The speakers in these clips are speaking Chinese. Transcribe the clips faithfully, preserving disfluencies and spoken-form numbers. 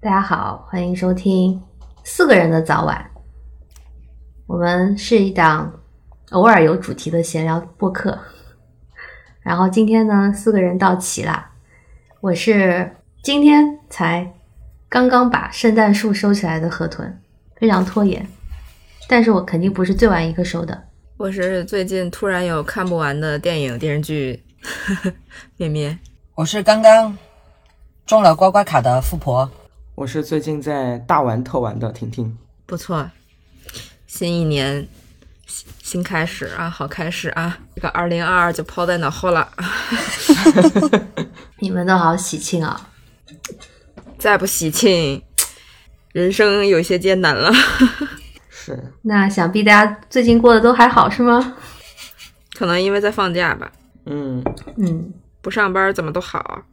大家好，欢迎收听四个人的早晚。我们是一档偶尔有主题的闲聊播客。然后今天呢，四个人到齐啦。我是今天才刚刚把圣诞树收起来的河豚，非常拖延，但是我肯定不是最晚一个收的。 我是最近突然有看不完的电影电视剧咩咩。 我是刚刚中了刮刮卡的富婆。 我是最近在大玩特玩的婷婷。 不错，新一年新开始啊，好开始啊！这个二零二二就抛在脑后了。 你们都好喜庆啊！ 再不喜庆，人生有些艰难了。 是。 那想必大家最近过得都还好是吗？ 可能因为在放假吧。 嗯嗯， 不上班怎么都好。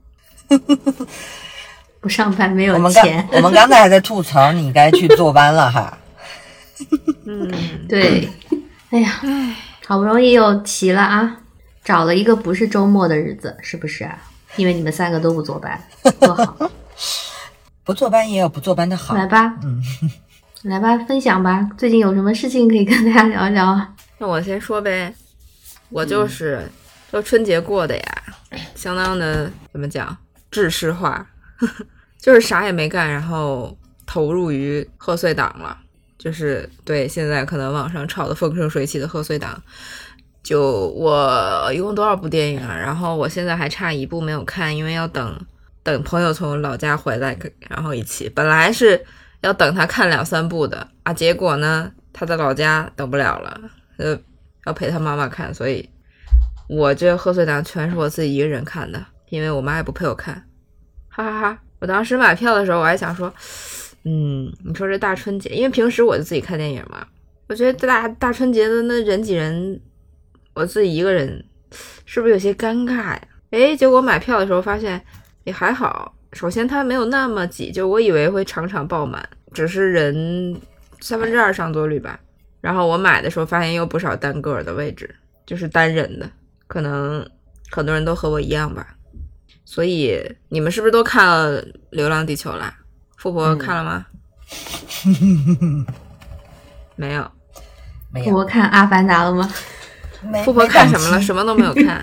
不上班没有我们钱。 刚我们刚才还在吐槽你该去坐班了哈。 嗯， 对。哎呀，好不容易又齐了啊，找了一个不是周末的日子，是不是啊？因为你们三个都不坐班，多好。 不坐班也有不坐班的好。 来吧， 嗯， 来吧，分享吧，最近有什么事情可以跟大家聊一聊啊？ 那我先说呗，我就是这、嗯、春节过的呀，相当的怎么讲，制式化。就是啥也没干，然后投入于贺岁档了，就是对现在可能网上炒的风生水起的贺岁档。就我一共多少部电影啊？然后我现在还差一部没有看，因为要等等朋友从老家回来，然后一起。本来是要等他看两三部的啊，结果呢他在老家等不了了，呃，要陪他妈妈看，所以我这贺岁档全是我自己一个人看的，因为我妈也不陪我看。哈哈哈！我当时买票的时候，我还想说，嗯，你说这大春节，因为平时我就自己看电影嘛，我觉得大大春节的那人挤人，我自己一个人是不是有些尴尬呀？诶，结果买票的时候发现也还好。首先它没有那么挤，就我以为会场场爆满，只是人三分之二上座率吧。然后我买的时候发现也有不少单个的位置，就是单人的，可能很多人都和我一样吧。所以你们是不是都看了《流浪地球》啦？富婆看了吗？ 嗯、 没有， 没有。 富婆看《阿凡达》了吗？ 富婆看什么了？什么都没有看。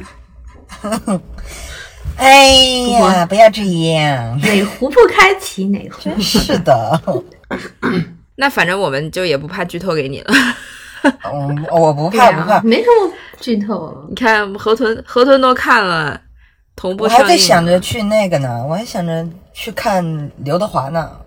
哎呀，不要这样！ 哪壶不开提哪壶。 真是的。 那反正我们就也不怕剧透给你了。 嗯，我不怕，不怕， 没什么剧透。 你看河豚，河豚都看了。同步我还在想着去那个呢，我还想着去看刘德华呢。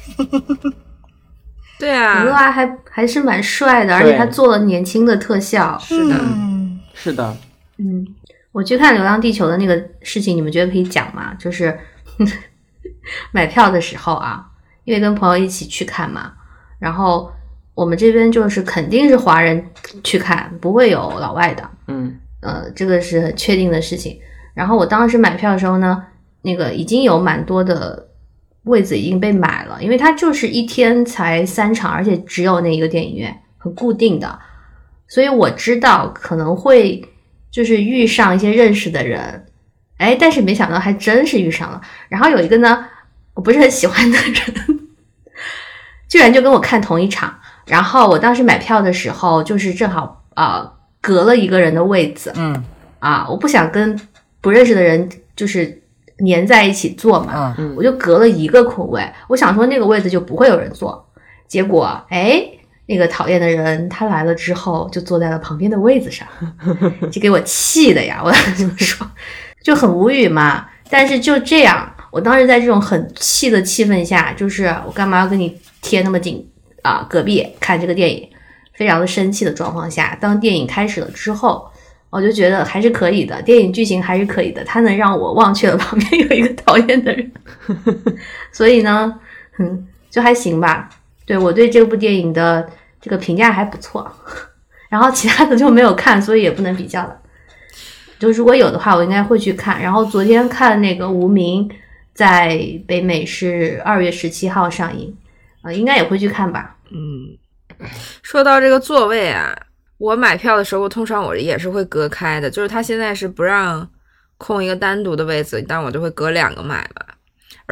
对啊， 刘德华还还是蛮帅的，而且他做了年轻的特效。 是的， 嗯， 是的。 嗯，我去看《流浪地球》的那个事情，你们觉得可以讲吗？就是买票的时候啊，因为跟朋友一起去看嘛，然后我们这边就是肯定是华人去看，不会有老外的。 嗯， 呃，这个是很确定的事情。然后我当时买票的时候呢，那个已经有蛮多的位子已经被买了，因为它就是一天才三场，而且只有那一个电影院，很固定的，所以我知道可能会就是遇上一些认识的人，哎，但是没想到还真是遇上了。然后有一个呢，我不是很喜欢的人，居然就跟我看同一场，然后我当时买票的时候就是正好啊、呃、隔了一个人的位子， 嗯啊，我不想跟不认识的人就是粘在一起坐嘛， 嗯， 我就隔了一个空位，我想说那个位子就不会有人坐，结果哎，那个讨厌的人他来了之后就坐在了旁边的位子上，就给我气的呀，我这么说就很无语嘛。但是就这样，我当时在这种很气的气氛下，就是我干嘛要跟你贴那么紧啊？隔壁看这个电影，非常的生气的状况下，当电影开始了之后。我就觉得还是可以的，电影剧情还是可以的，它能让我忘却了旁边有一个讨厌的人，所以呢，嗯，就还行吧。对，我对这部电影的这个评价还不错，然后其他的就没有看，所以也不能比较了。就如果有的话，我应该会去看。然后昨天看那个《无名》，在北美是二月十七号上映，呃，应该也会去看吧。 嗯，说到这个座位啊。我买票的时候通常我也是会隔开的，就是他现在是不让空一个单独的位置，但我就会隔两个买吧。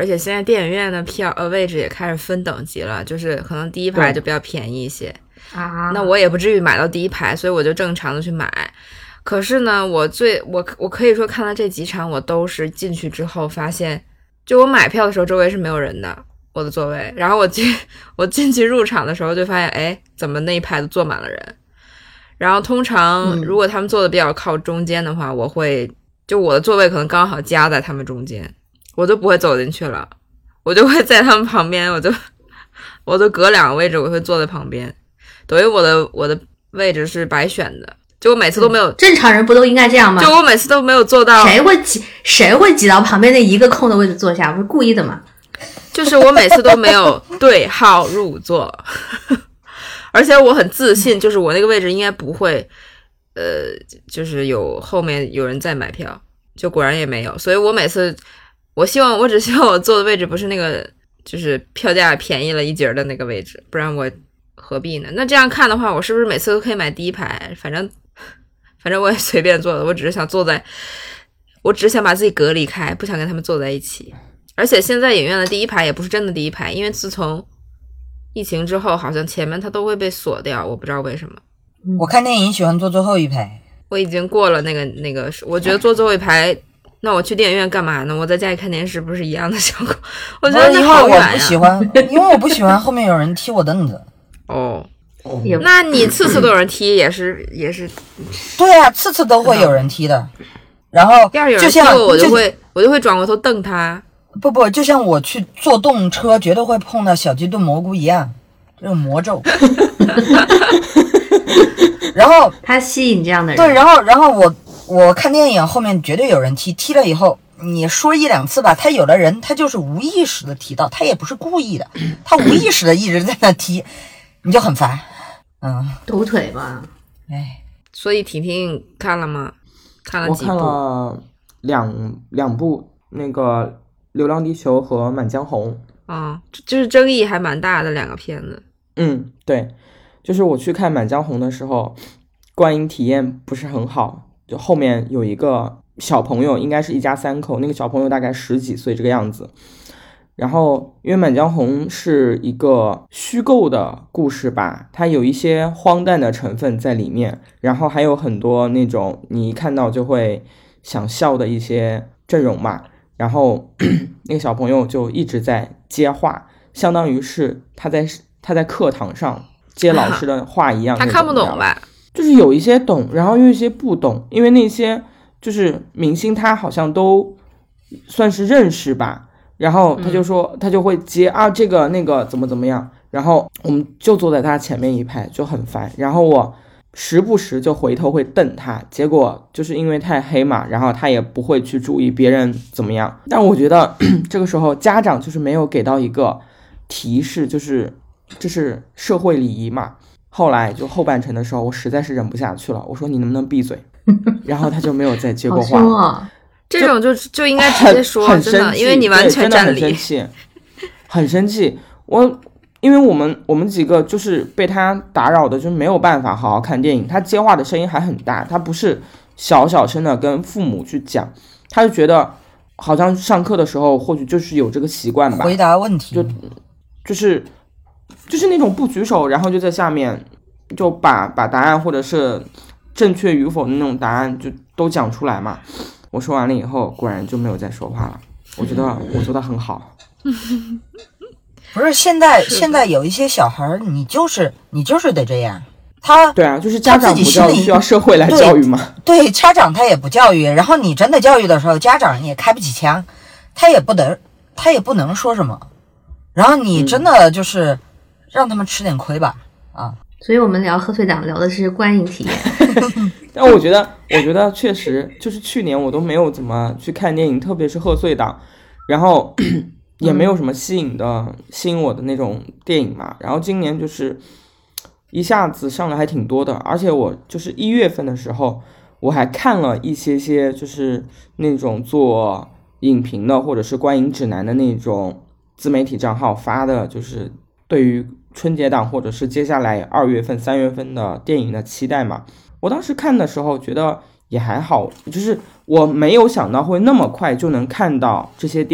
而且现在电影院的票呃位置也开始分等级了，就是可能第一排就比较便宜一些啊。 那我也不至于买到第一排，所以我就正常的去买。可是呢，我最我我可以说看了这几场，我都是进去之后发现，就我买票的时候周围是没有人的，我的座位。然后我进我进去入场的时候就发现，哎，怎么那一排都坐满了人？然后通常如果他们坐的比较靠中间的话，嗯、我会就我的座位可能刚好夹在他们中间，我就不会走进去了，我就会在他们旁边，我就我就隔两个位置，我会坐在旁边，等于我的我的位置是白选的。就我每次都没有， 正常人不都应该这样吗？ 就我每次都没有做到。 谁会挤谁会挤到旁边那一个空的位置坐下？不是故意的吗？ 就是我每次都没有对号入座，而且我很自信，就是我那个位置应该不会，呃，就是有后面有人在买票，就果然也没有。所以我每次，我希望我只希望我坐的位置不是那个，就是票价便宜了一截的那个位置，不然我何必呢？那这样看的话，我是不是每次都可以买第一排？反正。反正我也随便坐的，我只是想坐在，我只是想把自己隔离开，不想跟他们坐在一起。而且现在影院的第一排也不是真的第一排，因为自从疫情之后，好像前面它都会被锁掉，我不知道为什么。 我看电影喜欢坐最后一排， 我已经过了那个那个，我觉得坐最后一排，那我去电影院干嘛呢？我在家里看电视不是一样的效果？我觉得那好远呀、啊。 因为我不喜欢，因为我不喜欢后面有人踢我凳子。 哦。那你次次都有人踢也是也是， 对啊，次次都会有人踢的。然后就像我就会我就会转过头瞪他。 不不，就像我去坐动车绝对会碰到小鸡炖蘑菇一样，这种魔咒。然后他吸引这样的人。 对，然后然后我我看电影后面绝对有人踢，踢了以后你说一两次吧，他有的人他就是无意识的踢到，他也不是故意的，他无意识的一直在那踢，你就很烦。嗯， 抖腿吧， 哎， 所以婷婷看了吗？看了几部？ 我看了两两部，那个《流浪地球》和《满江红》。 哦，就是争议还蛮大的两个片子。 嗯，对，就是我去看《满江红》的时候，观影体验不是很好，就后面有一个小朋友，应该是一家三口，那个小朋友大概十几岁这个样子。然后因为《满江红》是一个虚构的故事吧，它有一些荒诞的成分在里面，然后还有很多那种你一看到就会想笑的一些阵容嘛。然后那个小朋友就一直在接话，相当于是他在他在课堂上接老师的话一样。 他看不懂吧？ 就是有一些懂，然后有一些不懂，因为那些就是明星他好像都算是认识吧。然后他就说、嗯、他就会接啊这个那个怎么怎么样，然后我们就坐在他前面一排就很烦，然后我时不时就回头会瞪他，结果就是因为太黑嘛，然后他也不会去注意别人怎么样。但我觉得这个时候家长就是没有给到一个提示，就是这是社会礼仪嘛。后来就后半程的时候我实在是忍不下去了，我说你能不能闭嘴，然后他就没有再接过话。 好凶啊， 这种就就应该直接说，真的，因为你完全占理， 很生气，很生气。我因为我们我们几个就是被他打扰的，就没有办法好好看电影。他接话的声音还很大，他不是小小声的跟父母去讲，他就觉得好像上课的时候或许就是有这个习惯吧， 回答问题就就是就是那种不举手，然后就在下面就把把答案或者是正确与否的那种答案就都讲出来嘛。我说完了以后，果然就没有再说话了。我觉得我做的很好。 不是现在现在有一些小孩，你就是你就是得这样。他对啊，就是家长不教育，需要社会来教育嘛。 对，对，家长他也不教育，然后你真的教育的时候，家长也开不起枪，他也不能他也不能说什么。然后你真的就是让他们吃点亏吧，嗯、啊。 所以我们聊贺岁档聊的是观影体验。 但我觉得我觉得确实就是去年我都没有怎么去看电影，特别是贺岁档，然后也没有什么吸引的、嗯、吸引我的那种电影嘛。然后今年就是一下子上了还挺多的，而且我就是一月份的时候我还看了一些些就是那种做影评的或者是观影指南的那种自媒体账号发的，就是对于春节档或者是接下来二月份三月份的电影的期待嘛。我当时看的时候觉得也还好，就是我没有想到会那么快就能看到这些电影，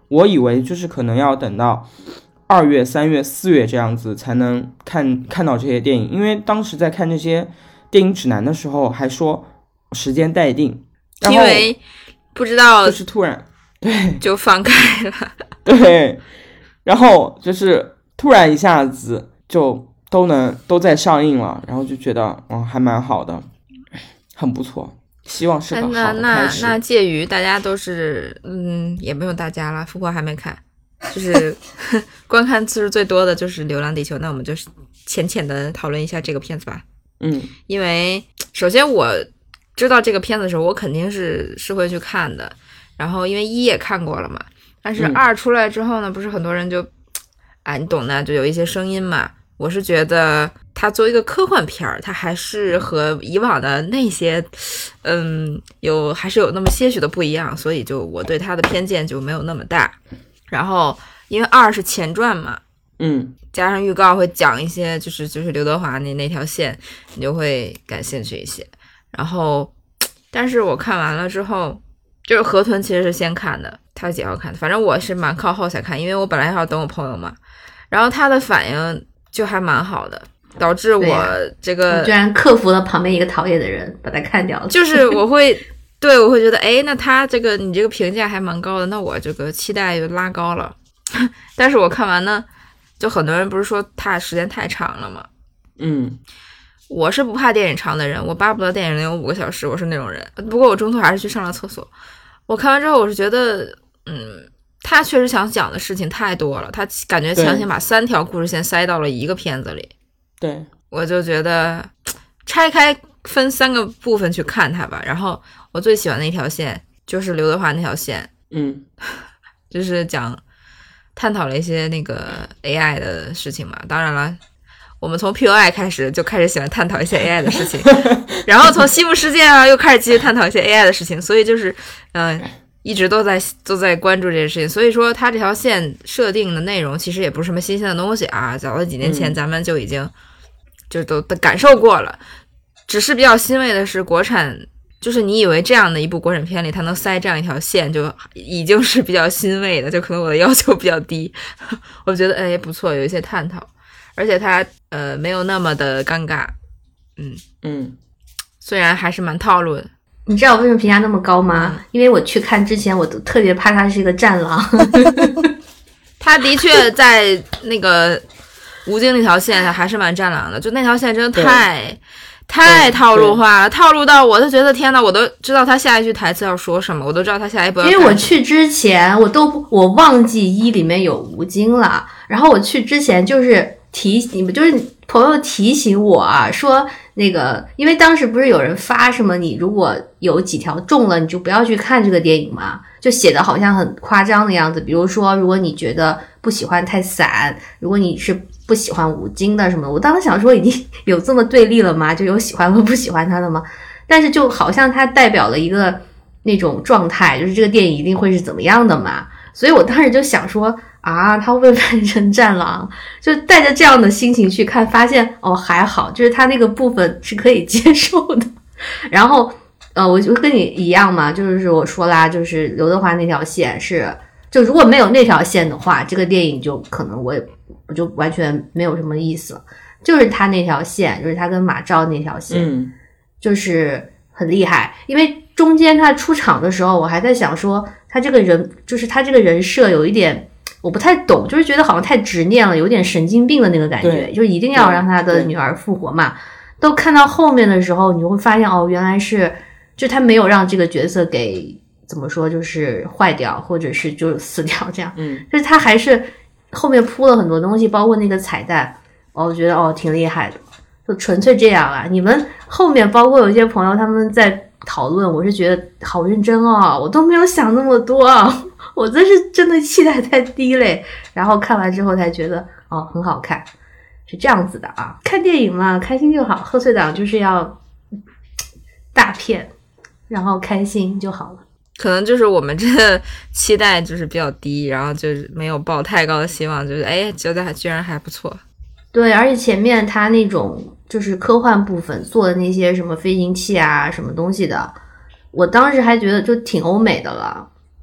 我以为就是可能要等到二月、三月、四月这样子才能看看到这些电影，因为当时在看这些电影指南的时候还说时间待定， 因为不知道就是突然对就放开了， 对，然后就是突然一下子就都能都在上映了，然后就觉得嗯还蛮好的，很不错。希望是个好的开始。 那那那介于大家都是嗯，也没有大家了，富婆还没看，就是观看次数最多的就是《流浪地球》，那我们就浅浅的讨论一下这个片子吧。 嗯， 因为首先我知道这个片子的时候，我肯定是是会去看的。然后因为一也看过了嘛，但是二出来之后呢，嗯、不是很多人就，哎，你懂的，就有一些声音嘛。我是觉得它作为一个科幻片儿，它还是和以往的那些，嗯，有还是有那么些许的不一样，所以就我对它的偏见就没有那么大。然后因为二是前传嘛， 嗯， 加上预告会讲一些，就是就是刘德华那那条线，你就会感兴趣一些。然后，但是我看完了之后，就是河豚其实是先看的，他是几号看的？反正我是蛮靠后才看，因为我本来要等我朋友嘛。然后他的反应就还蛮好的，导致我这个、 啊、我居然克服了旁边一个讨厌的人，把他看掉了。 就是我会对我会觉得，哎，那他这个你这个评价还蛮高的，那我这个期待就拉高了。但是我看完呢，就很多人不是说他时间太长了吗？ 嗯， 我是不怕电影长的人，我巴不得电影能有五个小时，我是那种人。不过我中途还是去上了厕所。我看完之后，我是觉得，嗯。他确实想讲的事情太多了，他感觉强行把三条故事线塞到了一个片子里。 对， 我就觉得拆开分三个部分去看它吧。然后我最喜欢的一条线就是刘德华那条线， 嗯， 就是讲探讨了一些那个 A I 的事情嘛。当然了，我们从 P U I 开始就开始喜欢探讨一些 A I 的事情，然后从西部世界啊又开始继续探讨一些 A I 的事情，所以就是嗯。呃一直都在都在关注这件事情，所以说他这条线设定的内容其实也不是什么新鲜的东西啊，早在几年前咱们就已经、嗯、就都感受过了。只是比较欣慰的是，国产就是你以为这样的一部国产片里，它能塞这样一条线，就已经是比较欣慰的。就可能我的要求比较低，我觉得哎不错，有一些探讨，而且它呃没有那么的尴尬，嗯嗯， 虽然还是蛮套路的。 你知道我为什么评价那么高吗？因为我去看之前，我都特别怕他是一个战狼。 他的确在那个吴京那条线上还是蛮战狼的，就那条线真的太太套路化了，套路到我就觉得天哪，我都知道他下一句台词要说什么，我都知道他下一步要。 因为我去之前，我都我忘记一里面有吴京了，然后我去之前就是提你们就是朋友提醒我啊，说。那个，因为当时不是有人发什么，你如果有几条中了，你就不要去看这个电影嘛，就写的好像很夸张的样子。比如说，如果你觉得不喜欢太散，如果你是不喜欢吴京的什么的，我当时想说，已经有这么对立了吗？就有喜欢和不喜欢他的吗？但是就好像它代表了一个那种状态，就是这个电影一定会是怎么样的嘛。所以我当时就想说。啊，他会不会变成战狼？就带着这样的心情去看，发现哦还好，就是他那个部分是可以接受的。然后呃，我就跟你一样嘛，就是我说啦，就是刘德华那条线是，就如果没有那条线的话，这个电影就可能我也我就完全没有什么意思了。就是他那条线，就是他跟马昭那条线， 嗯， 就是很厉害。因为中间他出场的时候，我还在想说，他这个人就是他这个人设有一点。我不太懂，就是觉得好像太执念了，有点神经病的那个感觉，就一定要让他的女儿复活嘛。都看到后面的时候，你会发现哦，原来是就他没有让这个角色给怎么说，就是坏掉，或者是就死掉这样。 嗯， 就是他还是后面铺了很多东西，包括那个彩蛋，哦，我觉得哦挺厉害的，就纯粹这样啊。你们后面包括有一些朋友他们在讨论，我是觉得好认真哦，我都没有想那么多啊。我这是真的期待太低嘞，然后看完之后才觉得哦很好看，是这样子的啊。看电影嘛，开心就好，贺岁档就是要大片，然后开心就好了。 可能就是我们这个期待就是比较低，然后就是没有抱太高的希望，就是哎觉得还居然还不错。 对，而且前面他那种就是科幻部分做的那些什么飞行器啊什么东西的，我当时还觉得就挺欧美的了。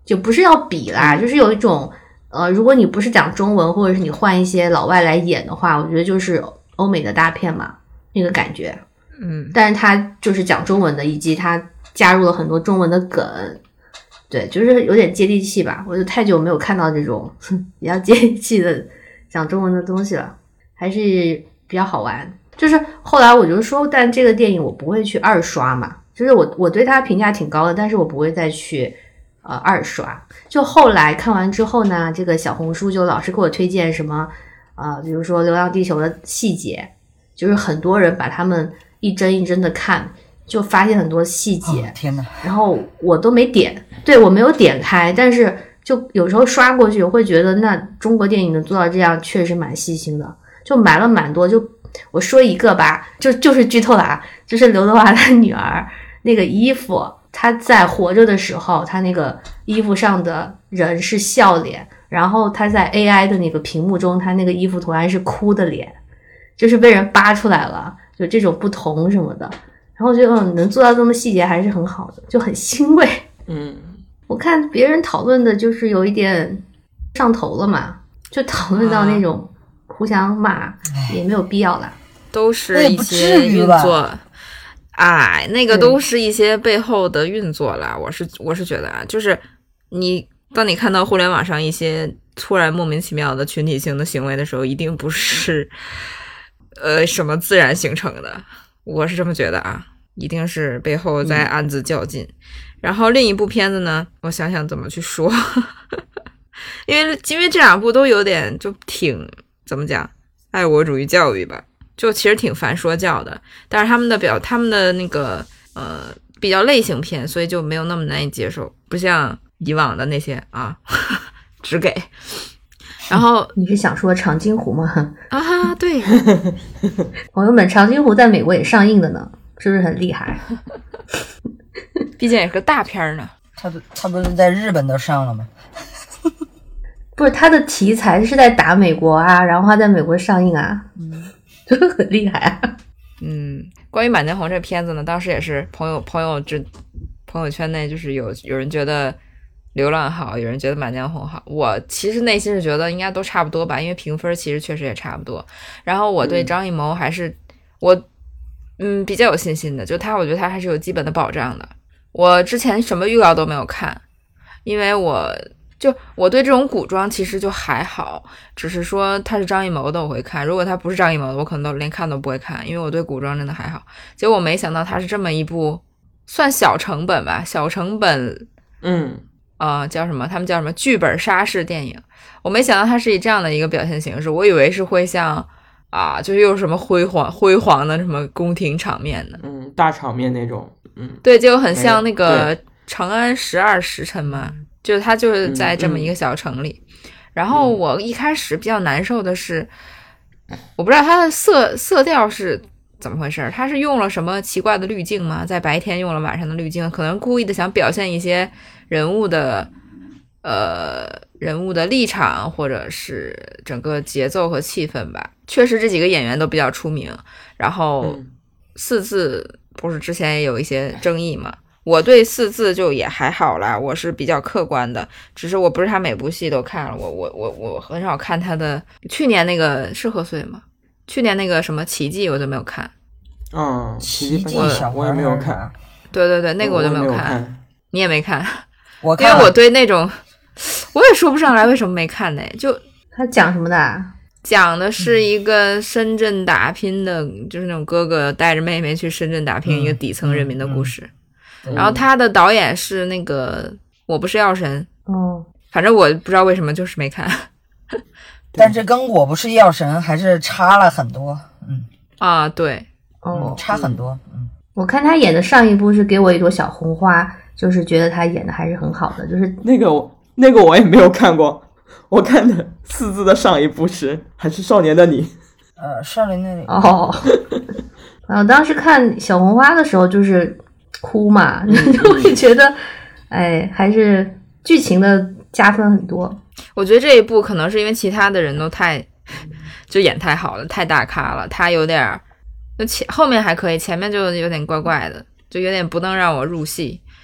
就不是要比啦，就是有一种呃，如果你不是讲中文，或者是你换一些老外来演的话，我觉得就是欧美的大片嘛，那个感觉。 嗯， 但是他就是讲中文的，以及他加入了很多中文的梗，对，就是有点接地气吧。我就太久没有看到这种比较接地气的讲中文的东西了，还是比较好玩。就是后来我就说，但这个电影我不会去二刷嘛，就是我我对他评价挺高的，但是我不会再去呃二刷。就后来看完之后呢，这个小红书就老是给我推荐什么呃，比如说《流浪地球》的细节，就是很多人把他们一帧一帧的看，就发现很多细节、 哦、天哪， 然后我都没点，对，我没有点开，但是就有时候刷过去我会觉得那中国电影能做到这样确实蛮细心的，就埋了蛮多。就我说一个吧，就就是剧透了啊，就是刘德华的女儿那个衣服，她在活着的时候她那个衣服上的人是笑脸，然后她在 A I 的那个屏幕中她那个衣服图案是哭的脸，就是被人扒出来了，就这种不同什么的。然后我觉得嗯，能做到这么细节还是很好的，就很欣慰。 嗯， 我看别人讨论的就是有一点上头了嘛，就讨论到那种互相骂，也没有必要啦。 都是一些运作，哎，那个都是一些背后的运作啦。我是我是觉得啊，就是你当你看到互联网上一些突然莫名其妙的群体性的行为的时候，一定不是呃什么自然形成的。我是这么觉得啊，一定是背后在暗自较劲。嗯、然后另一部片子呢，我想想怎么去说，因为因为这两部都有点就挺怎么讲，爱国主义教育吧，就其实挺反说教的。但是他们的表，他们的那个呃比较类型片，所以就没有那么难以接受，不像以往的那些啊只给。然后你是想说长津湖吗？ 啊，对， 朋友们，长津湖在美国也上映的呢，是不是很厉害？ 毕竟也是个大片呢。 他他不是在日本都上了吗？ 不是，他的题材是在打美国啊，然后他在美国上映啊，嗯，这个很厉害啊。 嗯，关于《满江红》这片子呢，当时也是朋友朋友之朋友圈内就是有有人觉得流浪好，有人觉得满江红好，我其实内心是觉得应该都差不多吧，因为评分其实确实也差不多。然后我对张艺谋还是、嗯、我嗯比较有信心的，就他我觉得他还是有基本的保障的。我之前什么预告都没有看，因为我就我对这种古装其实就还好，只是说他是张艺谋的我会看，如果他不是张艺谋的我可能都连看都不会看，因为我对古装真的还好。结果我没想到他是这么一部算小成本吧，小成本嗯呃，叫什么？他们叫什么？剧本杀式电影。我没想到它是以这样的一个表现形式，我以为是会像啊，就是有什么辉煌辉煌的什么宫廷场面的， 嗯，大场面那种，嗯， 对，结果很像那个《长安十二时辰》嘛，就是它就是在这么一个小城里。嗯嗯、然后我一开始比较难受的是，嗯、我不知道它的色色调是怎么回事，它是用了什么奇怪的滤镜吗？在白天用了晚上的滤镜，可能故意的想表现一些人物的呃人物的立场或者是整个节奏和气氛吧。确实这几个演员都比较出名，然后四字不是之前也有一些争议嘛，我对四字就也还好啦，我是比较客观的，只是我不是他每部戏都看了，我我我我很少看他的。去年那个是贺岁吗？去年那个什么奇迹我就没有看。 嗯， 奇迹我我也没有看。 对对对，那个我就没有看。 我没有看你也没看？ 我看， 因为我对那种我也说不上来为什么没看呢。就他讲什么的、啊？ 讲的是一个深圳打拼的、嗯、就是那种哥哥带着妹妹去深圳打拼、嗯、一个底层人民的故事、嗯嗯、然后他的导演是那个我不是药神。 哦， 反正我不知道为什么就是没看。 但是跟我不是药神还是差了很多。嗯啊，对， 哦、 嗯，差很多。嗯， 我看他演的上一部是给我一朵小红花，就是觉得他演的还是很好的，就是那个那个我也没有看过，我看的四字的上一部是还是少年的你。 呃，少年的你。 哦，我当时看小红花的时候就是哭嘛，就会觉得，哎，还是剧情的加分很多。 我觉得这一部可能是因为其他的人都太就演太好了，太大咖了，他有点就前后面还可以，前面就有点怪怪的，就有点不能让我入戏。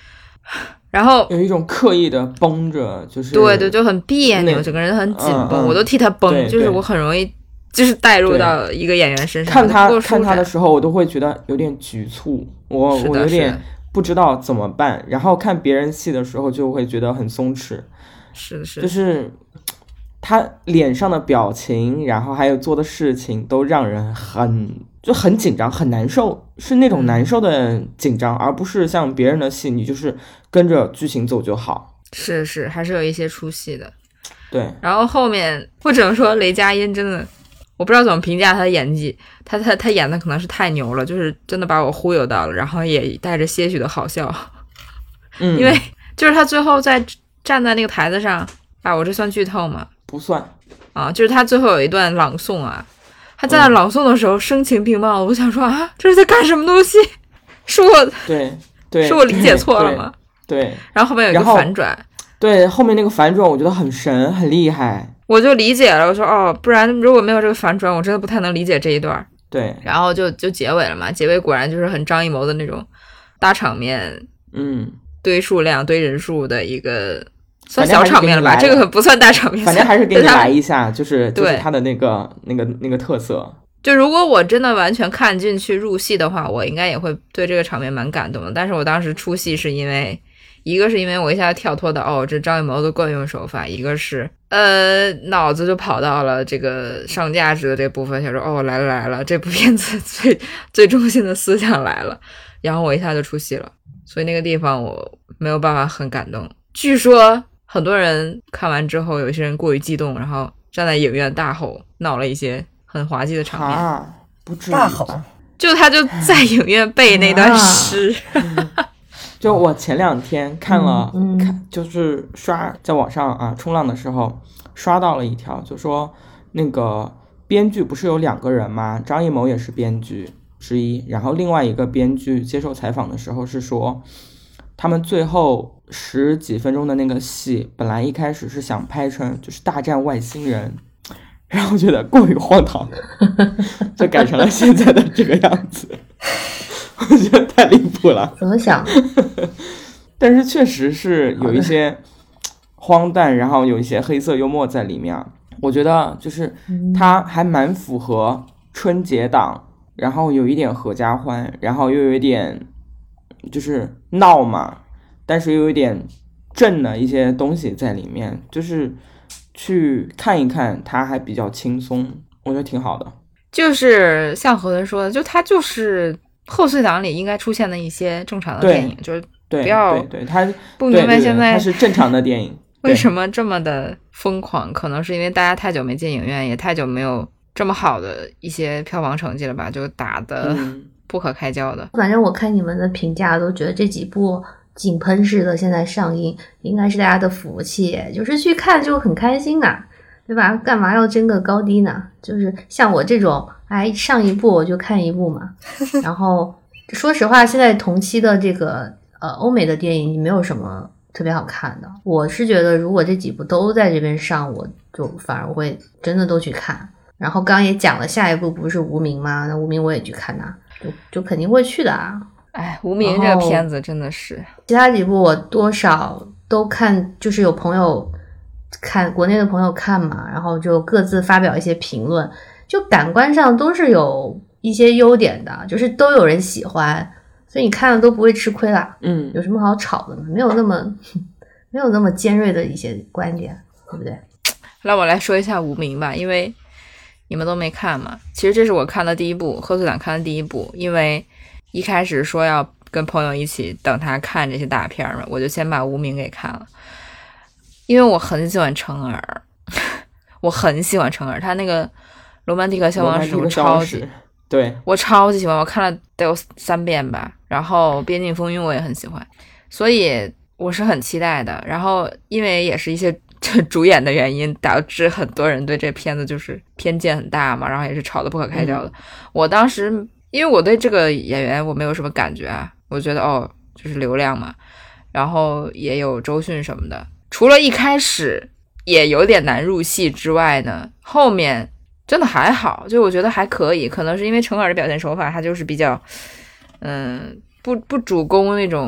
然后有一种刻意的绷着，就是对对，就很别扭， 那整个人很紧绷， 嗯嗯我都替他绷， 对对就是我很容易就是带入到一个演员身上， 看他不够舒看他的展时候，我都会觉得有点局促，我是的是我有点的不知道怎么办。然后看别人戏的时候，就会觉得很松弛， 是的是的， 就是他脸上的表情，然后还有做的事情，都让人很就很紧张，很难受，是那种难受的紧张，而不是像别人的戏，你就是跟着剧情走就好。 是是还是有一些出戏的。 对， 然后后面我只能说雷佳音真的，我不知道怎么评价他的演技，他他他演的可能是太牛了，就是真的把我忽悠到了，然后也带着些许的好笑， 嗯， 因为就是他最后在站在那个台子上啊，我这算剧透吗？ 不算， 啊，就是他最后有一段朗诵啊，他在那朗诵的时候声情并茂，我想说啊，这是在干什么东西？是我对对， 是我理解错了吗？ 对？对， 然后后面有一个然后反转， 对，后面那个反转我觉得很神，很厉害。 我就理解了，我说哦，不然如果没有这个反转，我真的不太能理解这一段。 对， 然后就就结尾了嘛，结尾果然就是很张艺谋的那种大场面， 嗯， 堆数量、堆人数的一个算反正还是小场面了吧？ 给你来这个可不算大场面， 反正还是给你但他来一下，就是就是对他的那个那个那个特色。 就如果我真的完全看进去入戏的话，我应该也会对这个场面蛮感动的。但是我当时出戏是因为，一个是因为我一下跳脱的哦，这张艺谋的惯用手法；一个是呃脑子就跑到了这个上价值的这部分，想说哦来了来了，这部片子最最中心的思想来了，然后我一下就出戏了，所以那个地方我没有办法很感动。据说很多人看完之后，有些人过于激动，然后站在影院大吼，闹了一些很滑稽的场面。 啊，不至于大吼， 就他就在影院背那段诗， 就我前两天看了， 嗯嗯看就是刷在网上啊冲浪的时候刷到了一条，就说那个编剧不是有两个人吗？张艺谋也是编剧之一，然后另外一个编剧接受采访的时候是说，他们最后十几分钟的那个戏，本来一开始是想拍成就是大战外星人。然后觉得过于荒唐，就改成了现在的这个样子，我觉得太离谱了。 怎么想？ 但是确实是有一些荒诞，然后有一些黑色幽默在里面。我觉得就是它还蛮符合春节档，然后有一点合家欢，然后又有一点就是闹嘛，但是又有一点正的一些东西在里面，就是去看一看，它还比较轻松，我觉得挺好的。 就是像何文说的，就他就是贺岁档里应该出现的一些正常的对电影，就是对， 不要对对，它不明白对对对现在它是正常的电影。 为什么这么的疯狂，可能是因为大家太久没进影院，也太久没有这么好的一些票房成绩了吧，就打的嗯不可开交的。 反正我看你们的评价都觉得这几部井喷式的现在上映，应该是大家的福气，就是去看就很开心啊，对吧？干嘛要争个高低呢？就是像我这种，哎，上一部我就看一部嘛。然后说实话，现在同期的这个呃欧美的电影没有什么特别好看的。我是觉得如果这几部都在这边上，我就反而会真的都去看。然后刚刚也讲了，下一部不是无名吗？那无名我也去看呐，就就肯定会去的啊。 哎，无名这个片子真的是， 其他几部我多少都看，就是有朋友看，国内的朋友看嘛，然后就各自发表一些评论，就感官上都是有一些优点的，就是都有人喜欢，所以你看了都不会吃亏啦。 嗯， 有什么好吵的呢？没有那么没有那么尖锐的一些观点，对不对？ 让我来说一下无名吧，因为你们都没看嘛。其实这是我看的第一部，贺岁档看的第一部，因为一开始说要跟朋友一起等他看这些大片嘛，我就先把无名给看了，因为我很喜欢程耳，我很喜欢程耳，他那个罗曼蒂克消亡史我超级， 对， 我超级喜欢，我看了得有三遍吧。然后边境风云我也很喜欢，所以我是很期待的。然后因为也是一些主演的原因，导致很多人对这片子就是偏见很大嘛，然后也是吵得不可开交的。嗯、我当时因为我对这个演员我没有什么感觉啊，我觉得哦就是流量嘛，然后也有周迅什么的，除了一开始也有点难入戏之外呢，后面真的还好，就我觉得还可以，可能是因为程耳的表现手法他就是比较嗯不不主攻那种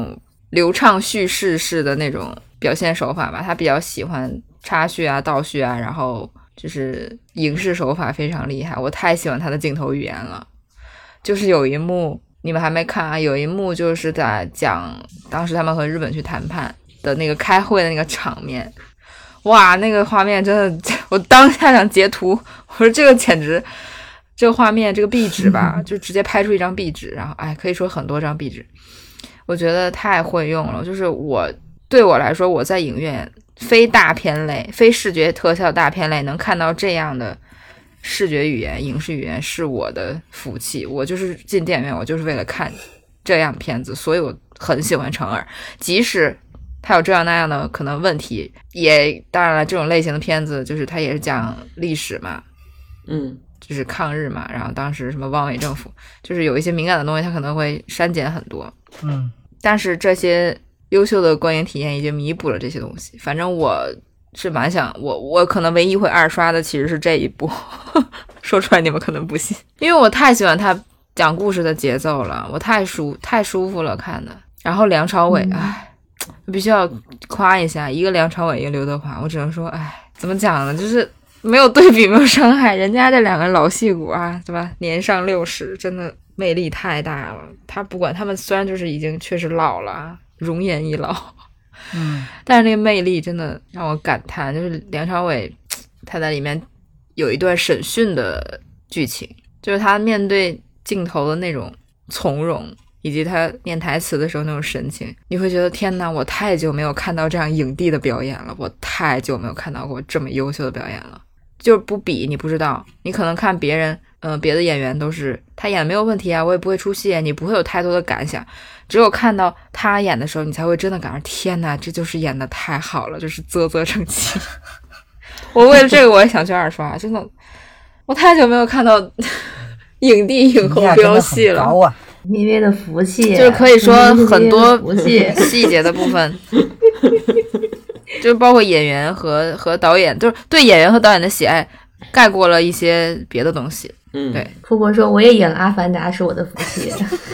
流畅叙事式的那种表现手法吧，他比较喜欢插叙啊、倒叙啊，然后就是影视手法非常厉害，我太喜欢他的镜头语言了。就是有一幕你们还没看啊，有一幕就是在讲当时他们和日本去谈判的那个开会的那个场面，哇，那个画面真的，我当下想截图，我说这个简直，这个画面这个壁纸吧，就直接拍出一张壁纸，然后哎，可以说很多张壁纸，我觉得太会用了。就是我对我来说，我在影院非大片类、非视觉特效大片类能看到这样的视觉语言、影视语言是我的福气。我就是进电影院，我就是为了看这样片子，所以我很喜欢成尔，即使他有这样那样的可能问题，也当然了，这种类型的片子就是他也是讲历史嘛， 嗯， 就是抗日嘛，然后当时什么汪伪政府，就是有一些敏感的东西，他可能会删减很多， 嗯， 但是这些优秀的观影体验已经弥补了这些东西。反正我是蛮想，我我可能唯一会二刷的其实是这一部，说出来你们可能不信，因为我太喜欢他讲故事的节奏了，我太舒太舒服了看的。然后梁朝伟，唉。必须要夸一下，一个梁朝伟，一个刘德华，我只能说，哎，怎么讲呢？就是没有对比，没有伤害。人家这两个老戏骨啊，对吧？年上六十，真的魅力太大了。他不管他们虽然就是已经确实老了，容颜已老， 嗯， 但是那个魅力真的让我感叹。就是梁朝伟他在里面有一段审讯的剧情，就是他面对镜头的那种从容。以及他念台词的时候那种神情，你会觉得天哪，我太久没有看到这样影帝的表演了，我太久没有看到过这么优秀的表演了。就是不比你不知道，你可能看别人嗯、呃，别的演员都是他演的没有问题啊，我也不会出戏，你不会有太多的感想，只有看到他演的时候你才会真的感觉天哪，这就是演的太好了，就是啧啧称奇。我为了这个我也想去二刷，真的我太久没有看到影帝影后飙戏了， 高啊， 咩咩的福气， 就是可以说很多福气细节的部分，就是包括演员和和导演，就是对演员和导演的喜爱盖过了一些别的东西。 嗯， 对。 富婆说我也演了《阿凡达》，是我的福气。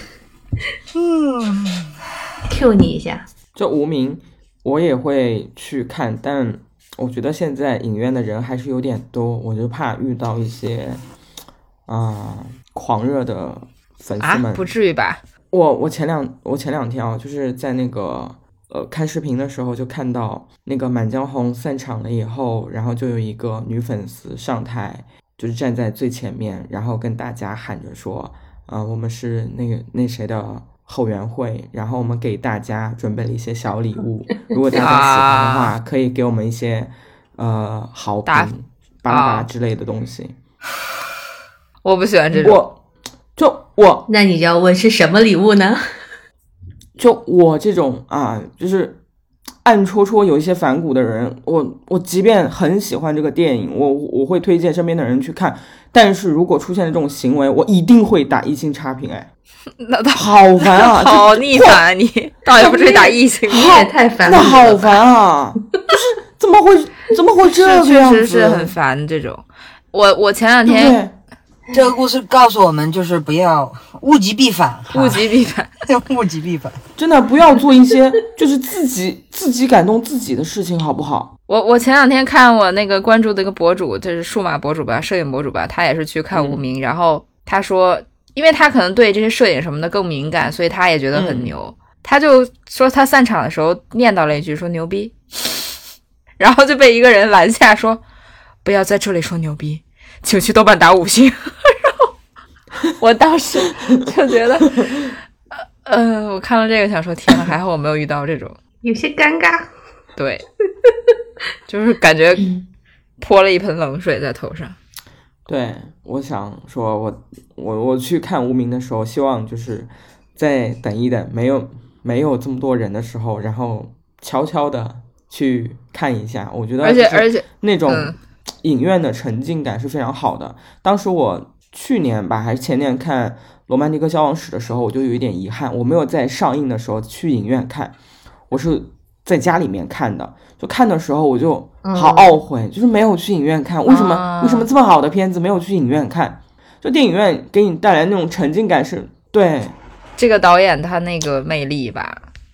嗯 ，Q 你一下。 这无名我也会去看，但我觉得现在影院的人还是有点多，我就怕遇到一些啊、呃、狂热的粉丝们。 啊，不至于吧？ 我我前两我前两天啊，就是在那个呃看视频的时候，就看到那个《满江红》散场了以后，然后就有一个女粉丝上台，就是站在最前面，然后跟大家喊着说，啊、呃，我们是那个那谁的后援会，然后我们给大家准备了一些小礼物，如果大家喜欢的话，啊、可以给我们一些呃好评、巴拉巴拉之类的东西。 我不喜欢这种。 我就我， 那你就要问是什么礼物呢？ 就我这种啊，就是暗戳戳有一些反骨的人，我我即便很喜欢这个电影，我我会推荐身边的人去看，但是如果出现了这种行为，我一定会打一星差评。哎， 那他好烦啊， 好逆反啊！你倒也不至于打一星， 你也太烦了， 那好烦啊！就是怎么会怎么会这个样子？ 确实是很烦这种。我我前两天。 这个故事告诉我们，就是不要物极必反， 物极必反， 物极必反。 真的不要做一些就是自己自己感动自己的事情，好不好？ 我我前两天看我那个关注的一个博主，这是数码博主吧，摄影博主吧，他也是去看无名、嗯，然后他说，因为他可能对这些摄影什么的更敏感，所以他也觉得很牛。嗯、他就说他散场的时候念叨了一句说牛逼，然后就被一个人拦下说，不要在这里说牛逼。请去豆瓣打五星，然后我当时就觉得，呃，我看了这个想说，天呐，还好我没有遇到这种， 有些尴尬。 对，就是感觉泼了一盆冷水在头上。 对，我想说我我我去看无名的时候，希望就是再等一等，没有没有这么多人的时候，然后悄悄的去看一下。我觉得， 而且而且那种。 嗯影院的沉浸感是非常好的。当时我去年吧还是前年看《罗曼蒂克消亡史》的时候，我就有一点遗憾，我没有在上映的时候去影院看，我是在家里面看的。就看的时候我就好懊悔，嗯、就是没有去影院看，为什么、啊、为什么这么好的片子没有去影院看？就电影院给你带来那种沉浸感是对。 这个导演他那个魅力吧，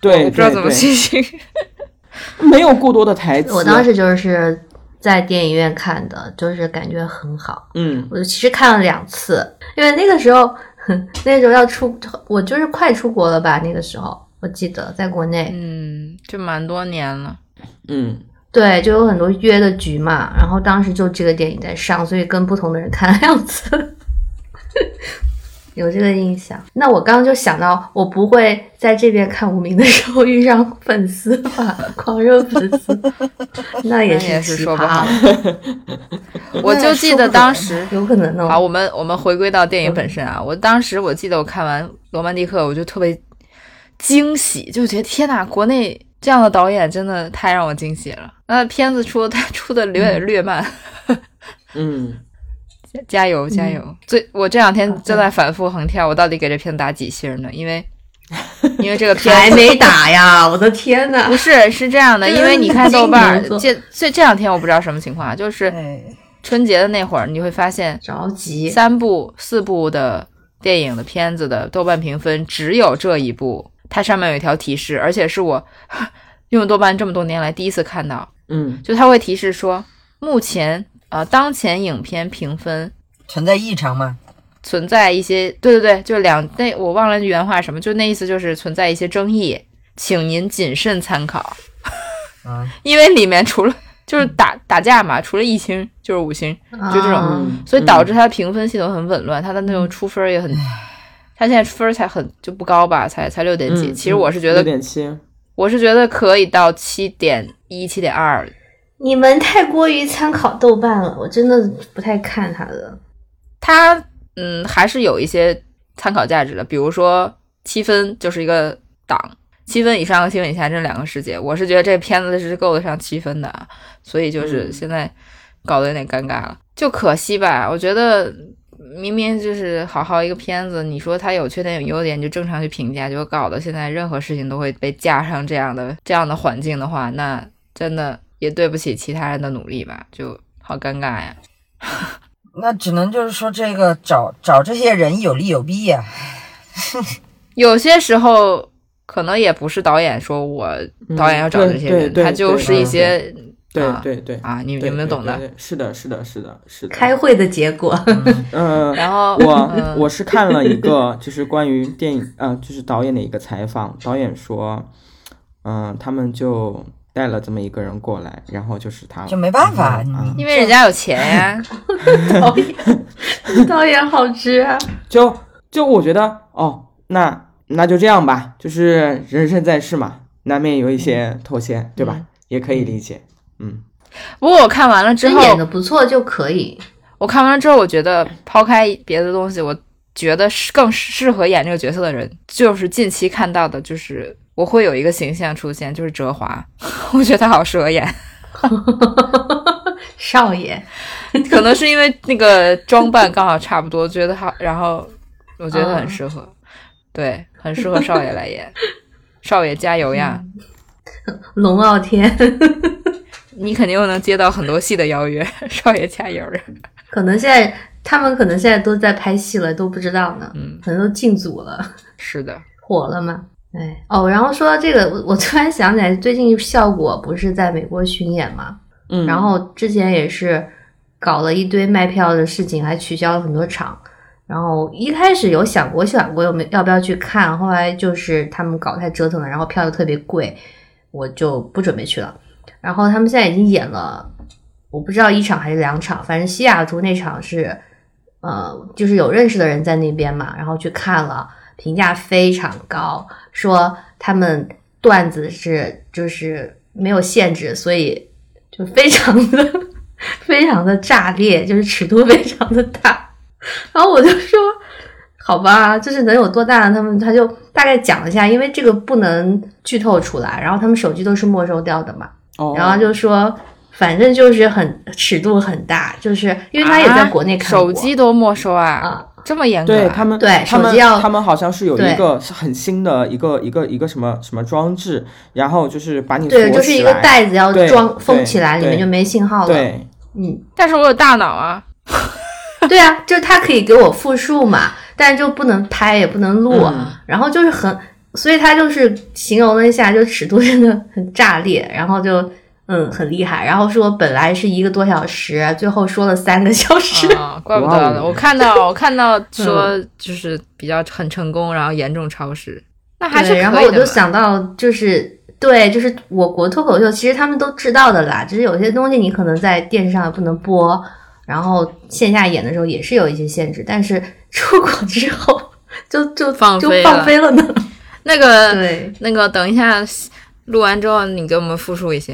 对， 我不知道怎么对进行。 对没有过多的台词。 我当时就是在电影院看的，就是感觉很好。 嗯我其实看了两次，因为那个时候，那个时候要出，我就是快出国了吧？那个时候我记得在国内， 嗯，就蛮多年了。 嗯， 对，就有很多约的局嘛。然后当时就这个电影在上，所以跟不同的人看了两次。有这个印象。那我刚刚就想到，我不会在这边看无名的时候遇上粉丝吧，狂热粉丝，那也那也是奇说不好葩， 我就记得当时， 有可能好， 哦。 我们我们回归到电影本身啊。我当时我记得我看完《罗曼蒂克》，我就特别惊喜，就觉得天哪，国内这样的导演真的太让我惊喜了。那片子出的出的略略慢， 嗯， 加油加油！ 嗯最我这两天正在反复横跳，我到底给这片打几星呢？因为因为这个片还没打呀！我的天呐， 不是是这样的，因为你看豆瓣今年做这这这两天我不知道什么情况啊，就是哎， 春节的那会儿，你会发现着急。 三部四部的电影的片子的豆瓣评分只有这一部，它上面有一条提示，而且是我用豆瓣这么多年来第一次看到， 嗯， 就它会提示说目前呃当前影片评分存在异常吗？ 存在一些，对对对，就两那我忘了原话什么，就那意思就是存在一些争议，请您谨慎参考。 啊， 因为里面除了就是打打架嘛，除了一星就是五星，就这种， 啊所以导致它的评分系统很紊乱，它的那种出分也很，它现在分才很就不高吧，才才六点几。 嗯其实我是觉得六，点七， 我是觉得可以到七点一、七点二。 你们太过于参考豆瓣了，我真的不太看它的。 它嗯还是有一些参考价值的，比如说七分就是一个档，七分以上和七分以下这两个世界，我是觉得这片子是够得上七分的啊，所以就是嗯现在搞得有点尴尬了，就可惜吧。我觉得明明就是好好一个片子，你说它有缺点有优点，你就正常去评价，就搞得现在任何事情都会被架上这样的这样的环境的话，那真的也对不起其他人的努力吧，就好尴尬呀。 那只能就是说这个找找这些人有利有弊呀、 有些时候可能也不是导演说我导演要找这些人， 嗯对对对他就是一些对啊对对啊，你对你们懂的。 对对对是的，是的，是的，是的。 开会的结果， 嗯， 然后我嗯我是看了一个就是关于电影呃，就是导演的一个采访，导演说，嗯、他们就带了这么一个人过来，然后就是他就没办法， 嗯你因为人家有钱呀， 导演导演好直啊！ 就就我觉得哦，那那就这样吧，就是人生在世嘛，难免有一些妥协，对吧？也可以理解，嗯不过我看完了之后， 真演的不错就可以。 我看完了之后，我觉得抛开别的东西，我觉得是更适合演这个角色的人，就是近期看到的，就是我会有一个形象出现，就是哲华，我觉得他好适合演， 少爷， 可能是因为那个装扮刚好差不多，觉得好，然后我觉得很适合，对，很适合少爷来演，少爷加油呀！ 龙傲天， 你肯定又能接到很多戏的邀约，少爷加油呀！ 可能现在他们可能现在都在拍戏了，都不知道呢。 嗯， 可能都进组了， 是的， 火了嘛。哎，哦，然后说到这个，我我突然想起来，最近效果不是在美国巡演嘛？ 嗯， 然后之前也是搞了一堆卖票的事情，还取消了很多场。然后一开始有想过，我想过有没要不要去看，后来就是他们搞太折腾了，然后票又特别贵，我就不准备去了。然后他们现在已经演了，我不知道一场还是两场，反正西雅图那场是，呃，就是有认识的人在那边嘛，然后去看了，评价非常高，说他们段子是就是没有限制，所以就非常的非常的炸裂，就是尺度非常的大。然后我就说好吧，就是能有多大呢？他们他就大概讲了一下，因为这个不能剧透出来，然后他们手机都是没收掉的嘛， 哦， 然后就说反正就是很尺度很大，就是因为他也在国内看过、 啊、手机都没收啊， 啊， 这么严格、啊？ 对他们， 对他们手机要他们好像是有对一个很新的一个一个一个什么什么装置，然后就是把你对， 锁就是一个起来袋子要对装封起来， 对里面就没信号了。 对， 嗯， 但是我有大脑啊。 对啊，就是他可以给我复述嘛，但是就不能拍也不能录， 嗯然后就是很所以他就是形容了一下，就尺度真的很炸裂，然后就嗯很厉害，然后说本来是一个多小时，最后说了三个小时， 啊，怪不得了。我看到我看到说就是比较很成功，然后严重超时，那还是可以的嘛。 然后我就想到就是对，就是我国脱口秀，其实他们都知道的啦，只是有些东西你可能在电视上不能播，然后线下演的时候也是有一些限制，但是出国之后就就放飞了就放飞了呢。 那个对， 那个等一下录完之后你给我们复述一下。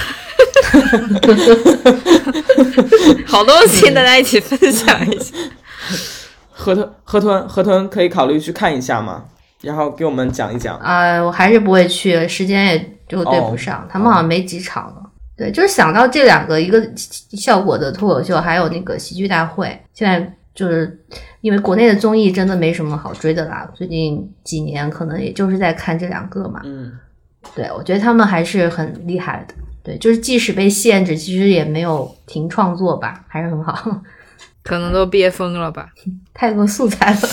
好东西大家一起分享一下。 河豚河豚河豚可以考虑去看一下吗？然后给我们讲一讲。 啊、我还是不会去，时间也就对不上， 哦、 他们好像没几场了。对，就是想到这两个，一个效果的脱口秀，还有那个喜剧大会，现在就是因为国内的综艺真的没什么好追的啦，最近几年可能也就是在看这两个嘛。 嗯， 对，我觉得他们还是很厉害的。对，就是即使被限制，其实也没有停创作吧，还是很好。 可能都憋疯了吧， 太多素材了。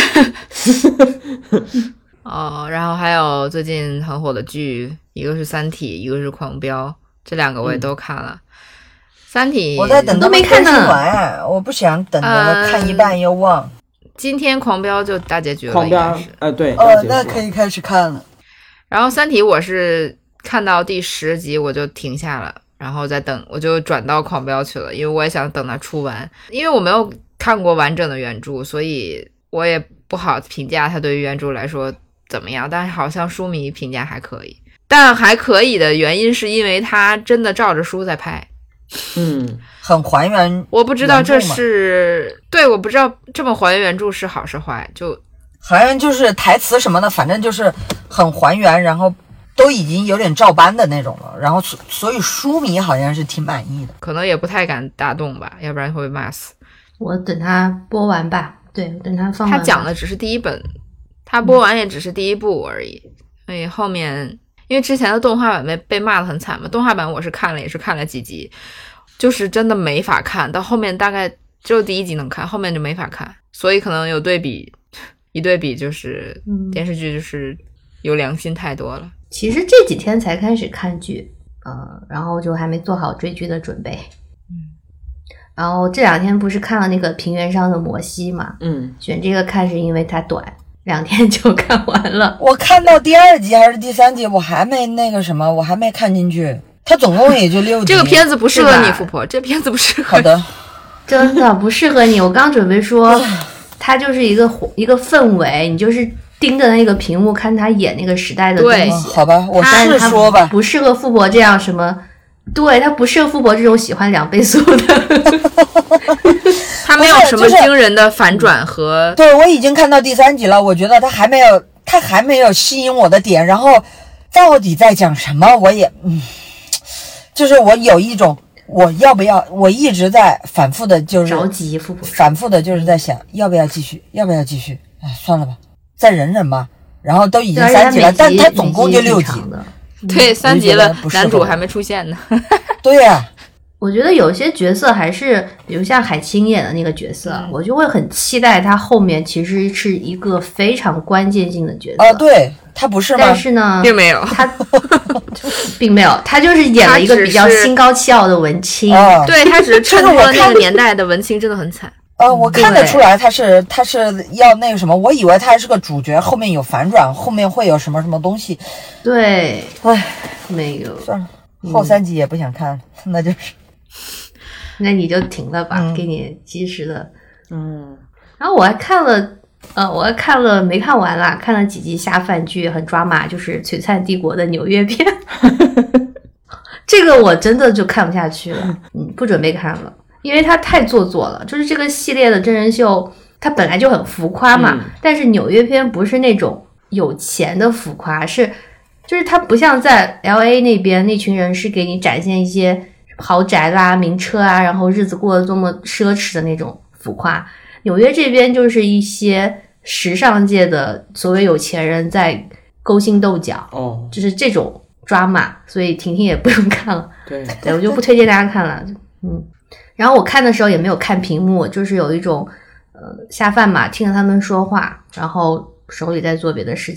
哦，然后还有最近很火的剧，一个是《三体》，一个是《狂飙》，这两个我也都看了。嗯、三体我在等都没看呢， 完，我不想等着看一半又忘。 呃、今天《狂飙》就大结局了， 狂飙，呃，对， 哦，那可以开始看了。 然后《三体》我是看到第十集我就停下了。然后再等，我就转到狂飙去了，因为我也想等它出完。因为我没有看过完整的原著，所以我也不好评价它对于原著来说怎么样。但是好像书迷评价还可以，但还可以的原因是因为它真的照着书在拍， 嗯， 很还原。 我不知道这是对，我不知道这么还原原著是好是坏，就还原就是台词什么的，反正就是很还原，然后。都已经有点照搬的那种了，然后所以书迷好像是挺满意的， 可能也不太敢大动吧，要不然会被骂死。 我等他播完吧，对，等他放完吧。 他讲的只是第一本，他播完也只是第一部而已，所以后面因为之前的动画版被被骂得很惨嘛，动画版我是看了也是看了几集，就是真的没法看，到后面大概只有第一集能看，后面就没法看，所以可能有对比，一对比就是电视剧就是有良心太多了。 其实这几天才开始看剧，呃，然后就还没做好追剧的准备。嗯，然后这两天不是看了那个平原上的摩西嘛， 嗯， 选这个看是因为它短，两天就看完了。 我看到第二集还是第三集，我还没那个什么，我还没看进去。它总共也就六集。 这个片子不适合你，富婆，这片子不适合。 好的， 真的不适合你。我刚准备说，它就是一个一个氛围，你就是。盯着那个屏幕看他演那个时代的东西， 好吧，我是说吧， 不适合富婆这样什么，对他不适合富婆这种喜欢两倍速的， 他没有什么惊人的反转和。 对，我已经看到第三集了，我觉得他还没有，他还没有吸引我的点，然后到底在讲什么，我也，嗯，就是我有一种我要不要，我一直在反复的，就是着急，富婆反复的就是在想要不要继续，要不要继续，哎，算了吧。再忍忍吧，然后都已经三集了，但他总共就六集， 对，三集了，男主还没出现呢。 对呀、啊， 我觉得有些角色还是，比如像海清演的那个角色，嗯、我就会很期待他后面其实是一个非常关键性的角色。 啊、呃，对他不是吗？ 但是呢， 并没有， 他并没有，他就是演了一个比较心高气傲的文青。 哦、 对他只是衬托了那个年代的文青真的很惨。 呃，我看得出来他是他是要那个什么，我以为他是个主角，后面有反转，后面会有什么什么东西。 对， 唉， 没有。 算了，后三集也不想看，嗯、那就是。 那你就停了吧， 嗯、 给你及时的。 嗯。 然后我还看了，呃，我还看了没看完啦，看了几集下饭剧，很抓马，就是《璀璨帝国》的纽约篇。这个我真的就看不下去了，嗯，不准备看了。因为它太做作了，就是这个系列的真人秀，它本来就很浮夸嘛。嗯、但是纽约篇不是那种有钱的浮夸，是就是它不像在 L A 那边那群人是给你展现一些豪宅啦、名车啊，然后日子过得多么奢侈的那种浮夸。纽约这边就是一些时尚界的所谓有钱人在勾心斗角， 哦， 就是这种抓马，所以婷婷也不用看了。 对， 对我就不推荐大家看了，嗯。然后我看的时候也没有看屏幕，就是有一种呃下饭嘛，听着他们说话，然后手里在做别的事情，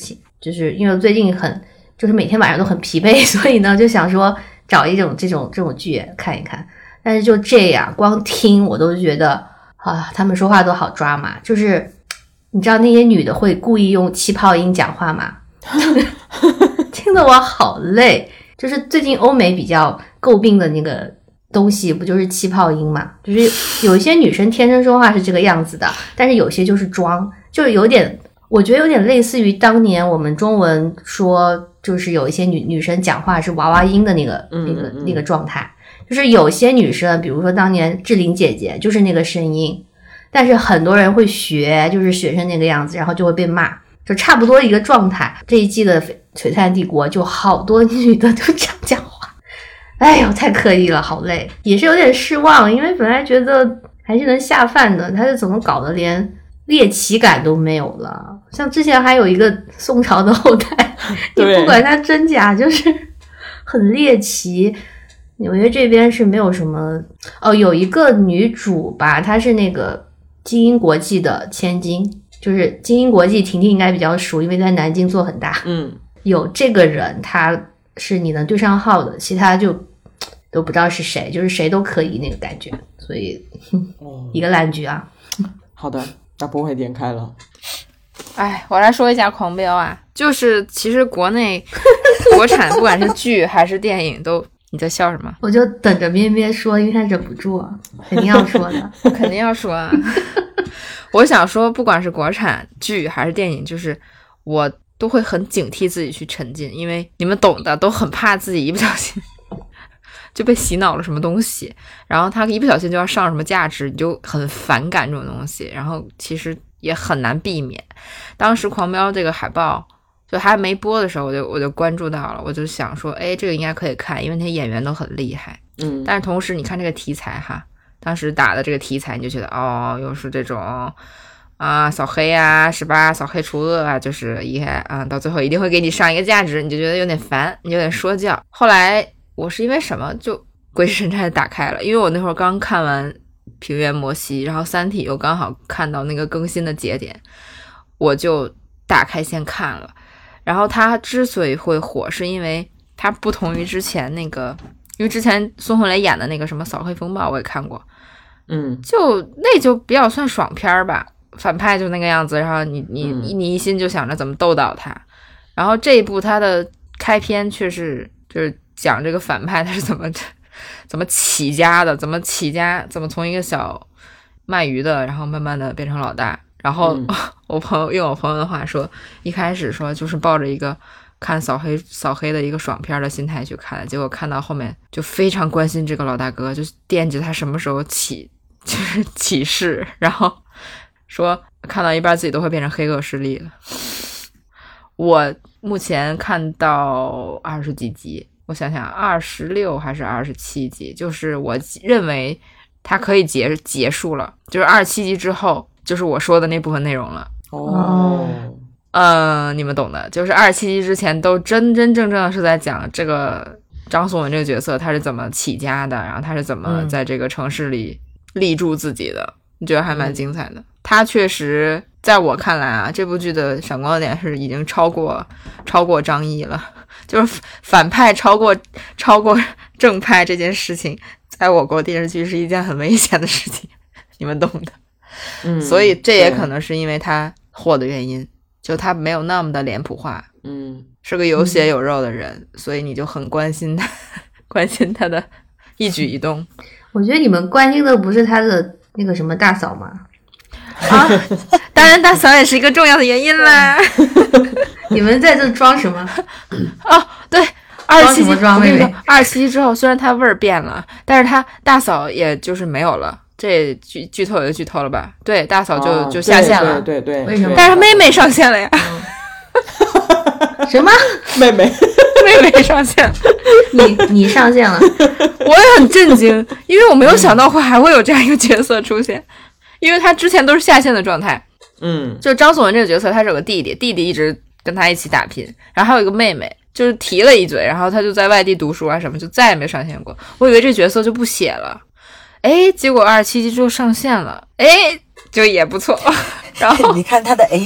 就是因为最近很就是每天晚上都很疲惫，所以呢就想说找一种这种这种剧看一看。但是就这样光听我都觉得啊，他们说话都好抓马，就是你知道那些女的会故意用气泡音讲话吗？听得我好累。就是最近欧美比较诟病的那个东西不就是气泡音嘛，就是有一些女生天生说话是这个样子的，但是有些就是装，就是有点我觉得有点类似于当年我们中文说就是有一些女女生讲话是娃娃音的那个那个那个状态，就是有些女生比如说当年志玲姐姐就是那个声音，但是很多人会学，就是学成那个样子，然后就会被骂，就差不多一个状态。这一季的璀璨帝国就好多女的都这样讲话，哎呦太刻意了，好累，也是有点失望，因为本来觉得还是能下饭的，他是怎么搞得连猎奇感都没有了。像之前还有一个宋朝的后代，你不管它真假就是很猎奇。纽约这边是没有什么哦，有一个女主吧，她是那个精英国际的千金，就是精英国际婷婷应该比较熟，因为在南京做很大。 嗯， 有这个人他是你能对上号的，其他就都不知道是谁，就是谁都可以那个感觉，所以、哦、一个烂剧啊。 好的，那不会点开了。 哎，我来说一下狂飙啊，就是其实国内国产不管是剧还是电影都。你在笑什么？ 我就等着咩咩说，因为他忍不住啊，肯定要说的。 我肯定要说啊。我想说不管是国产剧还是电影，就是我都会很警惕自己去沉浸，因为你们懂的，都很怕自己一不小心就被洗脑了什么东西，然后他一不小心就要上什么价值，你就很反感这种东西，然后其实也很难避免。当时狂飙这个海报就还没播的时候，我就我就关注到了，我就想说，哎，这个应该可以看，因为那些演员都很厉害。 嗯， 但是同时你看这个题材哈，当时打的这个题材，你就觉得哦，又是这种啊扫黑啊，是吧？扫黑除恶啊，就是一啊，到最后一定会给你上一个价值，你就觉得有点烦，你有点说教。后来我是因为什么就鬼使神差打开了，因为我那会儿刚看完平原摩西，然后三体又刚好看到那个更新的节点，我就打开先看了。然后他之所以会火，是因为他不同于之前那个，因为之前孙红雷演的那个什么扫黑风暴我也看过， 嗯， 就那就比较算爽片吧，反派就那个样子，然后你你、嗯、你一心就想着怎么斗倒他。然后这一部他的开篇却是就是讲这个反派他是怎么怎么起家的，怎么起家，怎么从一个小卖鱼的，然后慢慢的变成老大。然后、嗯、我朋友用我朋友的话说，一开始说就是抱着一个看扫黑扫黑的一个爽片的心态去看的，结果看到后面就非常关心这个老大哥，就惦记他什么时候起就是起事，然后说看到一半自己都会变成黑恶势力了。我目前看到二十几集，我想想二十六还是二十七集，就是我认为它可以结结束了，就是二十七集之后就是我说的那部分内容了。 哦， 嗯、呃，你们懂的，就是二十七集之前都真真正正是在讲这个张颂文这个角色他是怎么起家的，然后他是怎么在这个城市里立住自己的，嗯、你觉得还蛮精彩的。嗯、他确实在我看来啊，这部剧的闪光点是已经超过超过张译了，就是反派超过超过正派这件事情，在我国电视剧是一件很危险的事情，你们懂的。 嗯， 所以这也可能是因为他火的原因，就他没有那么的脸谱化， 嗯， 是个有血有肉的人，嗯、所以你就很关心他，关心他的一举一动。 我觉得你们关心的不是他的那个什么大嫂吗？ 啊，当然大嫂也是一个重要的原因啦。 你们在这装什么？ 哦，对，二十七集， 我跟你说， 二十七集之后虽然他味儿变了，但是他大嫂也就是没有了。这剧剧透也就剧透了吧？对，大嫂就、哦、就下线了。 对对 对, 对， 为什么？ 但是妹妹上线了呀。 嗯、什么？ 妹妹妹妹上线了？ 你你上线了？ 我也很震惊，因为我没有想到会还会有这样一个角色出现，因为他之前都是下线的状态。 嗯， 就张颂文这个角色，他是有个弟弟，弟弟一直跟他一起打拼，然后还有一个妹妹，就是提了一嘴，然后他就在外地读书啊什么，就再也没上线过。我以为这角色就不写了。哎，结果二十七集之后上线了，哎，就也不错。然后你看他的哎，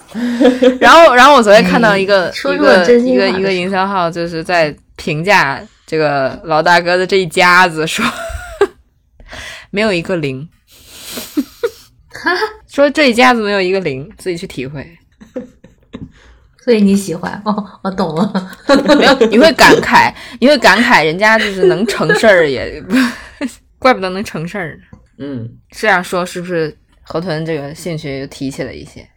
然后，然后我昨天看到一个、 哎、说一出了个真心话的一个一个营销号，就是在评价这个老大哥的这一家子，说没有一个零，说这一家子没有一个零，自己去体会。 所以你喜欢哦，我懂了。 没有，你会感慨，你会感慨，人家就是能成事儿，也怪不得能成事儿。 嗯， 这样说是不是河豚这个兴趣又提起了一些？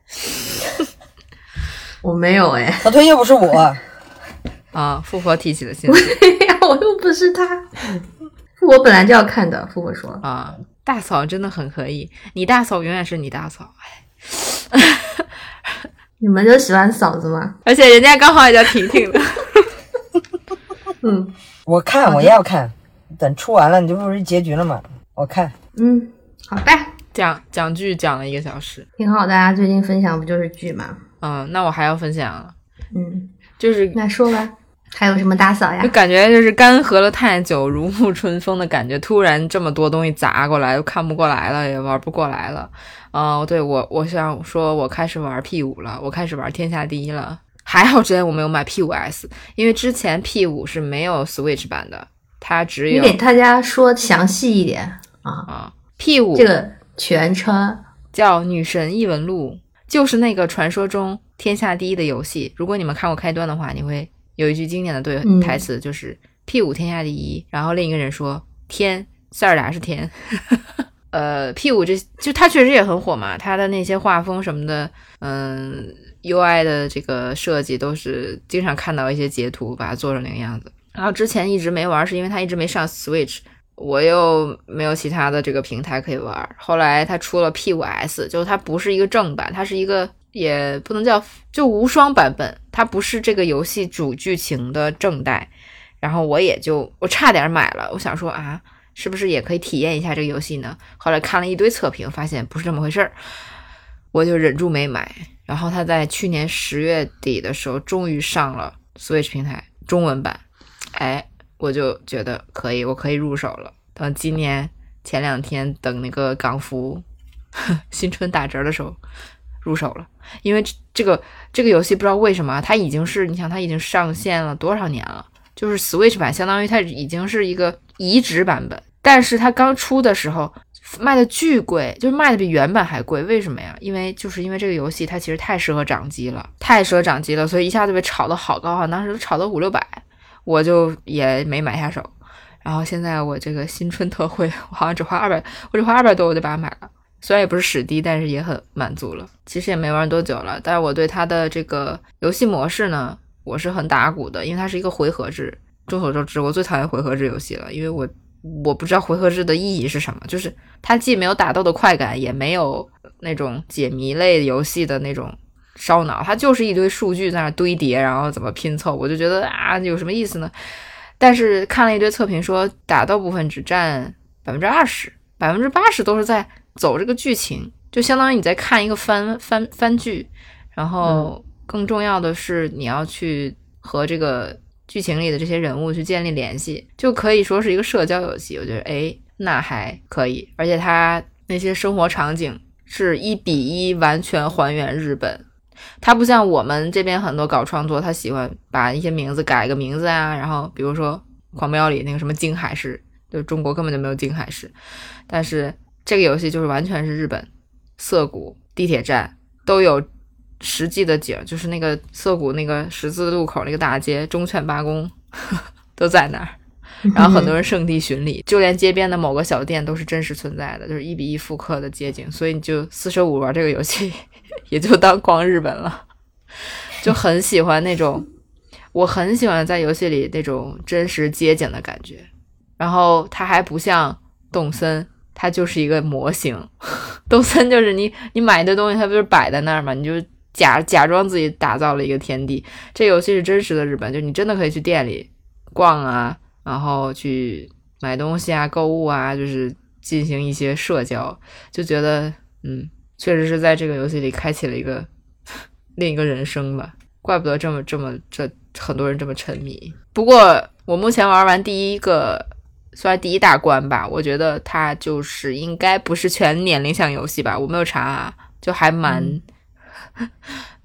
我没有哎， 河豚又不是我啊，富婆提起了兴趣。 对呀，我又不是他。富婆本来就要看的，富婆说啊，大嫂真的很可以，你大嫂永远是你大嫂。哎。 你们就喜欢嫂子吗？ 而且人家刚好也叫婷婷的。 嗯， 我看我也要看，等出完了你这不是结局了吗？我看。 嗯，好的。 讲讲剧讲了一个小时， 挺好。大家最近分享不就是剧吗？ 嗯，那我还要分享了。 嗯， 就是那说吧，还有什么大嫂呀？ 就感觉就是干涸了太久，如沐春风的感觉，突然这么多东西砸过来，又看不过来了，也玩不过来了。嗯、呃，对我，我想说，我开始玩 P 五 了，我开始玩天下第一了。还好之前我没有买 P 五 S， 因为之前 P 五 是没有 Switch 版的，它只有。 你给大家说详细一点啊啊 ！P 五这个全称叫《女神异闻录》，就是那个传说中天下第一的游戏。如果你们看过开端的话，你会有一句经典的对台词，就是 P 五 天下第一，然后另一个人说天，塞尔达是天。呃 P 五 这就它确实也很火嘛，它的那些画风什么的，嗯 U I 的这个设计都是经常看到一些截图把它做成那个样子。然后之前一直没玩是因为它一直没上 Switch， 我又没有其他的这个平台可以玩。后来它出了 P 五 S， 就它不是一个正版，它是一个也不能叫就无双版本，它不是这个游戏主剧情的正代。然后我也就我差点买了，我想说啊是不是也可以体验一下这个游戏呢？后来看了一堆测评，发现不是这么回事儿，我就忍住没买。然后他在去年十月底的时候终于上了 Switch 平台中文版，哎，我就觉得可以，我可以入手了。等今年前两天等那个港服新春打折的时候入手了，因为这个这个游戏不知道为什么它已经是你想它已经上线了多少年了，就是 Switch 版相当于它已经是一个移植版本。但是它刚出的时候卖的巨贵，就是卖的比原版还贵。为什么呀？因为就是因为这个游戏它其实太适合掌机了，太适合掌机了，所以一下就被炒得好高啊！当时都炒到五六百，我就也没买下手。然后现在我这个新春特惠，我好像只花二百，我只花二百多我就把它买了。虽然也不是史低，但是也很满足了。其实也没玩多久了，但是我对它的这个游戏模式呢，我是很打鼓的，因为它是一个回合制。众所周知，我最讨厌回合制游戏了，因为我。我不知道回合制的意义是什么，就是它既没有打斗的快感，也没有那种解谜类游戏的那种烧脑，它就是一堆数据在那堆叠，然后怎么拼凑，我就觉得啊，有什么意思呢？但是看了一堆测评说，打斗部分只占百分之二十，百分之八十都是在走这个剧情，就相当于你在看一个番番番剧，然后更重要的是你要去和这个。剧情里的这些人物去建立联系，就可以说是一个社交游戏。我觉得哎，那还可以，而且它那些生活场景是一比一完全还原日本。它不像我们这边很多搞创作，他喜欢把一些名字改个名字啊，然后比如说狂飙里那个什么京海市，就中国根本就没有京海市，但是这个游戏就是完全是日本，涩谷地铁站都有实际的景，就是那个涩谷那个十字路口那个大街忠犬八公呵呵都在那儿，然后很多人圣地巡礼，就连街边的某个小店都是真实存在的，就是一比一复刻的街景，所以你就四舍五入玩这个游戏也就当逛日本了，就很喜欢那种我很喜欢在游戏里那种真实街景的感觉。然后它还不像动森，它就是一个模型，动森就是你你买的东西它不是摆在那儿嘛，你就假假装自己打造了一个天地。这游戏是真实的日本，就你真的可以去店里逛啊，然后去买东西啊，购物啊，就是进行一些社交，就觉得嗯，确实是在这个游戏里开启了一个另一个人生吧。怪不得这么这么这很多人这么沉迷。不过我目前玩完第一个算第一大关吧，我觉得它就是应该不是全年龄向游戏吧，我没有查啊，就还蛮、嗯、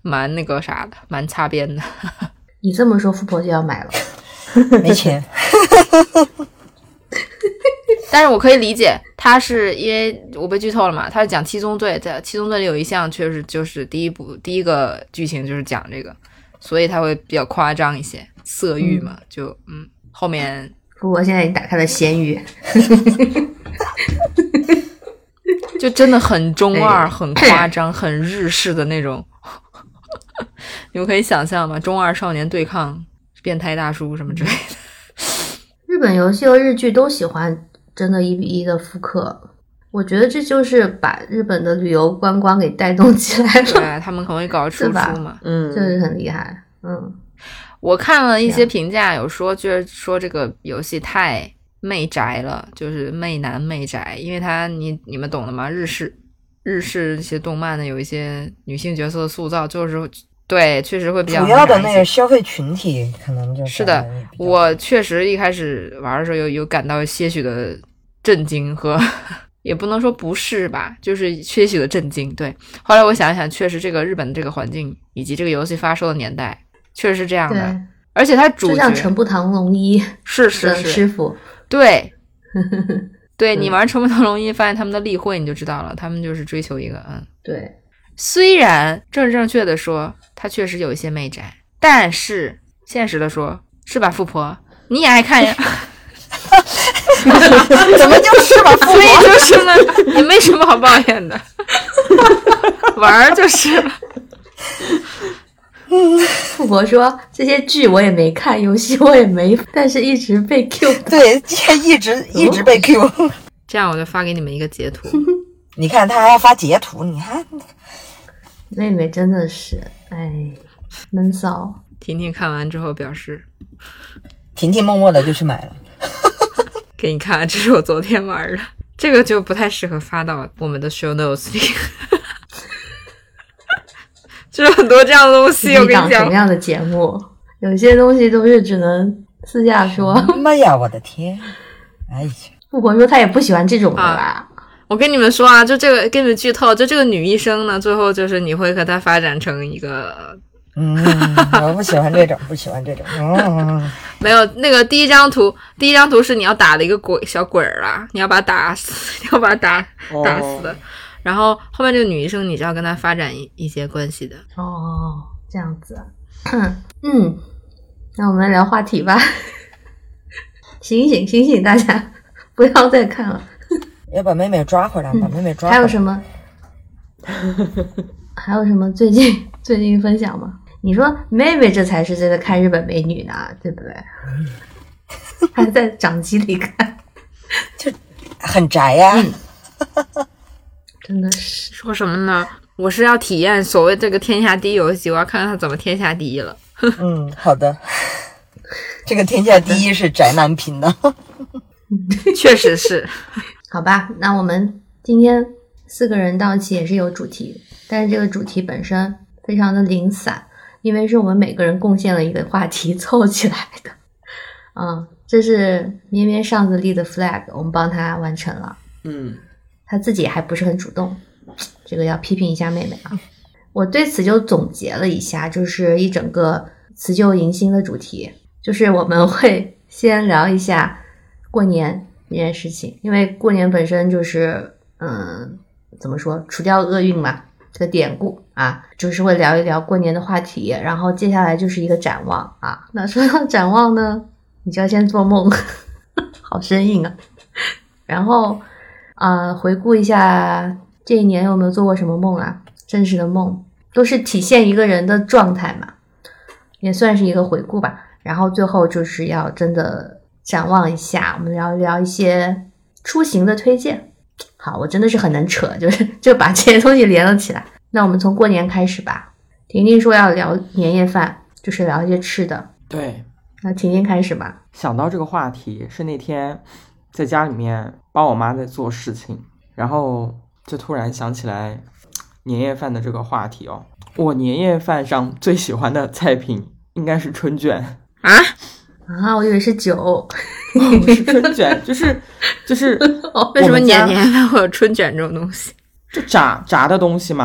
蛮那个啥的，蛮擦边的。 你这么说，富婆就要买了。 没钱。 但是我可以理解，他是因为我被剧透了嘛，他是讲七宗罪，在七宗罪里有一项确实就是第一部第一个剧情就是讲这个，所以他会比较夸张一些，色欲嘛，嗯就嗯后面。 富婆现在已经打开了咸鱼。 就真的很中二，很夸张，很日式的那种。你们可以想象吗？中二少年对抗变态大叔什么之类的。 日本游戏和日剧都喜欢真的一比一的复刻，我觉得这就是把日本的旅游观光给带动起来了。 对，他们很会搞输出嘛， 嗯， 这是很厉害。嗯， 我看了一些评价，有说就是说这个游戏太媚宅了，就是媚男媚宅，因为他你你们懂的吗？日式日式一些动漫的有一些女性角色的塑造，就是对，确实会比较主要的那个消费群体可能就是是的。我确实一开始玩的时候有有感到些许的震惊和也不能说不是吧，就是些许的震惊。对，后来我想一想，确实这个日本的这个环境以及这个游戏发售的年代确实是这样的，而且他主角就像陈步堂龙一是是是师傅， 对对，你玩陈步堂龙一发现他们的例会你就知道了，他们就是追求一个嗯对。虽然正正确的说他确实有一些媚宅，但是现实的说，是吧富婆你也爱看呀。 怎么就是吧富婆， 所以就是呢也没什么好抱怨的。玩就是了。 富婆说这些剧我也没看，游戏我也没，但是一直被 Q。 对，一直一直被 Q。 这样我就发给你们一个截图。 你看他还要发截图，你看妹妹真的是哎闷骚。 婷婷看完之后表示， 婷婷默默的就去买了。 给你看，这是我昨天玩的，这个就不太适合发到我们的 show notes 里。就是很多这样的东西，我跟你讲， 什么样的节目，有些东西都是只能私下说。 妈呀，我的天！哎呀， 富婆说她也不喜欢这种的吧。 啊我跟你们说啊，就这个跟你们剧透，就这个女医生呢，最后就是你会和她发展成一个， 嗯，我不喜欢这种，不喜欢这种。嗯， 没有那个第一张图，第一张图是你要打的一个鬼小鬼儿啦，你要把他打死，你要把他打打死的。然后后面这个女医生，你是要跟她发展一一些关系的。 哦，这样子啊。嗯，那我们聊话题吧。醒醒醒醒，大家不要再看了。 要把妹妹抓回来，把妹妹抓回来。 还有什么？还有什么最近最近分享吗？你说妹妹这才是真的看日本美女呢，对不对？还在掌机里看， 就很宅呀、啊嗯。真的是说什么呢？我是要体验所谓这个天下第一游戏，我要看看它怎么天下第一了。 嗯，好的。这个天下第一是宅男频的。 确实是。 好吧，那我们今天四个人到齐也是有主题，但是这个主题本身非常的零散，因为是我们每个人贡献了一个话题凑起来的。嗯，这是咩咩上次立的 flag， 我们帮他完成了。 嗯， 他自己还不是很主动，这个要批评一下妹妹啊。我对此就总结了一下，就是一整个辞旧迎新的主题，就是我们会先聊一下过年这件事情，因为过年本身就是嗯，怎么说，除掉厄运嘛，这个典故啊，就是会聊一聊过年的话题，然后接下来就是一个展望啊。那说到展望呢，你就要先做梦。好生硬啊。然后啊、呃，回顾一下这一年有没有做过什么梦啊，真实的梦都是体现一个人的状态嘛，也算是一个回顾吧。然后最后就是要真的展望一下，我们聊一聊一些出行的推荐。好，我真的是很能扯，就是就把这些东西连了起来。那我们从过年开始吧。婷婷说要聊年夜饭，就是聊一些吃的。 对， 那婷婷开始吧。 想到这个话题是那天在家里面帮我妈在做事情，然后就突然想起来年夜饭的这个话题哦。我年夜饭上最喜欢的菜品应该是春卷啊啊！我以为是酒， 不是春卷，就是就是为什么年年饭会有春卷这种东西？ 就炸炸的东西嘛，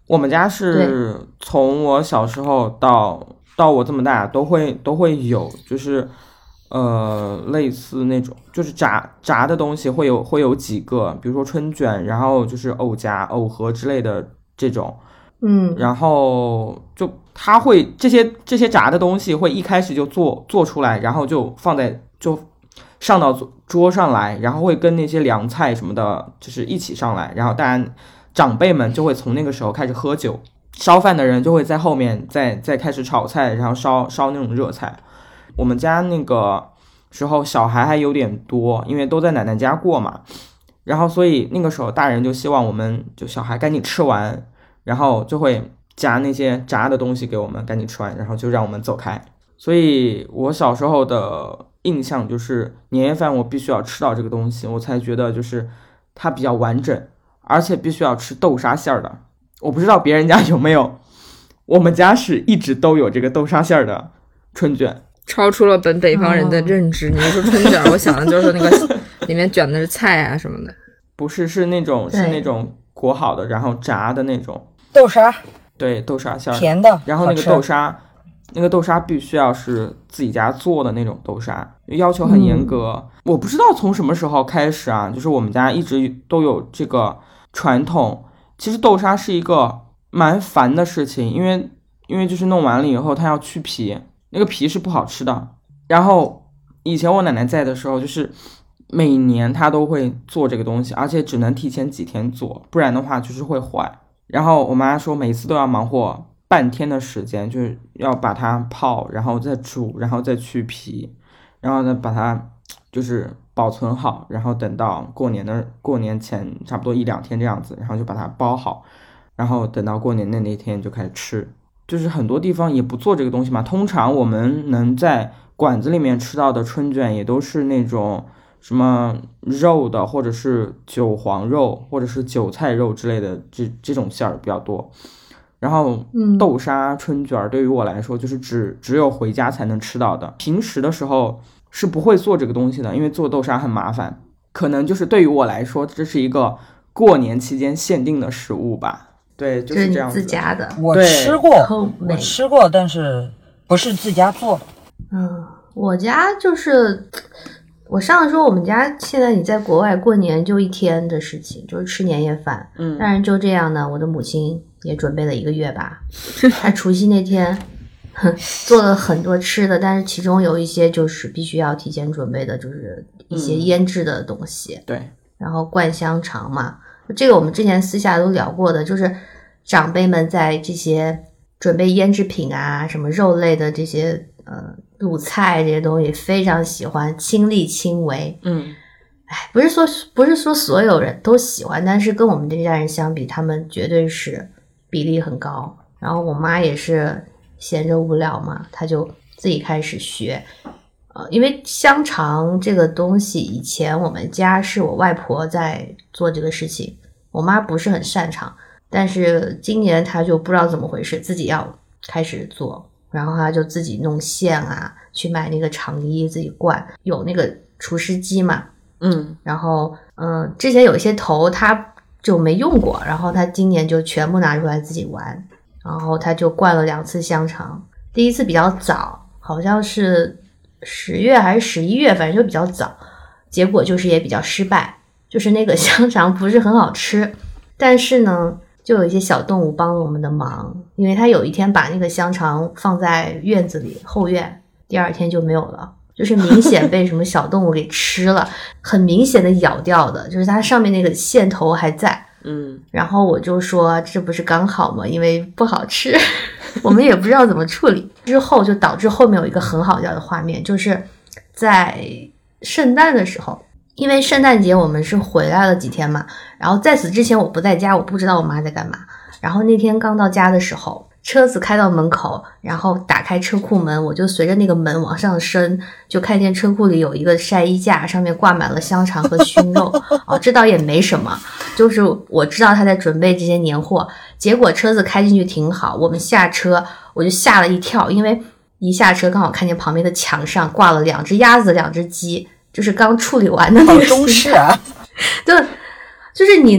我们家是从我小时候到到我这么大都会都会有，就是呃类似那种就是炸炸的东西会有会有几个，比如说春卷，然后就是藕夹、藕盒之类的这种。 嗯， 然后就他会这些这些炸的东西会一开始就做做出来，然后就放在就上到桌上来，然后会跟那些凉菜什么的，就是一起上来，然后当然长辈们就会从那个时候开始喝酒，烧饭的人就会在后面再再开始炒菜，然后烧烧那种热菜。我们家那个时候小孩还有点多，因为都在奶奶家过嘛，然后所以那个时候大人就希望我们就小孩赶紧吃完，然后就会夹那些炸的东西给我们赶紧吃完，然后就让我们走开。所以我小时候的印象就是年夜饭我必须要吃到这个东西，我才觉得就是它比较完整，而且必须要吃豆沙馅儿的。我不知道别人家有没有，我们家是一直都有这个豆沙馅儿的春卷， 超出了本北方人的认知。哦、你说春卷，我想的就是那个里面卷的是菜啊什么的， 不是，是那种是那种裹好的，然后炸的那种豆沙， 对，豆沙馅儿甜的， 然后那个豆沙。那个豆沙必须要是自己家做的那种豆沙，要求很严格、嗯、我不知道从什么时候开始啊，就是我们家一直都有这个传统。其实豆沙是一个蛮烦的事情，因为因为就是弄完了以后它要去皮，那个皮是不好吃的。然后以前我奶奶在的时候，就是每年她都会做这个东西，而且只能提前几天做，不然的话就是会坏。然后我妈说每次都要忙活半天的时间，就是要把它泡，然后再煮，然后再去皮，然后呢把它就是保存好，然后等到过年的过年前差不多一两天这样子，然后就把它包好，然后等到过年的那天就开始吃。就是很多地方也不做这个东西嘛，通常我们能在馆子里面吃到的春卷也都是那种什么肉的，或者是韭黄肉，或者是韭菜肉之类的，这这种馅儿比较多。然后豆沙春卷对于我来说就是只只有回家才能吃到的，平时的时候是不会做这个东西的，因为做豆沙很麻烦。可能就是对于我来说这是一个过年期间限定的食物吧。对，就是这样子。 是你自家的。 我吃过我吃过但是不是自家做的。 嗯，我家就是我上次说我们家现在你在国外过年就一天的事情，就是吃年夜饭。 嗯， 但是就这样呢，我的母亲也准备了一个月吧。她除夕那天做了很多吃的，但是其中有一些就是必须要提前准备的，就是一些腌制的东西。 嗯、对， 然后灌香肠嘛，这个我们之前私下都聊过的，就是长辈们在这些准备腌制品啊，什么肉类的这些呃卤菜这些东西非常喜欢，亲力亲为。 嗯， 哎，不是说不是说所有人都喜欢，但是跟我们这家人相比，他们绝对是比例很高。然后我妈也是闲着无聊嘛，她就自己开始学。呃，因为香肠这个东西，以前我们家是我外婆在做这个事情，我妈不是很擅长，但是今年她就不知道怎么回事，自己要开始做，然后她就自己弄馅啊，去买那个肠衣自己灌，有那个厨师机嘛， 嗯， 然后嗯、呃，之前有一些头她就没用过，然后她今年就全部拿出来自己玩，然后她就灌了两次香肠，第一次比较早，好像是十月还是十一月，反正就比较早，结果就是也比较失败，就是那个香肠不是很好吃，但是呢就有一些小动物帮了我们的忙，因为他有一天把那个香肠放在院子里后院，第二天就没有了，就是明显被什么小动物给吃了，很明显的咬掉的，就是它上面那个线头还在。 嗯， 然后我就说这不是刚好吗？因为不好吃我们也不知道怎么处理，之后就导致后面有一个很好笑的画面，就是在圣诞的时候，因为圣诞节我们是回来了几天嘛，然后在此之前我不在家，我不知道我妈在干嘛，然后那天刚到家的时候，车子开到门口，然后打开车库门，我就随着那个门往上升，就看见车库里有一个晒衣架，上面挂满了香肠和熏肉哦，这倒也没什么，就是我知道他在准备这些年货。结果车子开进去停好，我们下车我就吓了一跳，因为一下车刚好看见旁边的墙上挂了两只鸭子两只鸡，就是刚处理完的那个。 好中式啊对，就是你能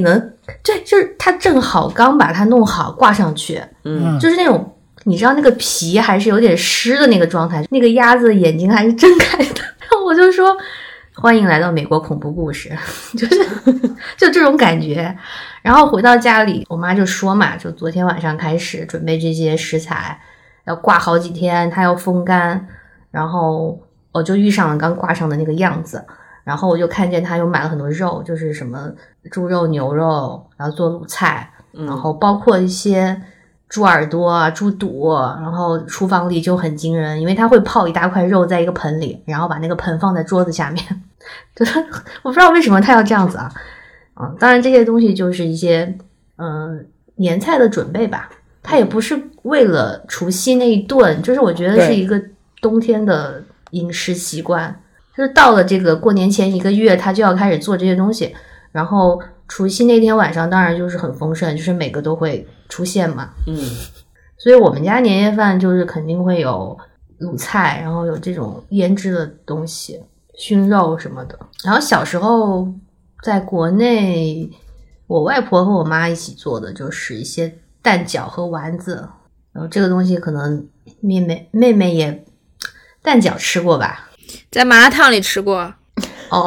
对，就是他正好刚把它弄好挂上去， 嗯， 就是那种你知道那个皮还是有点湿的那个状态，那个鸭子的眼睛还是睁开的，然后我就说欢迎来到美国恐怖故事，就是就这种感觉。然后回到家里，我妈就说嘛，就昨天晚上开始准备这些食材，要挂好几天，它要风干，然后我就遇上了刚挂上的那个样子。然后我就看见他又买了很多肉，就是什么猪肉、牛肉，然后做卤菜， 嗯然后包括一些猪耳朵啊、猪肚，然后厨房里就很惊人，因为他会泡一大块肉在一个盆里，然后把那个盆放在桌子下面，就是我不知道为什么他要这样子啊。嗯，当然这些东西就是一些嗯、呃、年菜的准备吧，他也不是为了除夕那一顿，就是我觉得是一个冬天的饮食习惯。就是到了这个过年前一个月，他就要开始做这些东西，然后除夕那天晚上当然就是很丰盛，就是每个都会出现嘛。 嗯， 所以我们家年夜饭就是肯定会有卤菜，然后有这种腌制的东西，熏肉什么的。然后小时候在国内，我外婆和我妈一起做的就是一些蛋饺和丸子，然后这个东西可能妹妹妹妹也蛋饺吃过吧。 在麻辣烫里吃过哦。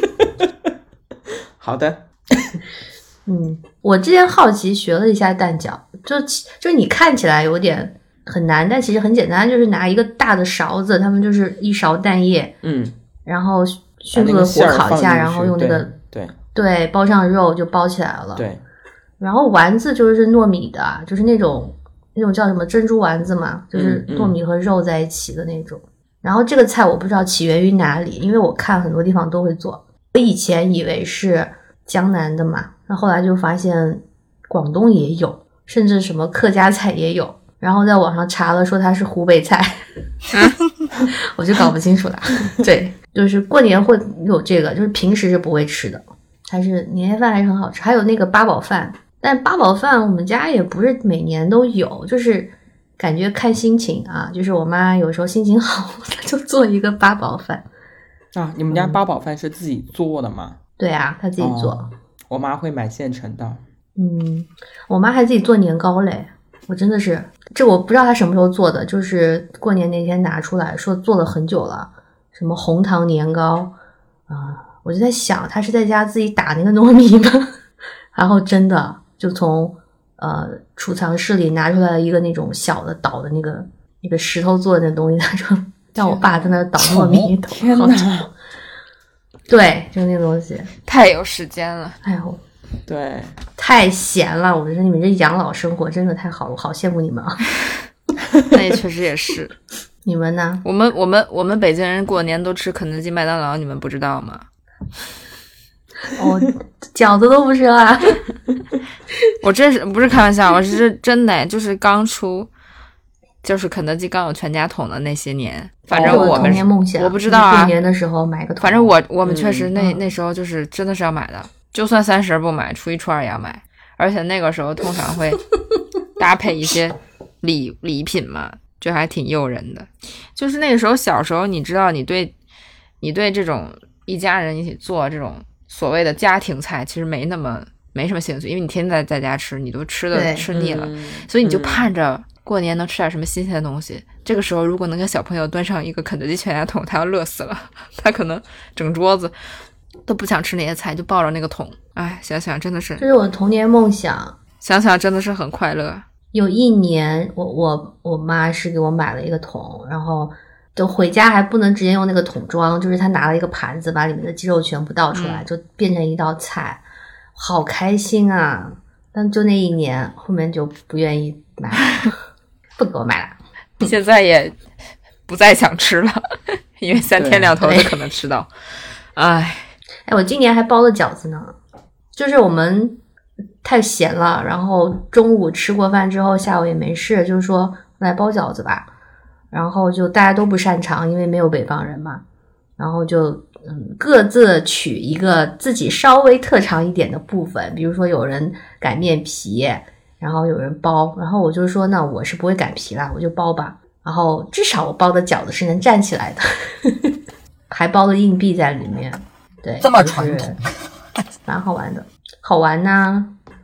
好的。 嗯，我之前好奇学了一下蛋饺，就就你看起来有点很难，但其实很简单，就是拿一个大的勺子，他们就是一勺蛋液， 嗯， 然后迅速的火烤一下，然后用那个对对包上肉就包起来了。 对， 然后丸子就是糯米的，就是那种那种叫什么珍珠丸子嘛，就是糯米和肉在一起的那种。嗯嗯然后这个菜我不知道起源于哪里，因为我看很多地方都会做。我以前以为是江南的嘛，那后来就发现广东也有，甚至什么客家菜也有。然后在网上查了，说它是湖北菜，我就搞不清楚了。对，就是过年会有这个，就是平时是不会吃的，还是年夜饭还是很好吃。还有那个八宝饭，但八宝饭我们家也不是每年都有，就是感觉看心情啊，就是我妈有时候心情好，她就做一个八宝饭啊。你们家八宝饭是自己做的吗？ 嗯、对啊，她自己做、 哦。我妈会买现成的。 嗯，我妈还自己做年糕嘞，我真的是这我不知道她什么时候做的，就是过年那天拿出来说做了很久了，什么红糖年糕啊、呃，我就在想她是在家自己打那个糯米吗？然后真的就从呃，储藏室里拿出来一个那种小的捣的那个那个石头做的那东西，他说让我爸在那捣糯米。 天哪！ 对，就是那个东西， 太有时间了。 哎呦， 对， 太闲了！我觉得你们这养老生活真的太好了，我好羡慕你们啊。 那也确实也是。 你们呢？ 我们我们我们北京人过年都吃肯德基、麦当劳，你们不知道吗？ 哦，饺子都不吃了。 我这是不是开玩笑？我是真的，就是刚出，就是肯德基刚有全家桶的那些年，反正我们、 哦、童年梦想， 我不知道啊。 过年的时候买个桶， 反正我我们确实那、 嗯、 那时候就是真的是要买的，就算三十不买，初一初二也要买，而且那个时候通常会搭配一些礼礼品嘛，就还挺诱人的。就是那个时候小时候，你知道，你对你对这种一家人一起做这种所谓的家庭菜，其实没那么。没什么兴趣，因为你天天在在家吃，你都吃的吃腻了、嗯，所以你就盼着过年能吃点什么新鲜的东西。嗯、这个时候，如果能给小朋友端上一个肯德基全家桶，他要乐死了，他可能整桌子都不想吃那些菜，就抱着那个桶。哎，想想真的是， 这是我童年梦想。 想想真的是很快乐。 有一年，我我我妈是给我买了一个桶，然后就回家还不能直接用那个桶装，就是她拿了一个盘子，把里面的鸡肉全部倒出来，嗯、就变成一道菜。好开心啊！但就那一年，后面就不愿意买了，不给我买了。 现在也不再想吃了，因为三天两头就可能吃到。哎， 哎，我今年还包了饺子呢，就是我们太闲了，然后中午吃过饭之后，下午也没事，就是说来包饺子吧。然后就大家都不擅长，因为没有北方人嘛，然后就。嗯，各自取一个自己稍微特长一点的部分，比如说有人擀面皮，然后有人包，然后我就说那我是不会擀皮啦，我就包吧，然后至少我包的饺子是能站起来的，还包了硬币在里面，对， 这么传统， 蛮好玩的，好玩呐、啊。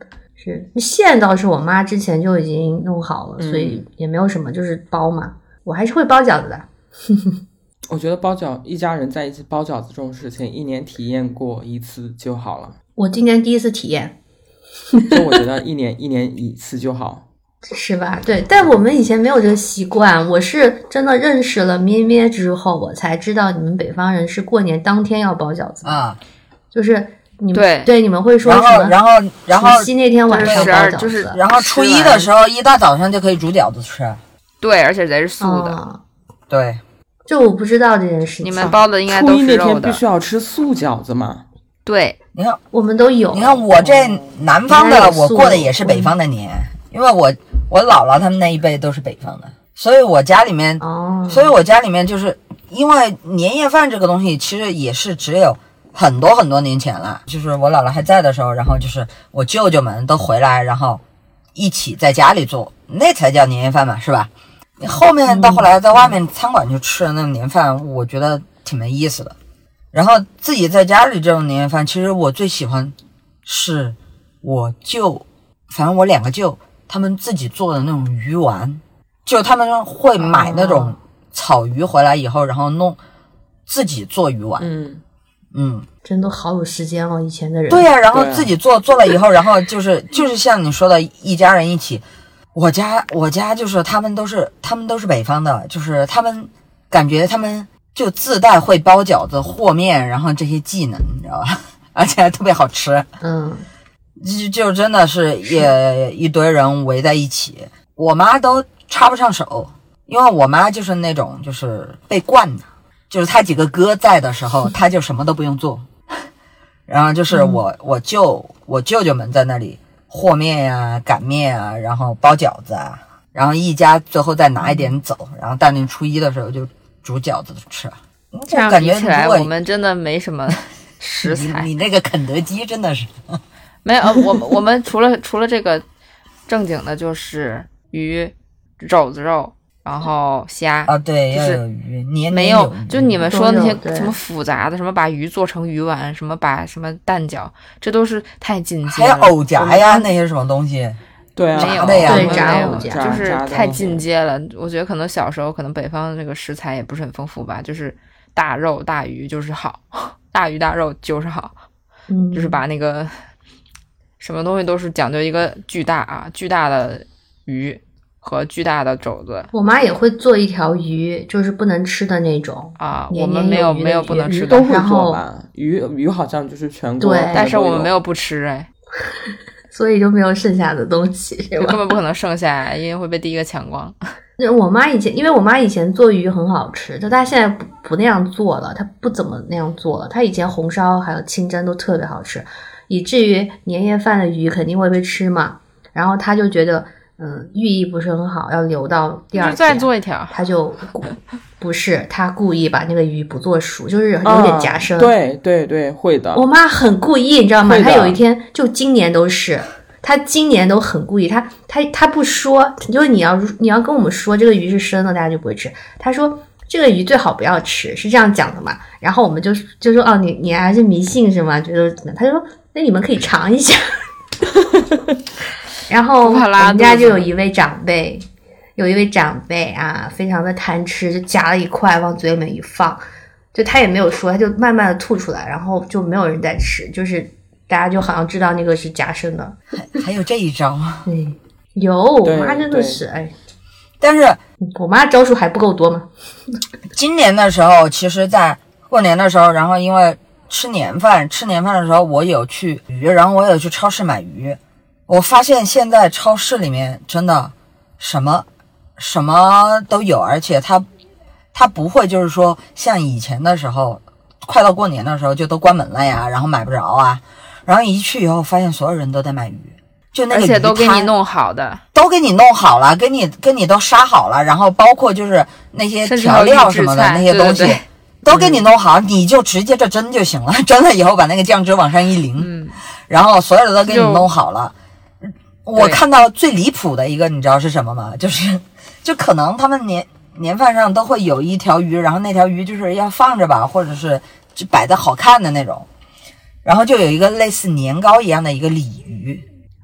是馅倒是我妈之前就已经弄好了， 嗯所以也没有什么，就是包嘛。我还是会包饺子的。 我觉得包饺一家人在一起包饺子这种事情，一年体验过一次就好了。 我今年第一次体验， 就我觉得一年一年一次就好。 是吧？对，但我们以前没有这个习惯。我是真的认识了咩咩之后，我才知道你们北方人是过年当天要包饺子啊， 就是你们对对你们会说然什么？ 后然后然后除夕那天晚上包就是饺子， 就是然后初一的时候一大早上就可以煮饺子吃。 对，而且得是素的。 哦， 对， 就我不知道这件事情。 你们包的应该初都是肉一那天必的。 须要吃素饺子嘛？ 对， 你看我们都有。 你看我这南方的， 原来有素我过的也是北方的年，因为我我姥姥他们那一辈都是北方的，所以我家里面， 哦， 所以我家里面就是因为年夜饭这个东西，其实也是只有很多很多年前了，就是我姥姥还在的时候，然后就是我舅舅们都回来，然后一起在家里做，那才叫年夜饭嘛，是吧？你后面到后来在外面餐馆就吃的那种年饭，我觉得挺没意思的。然后自己在家里这种年夜饭，其实我最喜欢是我舅，反正我两个舅他们自己做的那种鱼丸，就他们会买那种草鱼回来以后，然后弄自己做鱼丸。 嗯嗯， 真的好有时间哦，以前的人。 对呀、然后对啊自己做做了以后，然后就是就是像你说的，一家人一起。我家我家就是他们都是他们都是北方的，就是他们感觉他们就自带会包饺子、和面，然后这些技能，你知道吧？而且还特别好吃， 嗯， 就就真的是也一堆人围在一起，我妈都插不上手，因为我妈就是那种就是被惯的，就是她几个哥在的时候，她就什么都不用做，然后就是我、嗯、我舅我舅舅们在那里和面呀、擀面啊，然后包饺子啊，然后一家最后再拿一点走，然后大年初一的时候就煮饺子吃。 这样感觉比起来，我们真的没什么食材。 你你那个肯德基真的是没有，我们我们除了除了这个正经的，就是鱼、肘子肉，然后虾啊，对， 就是要有鱼，年没有鱼就你们说那些都有什么复杂的，什么把鱼做成鱼丸，什么把什么蛋饺，这都是太进阶了。 还有藕夹呀，那些什么东西。 对啊， 没有的呀我们对炸没有藕夹就是炸的太进阶了。我觉得可能小时候可能北方的这个食材也不是很丰富吧，就是大肉大鱼就是好，大鱼大肉就是好， 嗯， 就是把那个什么东西都是讲究一个巨大啊，巨大的鱼和巨大的肘子我妈也会做一条鱼，就是不能吃的那种啊。 年我们没有年有余的没有不能吃的鱼都会然后做吧？鱼鱼好像就是全国， 对但是我们没有。 有不吃哎， 所以就没有剩下的东西，是吧？ 就根本不可能剩下来，因为会被第一个抢光。 那我妈以前，因为我妈以前做鱼很好吃，就她现在不不那样做了，她不怎么那样做了。她以前红烧还有清蒸都特别好吃，以至于年夜饭的鱼肯定会被吃嘛。然后她就觉得，嗯，寓意不是很好，要留到第二天。 就再做一条， 她就不是，她故意把那个鱼不做熟，就是有点夹生。 啊、对对对，会的。 我妈很故意，你知道吗？ 会的她有一天，就今年都是。他今年都很故意，他他他不说，就是你要你要跟我们说这个鱼是生的，大家就不会吃。他说这个鱼最好不要吃，是这样讲的嘛？然后我们就就说哦，你你还是迷信是吗？觉得他就说那你们可以尝一下。然后我们家就有一位长辈，有一位长辈啊，非常的贪吃，就夹了一块往嘴里面一放，就他也没有说，他就慢慢的吐出来，然后就没有人再吃，就是。大家就好像知道那个是夹生的， 还还有这一招， 嗯，有，我妈真的是，哎， 但是我妈招数还不够多吗？ 今年的时候，其实，在过年的时候，然后因为吃年饭，吃年饭的时候，我有去鱼，然后我有去超市买鱼，我发现现在超市里面真的什么什么都有，而且它它不会就是说像以前的时候，快到过年的时候就都关门了呀，然后买不着啊。然后一去以后，发现所有人都在卖鱼，就那个鱼而且都给你弄好的， 都给你弄好了，给你给你都杀好了，然后包括就是那些调料什么的那些东西， 对对对都给你弄好，嗯、你就直接这蒸就行了，蒸了以后把那个酱汁往上一淋， 嗯， 然后所有的都给你弄好了。我看到最离谱的一个，你知道是什么吗？就是就可能他们年年饭上都会有一条鱼，然后那条鱼就是要放着吧，或者是就摆的好看的那种。然后就有一个类似年糕一样的一个鲤鱼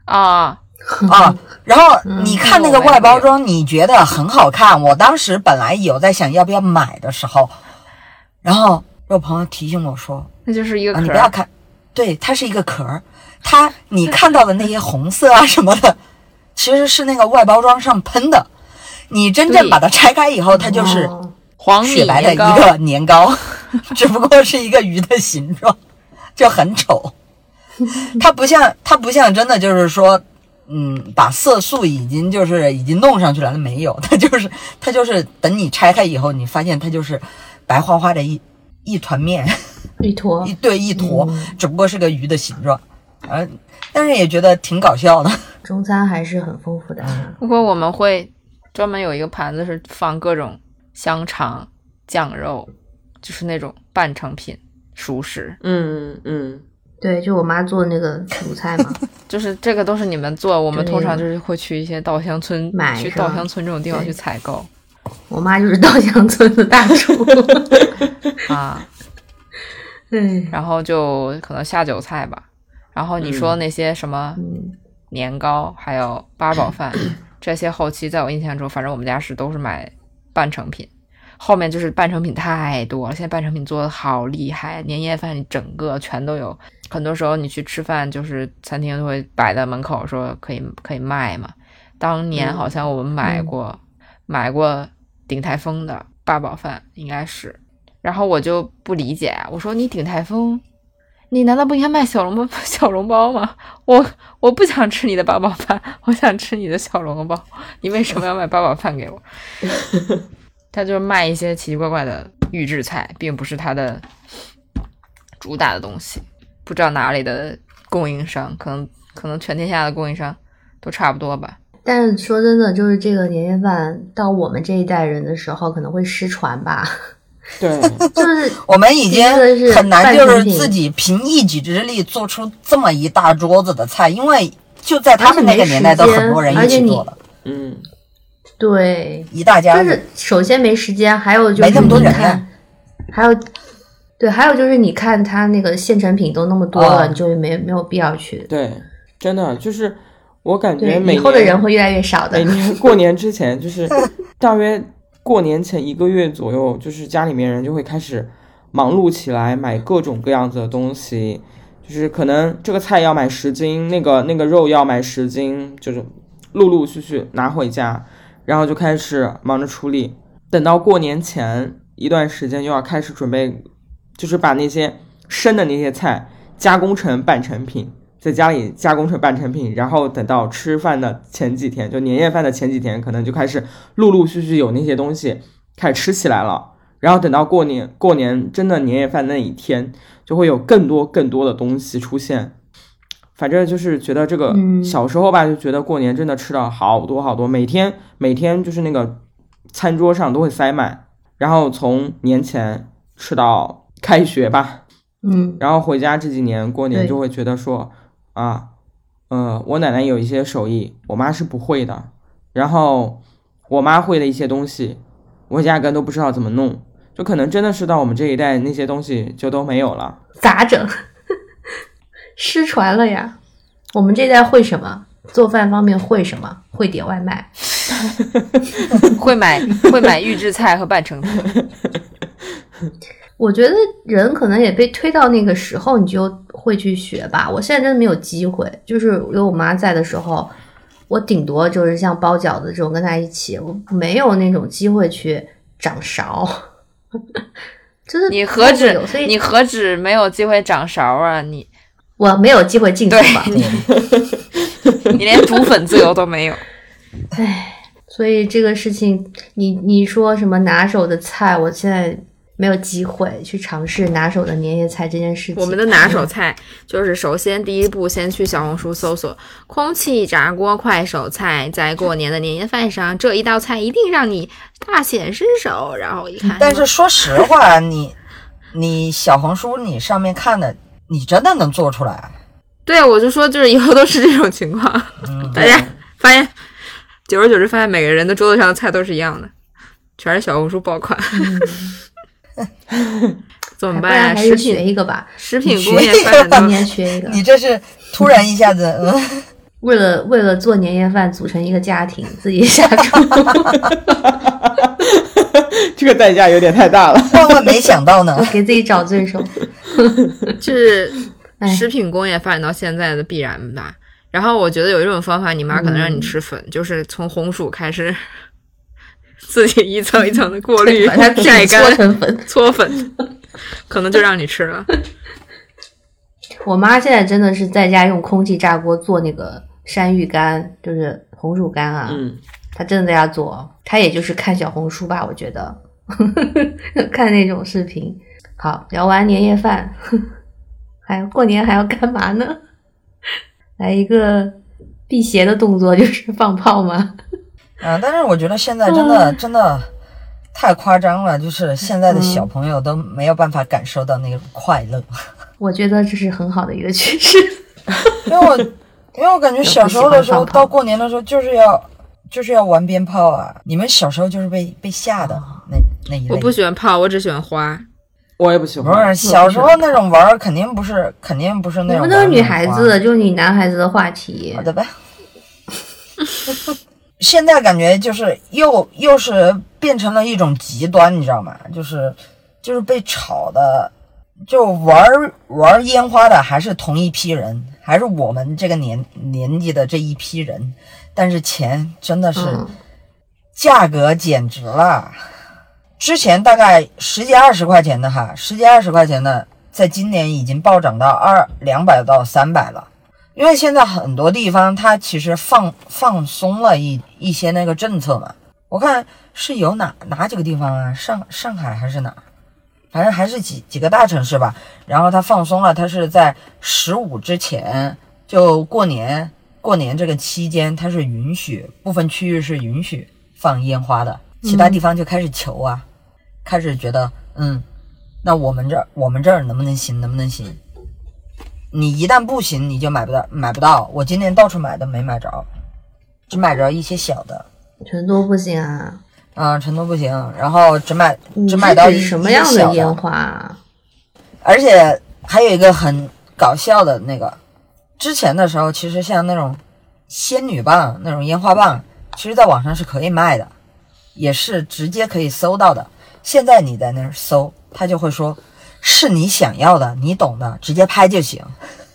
啊啊，然后你看那个外包装，你觉得很好看。我当时本来有在想要不要买的时候，然后有朋友提醒我说， 那就是一个壳、 啊，你不要看，对，它是一个壳，它你看到的那些红色啊什么的，其实是那个外包装上喷的。你真正把它拆开以后，它就是黄米雪白的一个年糕，只不过是一个鱼的形状，就很丑。它不像，它不像真的就是说。嗯，把色素已经就是已经弄上去了，没有，它就是它就是等你拆开以后，你发现它就是白花花的一一团面， 一坨， 一对一坨、嗯，只不过是个鱼的形状，呃，但是也觉得挺搞笑的。 中餐还是很丰富的。 不过我们会专门有一个盘子是放各种香肠、酱肉，就是那种半成品熟食。 嗯嗯。 对，就我妈做的那个卤菜嘛， 就是这个都是你们做，我们通常就是会去一些稻香村买， 去稻香村这种地方去采购。 我妈就是稻香村的大厨啊， 对， 然后就可能下酒菜吧。然后你说那些什么年糕，嗯、还有八宝饭，这些后期在我印象中，反正我们家是都是买半成品。后面就是半成品太多了，现在半成品做的好厉害，年夜饭整个全都有。很多时候你去吃饭，就是餐厅都会摆在门口说可以可以卖嘛。当年好像我们买过、嗯、买过鼎泰丰的八宝饭，应该是。然后我就不理解，我说你鼎泰丰，你难道不应该卖小笼包小笼包吗？我我不想吃你的八宝饭，我想吃你的小笼包，你为什么要卖八宝饭给我？他就是卖一些奇奇怪怪的预制菜，并不是他的主打的东西。不知道哪里的供应商，可能可能全天下的供应商都差不多吧。 但是说真的，就是这个年夜饭到我们这一代人的时候，可能会失传吧。 对， 就是我们已经很难，就是自己凭一己之力做出这么一大桌子的菜，因为就在他们那个年代，都很多人一起做了。 嗯。 对， 一大家就是首先没时间，还有就是没那么多人呀， 还有对，还有就是你看他那个现成品都那么多了， 哦、 你就没没有必要去。 对，真的就是我感觉每以后的人会越来越少的。 每年过年之前，就是大约过年前一个月左右，就是家里面人就会开始忙碌起来，买各种各样子的东西，就是可能这个菜要买十斤，那个那个肉要买十斤，就是陆陆续续拿回家。然后就开始忙着处理，等到过年前一段时间就要开始准备，就是把那些生的那些菜加工成半成品，在家里加工成半成品，然后等到吃饭的前几天，就年夜饭的前几天，可能就开始陆陆续续有那些东西开始吃起来了。然后等到过年过年真的年夜饭那一天，就会有更多更多的东西出现。反正就是觉得这个小时候吧，就觉得过年真的吃了好多好多，每天每天就是那个餐桌上都会塞满，然后从年前吃到开学吧， 嗯， 然后回家这几年过年就会觉得说啊，呃，我奶奶有一些手艺，我妈是不会的，然后我妈会的一些东西，我压根都不知道怎么弄，就可能真的是到我们这一代那些东西就都没有了， 咋整？失传了呀！我们这代会什么？做饭方面会什么？会点外卖， 会买会买预制菜和半成品。 我觉得人可能也被推到那个时候，你就会去学吧。我现在真的没有机会，就是有我妈在的时候，我顶多就是像包饺子这种跟她一起，我没有那种机会去掌勺。就是你何止你何止没有机会掌勺啊！你我没有机会进厨房， 你你连煮粉自由都没有。 唉，所以这个事情，你你说什么拿手的菜，我现在没有机会去尝试拿手的年夜菜这件事情。 我们的拿手菜就是首先第一步先去小红书搜索空气炸锅快手菜，在过年的年夜饭上这一道菜一定让你大显身手。然后一看， 但是说实话，你你小红书你上面看的，你真的能做出来？ 对，我就说就是以后都是这种情况，嗯、大家发现久而久之发现每个人的桌子上的菜都是一样的，全是小红书爆款。嗯怎么办呀、啊？ 还是学一个吧， 食品工业发展今年学一个。 你这是突然一下子，嗯， 为了为了做年夜饭组成一个家庭，自己下厨。 这个代价有点太大了。 万万没想到呢。 给自己找罪受。 就是食品工业发展到现在的必然吧。然后我觉得有一种方法，你妈可能让你吃粉，嗯、就是从红薯开始，自己一层一层的过滤， 把它晒干，搓成粉， 搓粉，可能就让你吃了。 我妈现在真的是在家用空气炸锅做那个山芋干，就是红薯干啊。 嗯， 她真的在家做，她也就是看小红书吧，我觉得看那种视频。好，聊完年夜饭，还过年还要干嘛呢？来一个辟邪的动作，就是放炮吗？ 啊，但是我觉得现在真的、嗯、真的太夸张了，就是现在的小朋友都没有办法感受到那个快乐。 我觉得这是很好的一个趋势， 因为我因为我感觉小时候的时候，到过年的时候就是要就是要玩鞭炮啊。你们小时候就是被被吓的那那一类。 我不喜欢炮，我只喜欢花。 我也不喜欢。 不是小时候那种玩，肯定不是，肯定不是那种。 你们都是女孩子，就是你男孩子的话题。 好的吧。现在感觉就是又又是变成了一种极端，你知道吗？就是就是被炒的，就玩玩烟花的还是同一批人，还是我们这个年年纪的这一批人，但是钱真的是、嗯、价格简直了。之前大概十几二十块钱的哈，十几二十块钱的，在今年已经暴涨到二两百到三百了。因为现在很多地方它其实放放松了一一些那个政策嘛。我看是有哪哪几个地方啊，上上海还是哪，反正还是几几个大城市吧。然后它放松了，它是在十五之前，就过年过年这个期间，它是允许部分区域是允许放烟花的，其他地方就开始求啊。嗯，开始觉得嗯，那我们这儿我们这儿能不能行能不能行？你一旦不行，你就买不到买不到。我今年到处买都没买着，只买着一些小的。 成都不行啊？ 嗯，成都不行，然后只买只买到一什么样的烟花啊？ 而且还有一个很搞笑的那个，之前的时候其实像那种仙女棒那种烟花棒，其实在网上是可以卖的，也是直接可以搜到的。现在你在那儿搜，他就会说是你想要的，你懂的，直接拍就行。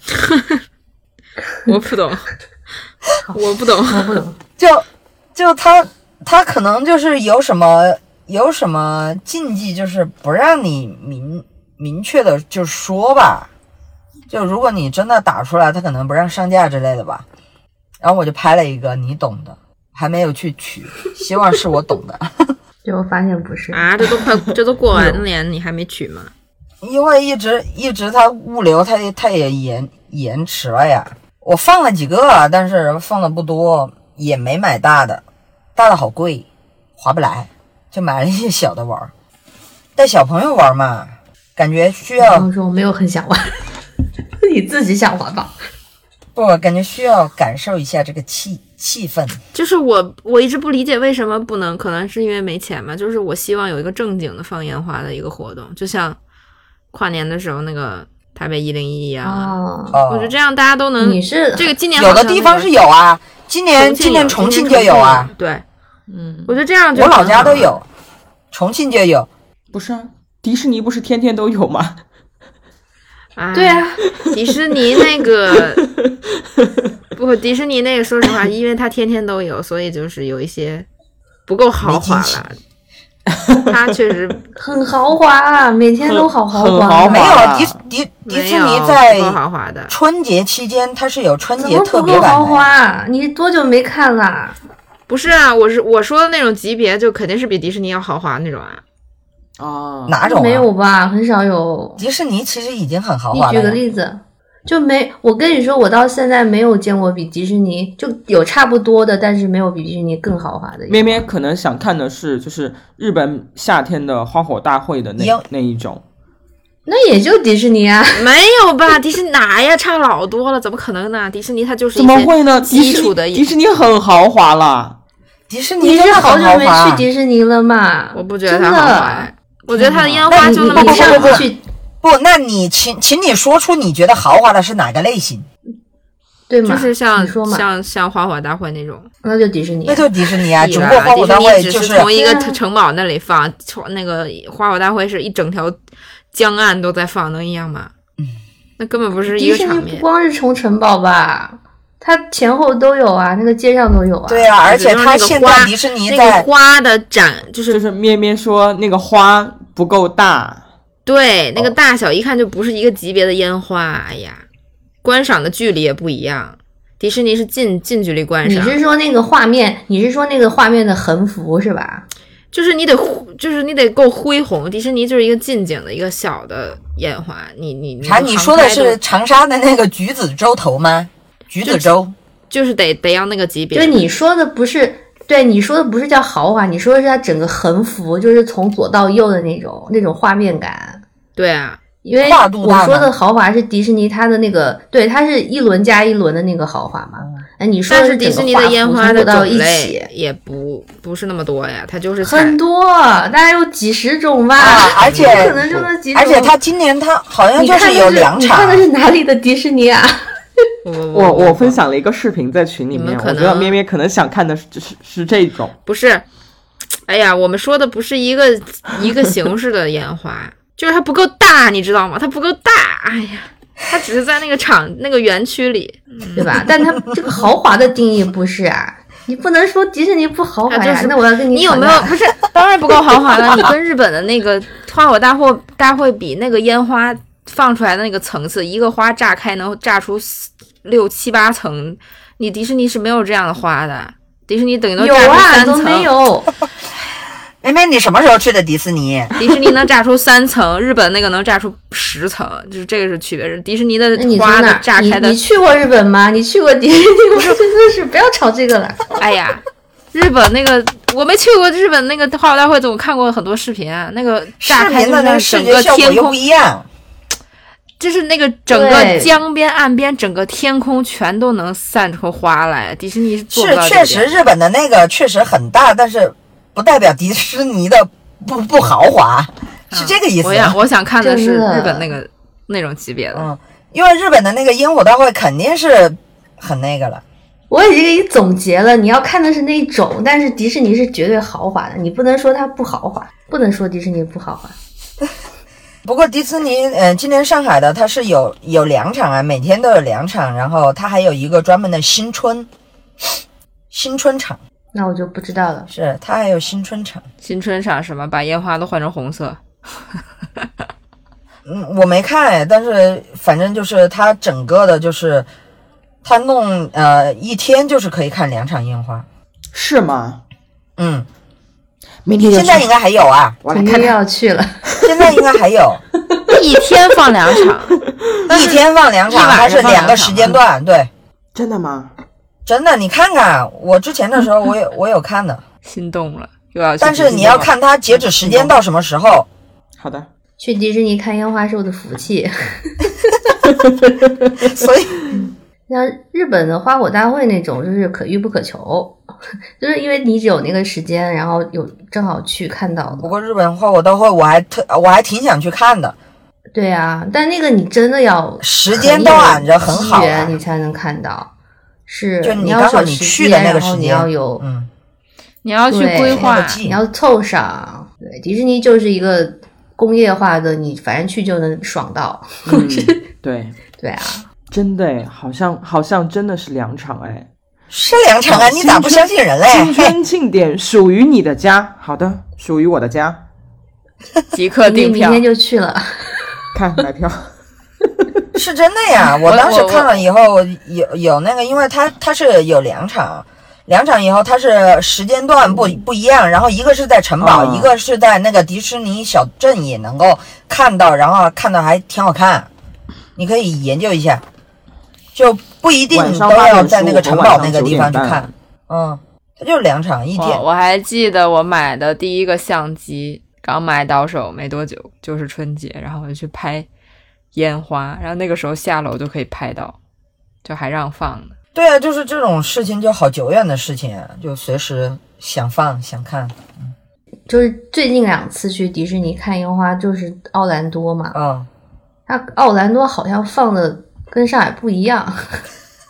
我不懂，我不懂， 我不懂。 就就他他可能就是有什么有什么禁忌，就是不让你明明确的就说吧。就如果你真的打出来，他可能不让上架之类的吧。然后我就拍了一个你懂的，还没有去取，希望是我懂的。 结果发现不是啊，这都快这都过完年你还没取吗？ 因为一直一直它物流它它也延延迟了呀。我放了几个，但是放的不多，也没买大的，大的好贵，划不来，就买了一些小的玩。带小朋友玩嘛，感觉需要。 我说我没有很想玩，你自己想玩吧。 不，感觉需要感受一下这个气气氛。 就是我我一直不理解为什么不能，可能是因为没钱嘛。就是我希望有一个正经的放烟花的一个活动，就像跨年的时候那个台北一零一一样。 哦， 我觉得这样大家都能。 你是这个今年有的地方是有啊，今年今年重庆就有啊。 对，嗯，我觉得这样就我老家都有，重庆就有。 不是啊，迪士尼不是天天都有吗？ 啊， 对啊， 迪士尼那个不，迪士尼那个，说实话，因为它天天都有，所以就是有一些不够豪华了。它确实很豪华，每天都好豪华。 华没有迪迪迪士尼在豪华的春节期间，它是有春节特别版的。 怎么不够豪华？你多久没看了？ 不是啊，我是我说的那种级别，就肯定是比迪士尼要豪华那种啊。 哦， 哪种、啊？ 没有吧，很少有。 迪士尼其实已经很豪华了。 你举个例子，就没我跟你说，我到现在没有见过比迪士尼就有差不多的，但是没有比迪士尼更豪华的。 咩咩可能想看的是，就是日本夏天的花火大会的那那一种。 那也就迪士尼啊， 没有吧？迪士尼哪呀？差老多了，怎么可能呢？迪士尼它就是怎么会呢？ 基础的迪士尼很豪华了。 迪士尼你是好久没去迪士尼了嘛？ 我不觉得它豪华。我觉得它的烟花就那么上去不，那你请请你说出你觉得豪华的是哪个类型？ 对吗？ 就是像你说嘛， 像像花火大会那种， 那就迪士尼那，就迪士尼啊， 是吧只不过花火大会迪士尼就是只是从一个对啊城堡那里放，那个花火大会是一整条江岸都在放，能一样吗？ 嗯， 那根本不是一迪士尼不个场面。 光是冲城堡吧，它前后都有啊，那个街上都有啊。 对啊，而且它就是那个花现在迪士尼那在个花的展，就是就是咩咩说那个花不够大， 对那个哦大小一看就不是一个级别的烟花，哎呀，观赏的距离也不一样。迪士尼是近近距离观你赏， 是说那个画面？你是说那个画面的横幅是吧？ 就是你得就是你得够恢宏。迪士尼就是一个近景的一个小的烟花，你你啥？你说的是长沙的那个橘子洲头吗？橘子洲就是得得要那个级别的。 对，你说的不是，对你说的不是叫豪华，你说的是它整个横幅，就是从左到右的那种那种画面感。 对啊， 因为跨度大吗我说的豪华是迪士尼它的那个，对，它是一轮加一轮的那个豪华嘛。哎，你说但的是迪士尼的整个画烟花的幅从左到种一起类也不不是那么多呀，它就是采很多，大概有几十种吧。 啊，而且不可能就那几种。 而且它今年它好像你看的就是有两场你看的，是哪里的迪士尼啊？ 我我我分享了一个视频在群里面， 你们可能我觉得咩咩可能想看的是是是这种， 不是，哎呀，我们说的不是一个一个形式的烟花，就是它不够大，你知道吗？它不够大，哎呀，它只是在那个场那个园区里， 对吧？但它这个豪华的定义不是啊，你不能说迪士尼不豪华呀。 啊就是那我要跟你有吵架没有不是？当然不够豪华了，你跟日本的那个花火大会大会比，那个烟花放出来的那个层次，一个花炸开能炸出六七八层，你迪士尼是没有这样的花的，迪士尼等于能有炸出啊， 三层。 都没有。 妹妹，你什么时候去的迪士尼？ 迪士尼能炸出三层，日本那个能炸出十层，就是这个是区别。迪士尼的那你花的从哪？ 炸开的你你，去过日本吗？你去过迪士尼吗？真的是不要吵这个了。 哎呀，日本那个我没去过日本那个花火大会，我看过很多视频啊，那个炸视开就频的那个视是整觉效果又不个天空， 一样。 就是那个整个对江边岸边整个天空全都能散出花来。迪士尼是做不是到这确实， 点。 日本的那个确实很大，但是不代表迪士尼的不不豪华，是这个意思。 我想我想看的是真的日本那个那种级别的。 嗯，因为日本的那个烟火大会肯定是很那个了。 我已经给你总结了，你要看的是那一种，但是迪士尼是绝对豪华的，你不能说它不豪华，不能说迪士尼不豪华。 不过迪士尼，嗯、呃，今年上海的它是有有两场啊，每天都有两场，然后它还有一个专门的新春新春场， 那我就不知道了。 是它还有新春场。 新春场什么把烟花都换成红色， 嗯，我没看哎，但是反正就是它整个的，就是它弄呃一天就是可以看两场烟花。 是吗？ 嗯， 明天就去现在应该还有啊， 我来肯定看看。 要去了。 现在应该还有。 一天放两场， 一天放两场， 一晚上它是两个时间段，对， 真的吗？ 真的，你看看，我之前的时候我有我有看的， 心动了，又要去但是你要看它截止时间到什么时候。 好的， 去迪士尼看烟花是我的福气。 所以像日本的花火大会那种，就是可遇不可求，就是因为你只有那个时间，然后有正好去看到的。 不过日本花火大会我还特我还挺想去看的， 对啊，但那个你真的要时间都按着很好很有机啊缘你才能看到。是， 就你要刚好你有时去的那个间然后你时间要有， 嗯， 你要去对规划那个，季你要凑上。对，迪士尼就是一个工业化的，你反正去就能爽到。 嗯，对， 对啊， 真的哎，好像好像真的是两场哎。 是两场啊，你咋不相信人嘞？ 青春庆典属于你的家，好的，属于我的家。 即刻订票。 明天就去了。 看买票， 是真的呀，我当时看了以后有有那个，因为它它是有两场，两场以后它是时间段不不一样，然后一个是在城堡， 哦一个是在那个迪士尼小镇也能够看到，然后看到还挺好看，你可以研究一下，就不一定都晚上八点要在那个十五和城堡晚上九那个地方点半去看，嗯，它就两场一天我，我还记得我买的第一个相机，刚买到手没多久，就是春节，然后我就去拍烟花，然后那个时候下楼就可以拍到，就还让放的。 对啊，就是这种事情就好久远的事情，就随时想放想看， 就是最近两次去迪士尼看烟花，就是奥兰多嘛。 嗯。 它奥兰多好像放的跟上海不一样，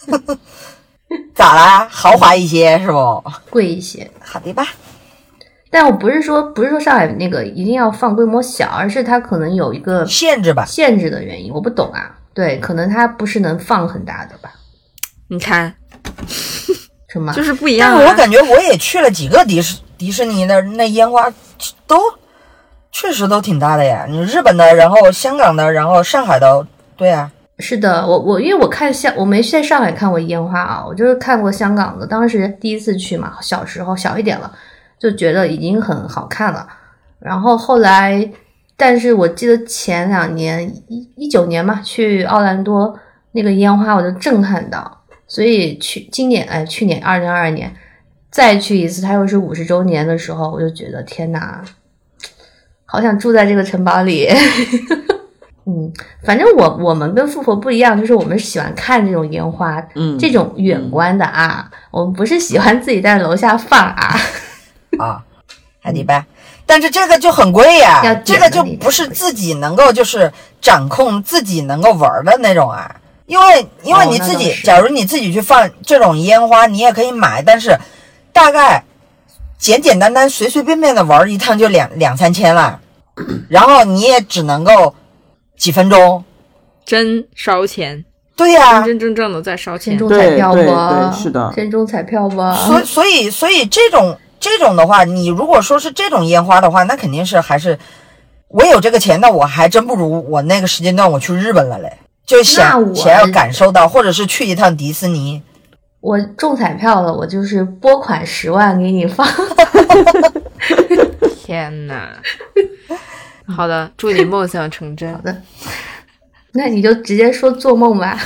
咋啦？豪华一些是不？ 贵一些。 好的吧。 但我不是说不是说上海那个一定要放规模小，而是它可能有一个限制吧， 限制的原因，我不懂啊。对，可能它不是能放很大的吧？ 你看， 什么？ 就是不一样、啊。 但我感觉我也去了几个迪士迪士尼的，那烟花都确实都挺大的呀。你日本的，然后香港的，然后上海的，对啊。 是的，我我因为我看香，我没在上海看过烟花啊，我就是看过香港的。当时第一次去嘛，小时候小一点了。就觉得已经很好看了，然后后来，但是我记得前两年一一九年嘛，去奥兰多那个烟花我就震撼到，所以去今年哎去年二零二二年再去一次，它又是五十周年的时候，我就觉得天哪，好想住在这个城堡里。嗯，反正我我们跟富婆不一样，就是我们喜欢看这种烟花， 嗯， 这种远观的啊，我们不是喜欢自己在楼下放啊。 啊，海底吧，但是这个就很贵呀，这个就不是自己能够就是掌控自己能够玩的那种啊，因为因为你自己，哦、假如你自己去放这种烟花，你也可以买，但是大概简简单单随随便便的玩一趟就两两三千了，然后你也只能够几分钟， 真烧钱。 对呀、 啊，真真正正的在烧钱， 真中彩票吧， 是的， 真中彩票吧。 所以所以所以这种。这种的话，你如果说是这种烟花的话，那肯定是还是我有这个钱，那我还真不如我那个时间段我去日本了嘞，就想想要感受到，或者是去一趟迪士尼。 我中彩票了，我就是拨款十万给你放。 天哪！好的，祝你梦想成真。 好的，那你就直接说做梦吧。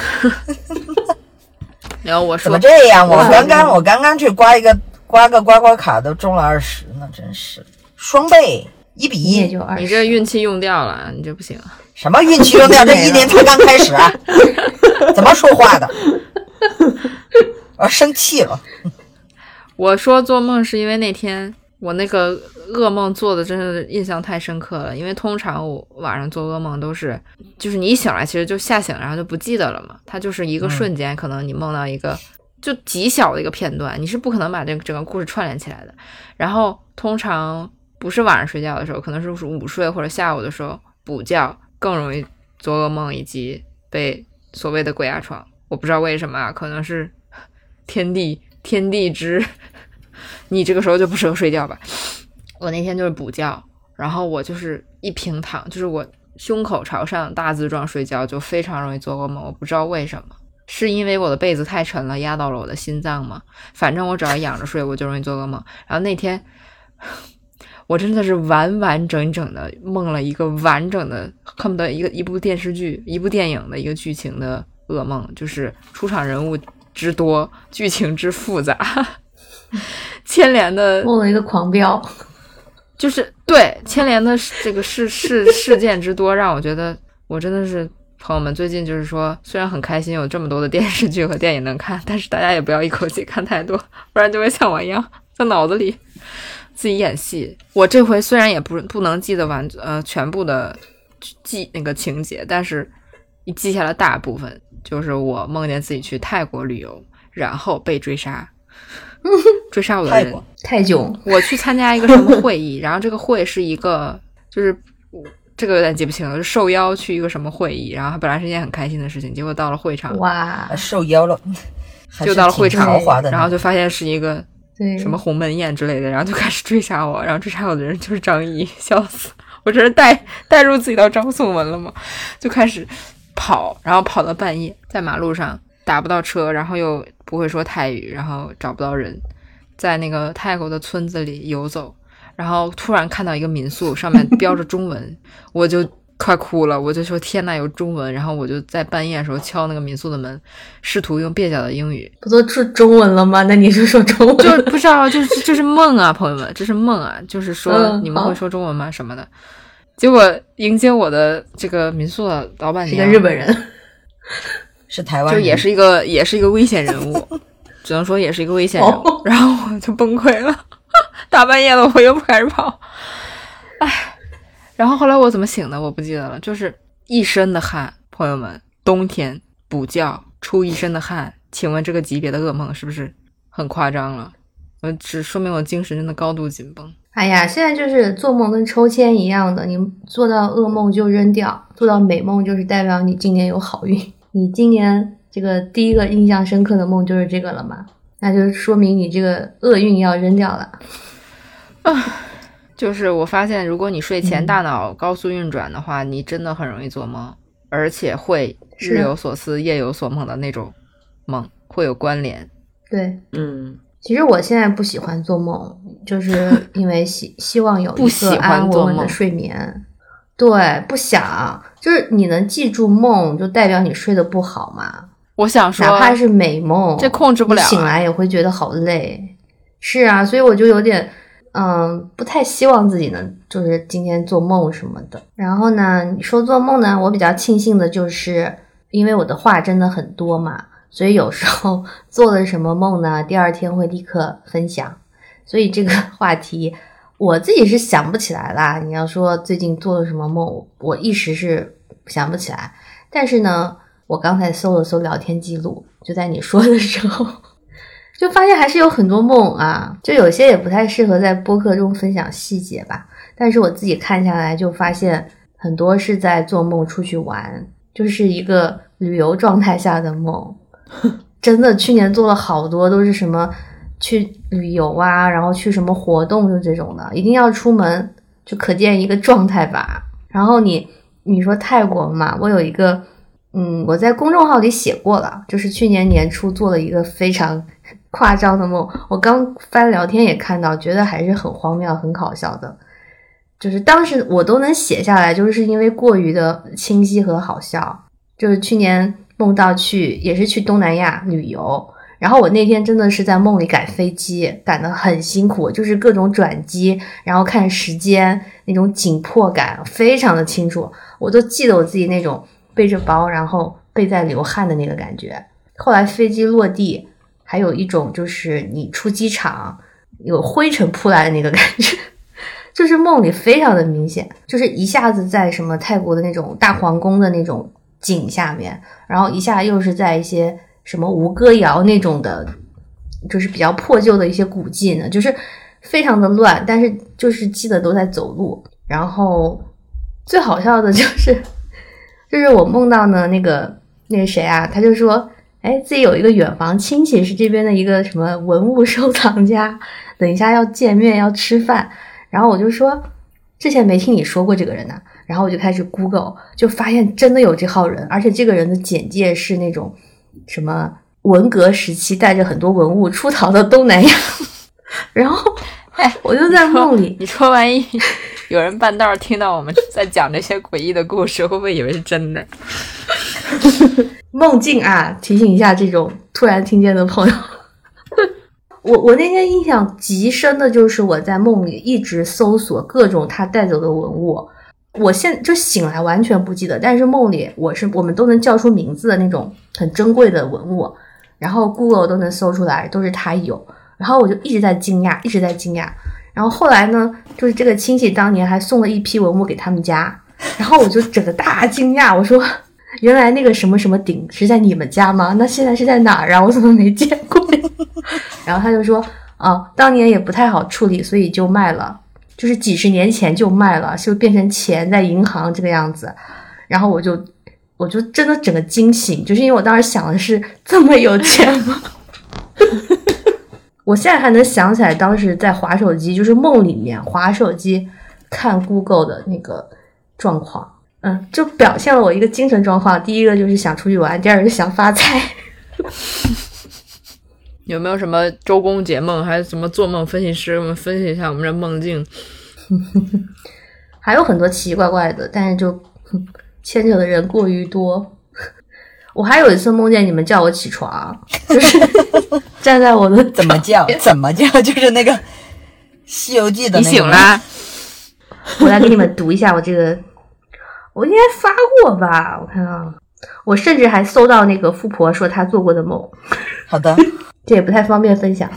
然后我说怎么这样？我刚刚我刚刚去刮一个。刮个刮刮卡都中了二十呢，真是双倍一比一， 你也就二十。 你这运气用掉了，你这不行。 什么运气用掉？这一年才刚开始啊！怎么说话的？我要生气了。 我说做梦是因为那天我那个噩梦做的真的印象太深刻了，因为通常我晚上做噩梦都是，就是你一醒来其实就吓醒，然后就不记得了嘛。它就是一个瞬间，嗯、可能你梦到一个。就极小的一个片段，你是不可能把这个整个故事串联起来的。然后通常不是晚上睡觉的时候，可能是午睡或者下午的时候补觉，更容易做噩梦以及被所谓的鬼压床。我不知道为什么啊，可能是天地天地之，你这个时候就不适合睡觉吧。我那天就是补觉，然后我就是一平躺，就是我胸口朝上大字状睡觉，就非常容易做噩梦。我不知道为什么。是因为我的被子太沉了，压到了我的心脏吗？反正我只要仰着睡，我就容易做噩梦。然后那天，我真的是完完整整的梦了一个完整的，恨不得一个一部电视剧、一部电影的一个剧情的噩梦，就是出场人物之多，剧情之复杂，牵连的梦了一个狂飙， 就是对牵连的这个事事事件之多，让我觉得我真的是。朋友们最近就是说虽然很开心有这么多的电视剧和电影能看，但是大家也不要一口气看太多，不然就会像我一样在脑子里自己演戏。我这回虽然也不不能记得完呃全部的记那个情节，但是你记下了大部分，就是我梦见自己去泰国旅游，然后被追杀追杀我的人泰囧， 我去参加一个什么会议，然后这个会是一个就是这个有点记不清了，就受邀去一个什么会议，然后本来是一件很开心的事情，结果到了会场， 哇， 受邀了， 就到了会场， 然后就发现是一个对什么鸿门宴之类的，然后就开始追杀我，然后追杀我的人就是张译，笑死！我这是带带入自己到张颂文了吗？就开始跑，然后跑到半夜，在马路上打不到车，然后又不会说泰语，然后找不到人，在那个泰国的村子里游走。然后突然看到一个民宿，上面标着中文，我就快哭了，我就说天哪，有中文！然后我就在半夜的时候敲那个民宿的门，试图用蹩脚的英语， 不都说中文了吗？那你就说中文， 就不知道，就是这是梦啊，朋友们，这是梦啊，就是说、 嗯、 你们会说中文吗？什么的。结果迎接我的这个民宿的老板娘是个日本人， 是台湾人， 就也是一个也是一个危险人物，只能说也是一个危险人物。哦、然后我就崩溃了。大半夜的我又不开始跑，唉，然后后来我怎么醒的我不记得了，就是一身的汗，朋友们，冬天补觉出一身的汗， 请问这个级别的噩梦是不是很夸张了？我只说明我精神真的高度紧绷。 哎呀，现在就是做梦跟抽签一样的，你做到噩梦就扔掉，做到美梦就是代表你今年有好运。你今年这个第一个印象深刻的梦就是这个了吗？那就说明你这个厄运要扔掉了。 啊，就是我发现如果你睡前大脑高速运转的话、嗯、你真的很容易做梦，而且会日有所思夜有所梦的那种梦，会有关联。 对， 嗯， 其实我现在不喜欢做梦，就是因为希希望有一个安安稳稳的睡眠。对，不想，就是你能记住梦就代表你睡得不好嘛。 我想说哪怕是美梦这控制不了、啊、 你醒来也会觉得好累。是啊，所以我就有点嗯，不太希望自己能就是今天做梦什么的。然后呢，你说做梦呢，我比较庆幸的就是因为我的话真的很多嘛，所以有时候做了什么梦呢，第二天会立刻分享。所以这个话题我自己是想不起来啦，你要说最近做了什么梦，我一时是想不起来。但是呢，我刚才搜了搜聊天记录，就在你说的时候就发现还是有很多梦啊，就有些也不太适合在播客中分享细节吧。但是我自己看下来就发现很多是在做梦出去玩，就是一个旅游状态下的梦。真的去年做了好多都是什么去旅游啊，然后去什么活动，就这种的，一定要出门，就可见一个状态吧。然后你你说泰国嘛，我有一个嗯，我在公众号里写过了，就是去年年初做了一个非常夸张的梦，我刚翻聊天也看到，觉得还是很荒谬很搞笑的，就是当时我都能写下来，就是因为过于的清晰和好笑。就是去年梦到去也是去东南亚旅游，然后我那天真的是在梦里赶飞机，赶得很辛苦，就是各种转机，然后看时间，那种紧迫感非常的清楚，我都记得我自己那种背着包然后背在流汗的那个感觉。后来飞机落地，还有一种就是你出机场有灰尘扑来的那个感觉，就是梦里非常的明显，就是一下子在什么泰国的那种大皇宫的那种景下面，然后一下又是在一些什么吴哥窑那种的，就是比较破旧的一些古迹呢，就是非常的乱，但是就是记得都在走路。然后最好笑的就是就是我梦到呢那个那个谁啊，他就说哎，自己有一个远房亲戚是这边的一个什么文物收藏家，等一下要见面要吃饭。然后我就说之前没听你说过这个人啊，然后我就开始 Google， 就发现真的有这号人，而且这个人的简介是那种什么文革时期带着很多文物出逃到东南亚。然后哎，我就在梦里， 你说万一有人半道听到我们在讲这些诡异的故事，会不会以为是真的？ 梦境啊，提醒一下这种突然听见的朋友。我我那天印象极深的就是我在梦里一直搜索各种他带走的文物，我现就醒来完全不记得，但是梦里我是我们都能叫出名字的那种很珍贵的文物，然后 Google 都能搜出来，都是他有。然后我就一直在惊讶，一直在惊讶。然后后来呢，就是这个亲戚当年还送了一批文物给他们家，然后我就整个大惊讶，我说原来那个什么什么鼎是在你们家吗？那现在是在哪儿啊？我怎么没见过？然后他就说啊，当年也不太好处理，所以就卖了，就是几十年前就卖了，就变成钱在银行这个样子。然后我就我就真的整个惊醒，就是因为我当时想的是这么有钱吗？我现在还能想起来当时在滑手机，就是梦里面滑手机看 Google 的那个状况。嗯，就表现了我一个精神状况，第一个就是想出去玩，第二个是想发财。 有没有什么周公解梦还是什么做梦分析师，我们分析一下我们这梦境？ 还有很多奇奇怪怪的，但是就牵扯的人过于多。我还有一次梦见你们叫我起床，就是站在我的怎么叫怎么叫就是那个西游记的那个。 你醒了？ 我来给你们读一下我这个，我应该发过吧，我看啊，我甚至还搜到那个富婆说她做过的梦。 好的， 这也不太方便分享。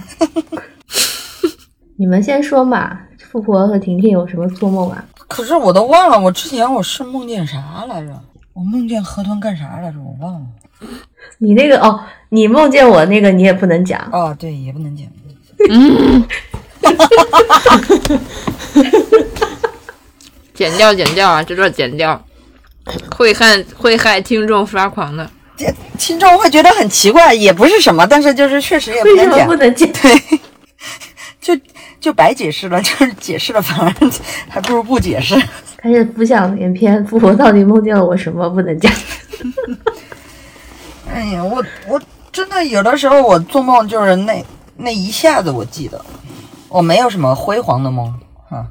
你们先说嘛，富婆和婷婷有什么做梦啊？ 可是我都忘了，我之前我是梦见啥来着？我梦见河豚干啥来着？我忘了。 你那个哦， 你梦见我那个你也不能讲。 哦，对，也不能讲。 嗯，剪掉剪掉啊，这段剪掉，会害会害听众发狂的。 这听众会觉得很奇怪，也不是什么，但是就是确实也不为什么能讲。 不能讲？ 对，就就白解释了，就是解释了反而还不如不解释。 开始浮想联翩，富婆到底梦见了我什么不能讲？ 哎呀，我我真的有的时候我做梦就是那那一下子，我记得我没有什么辉煌的梦啊，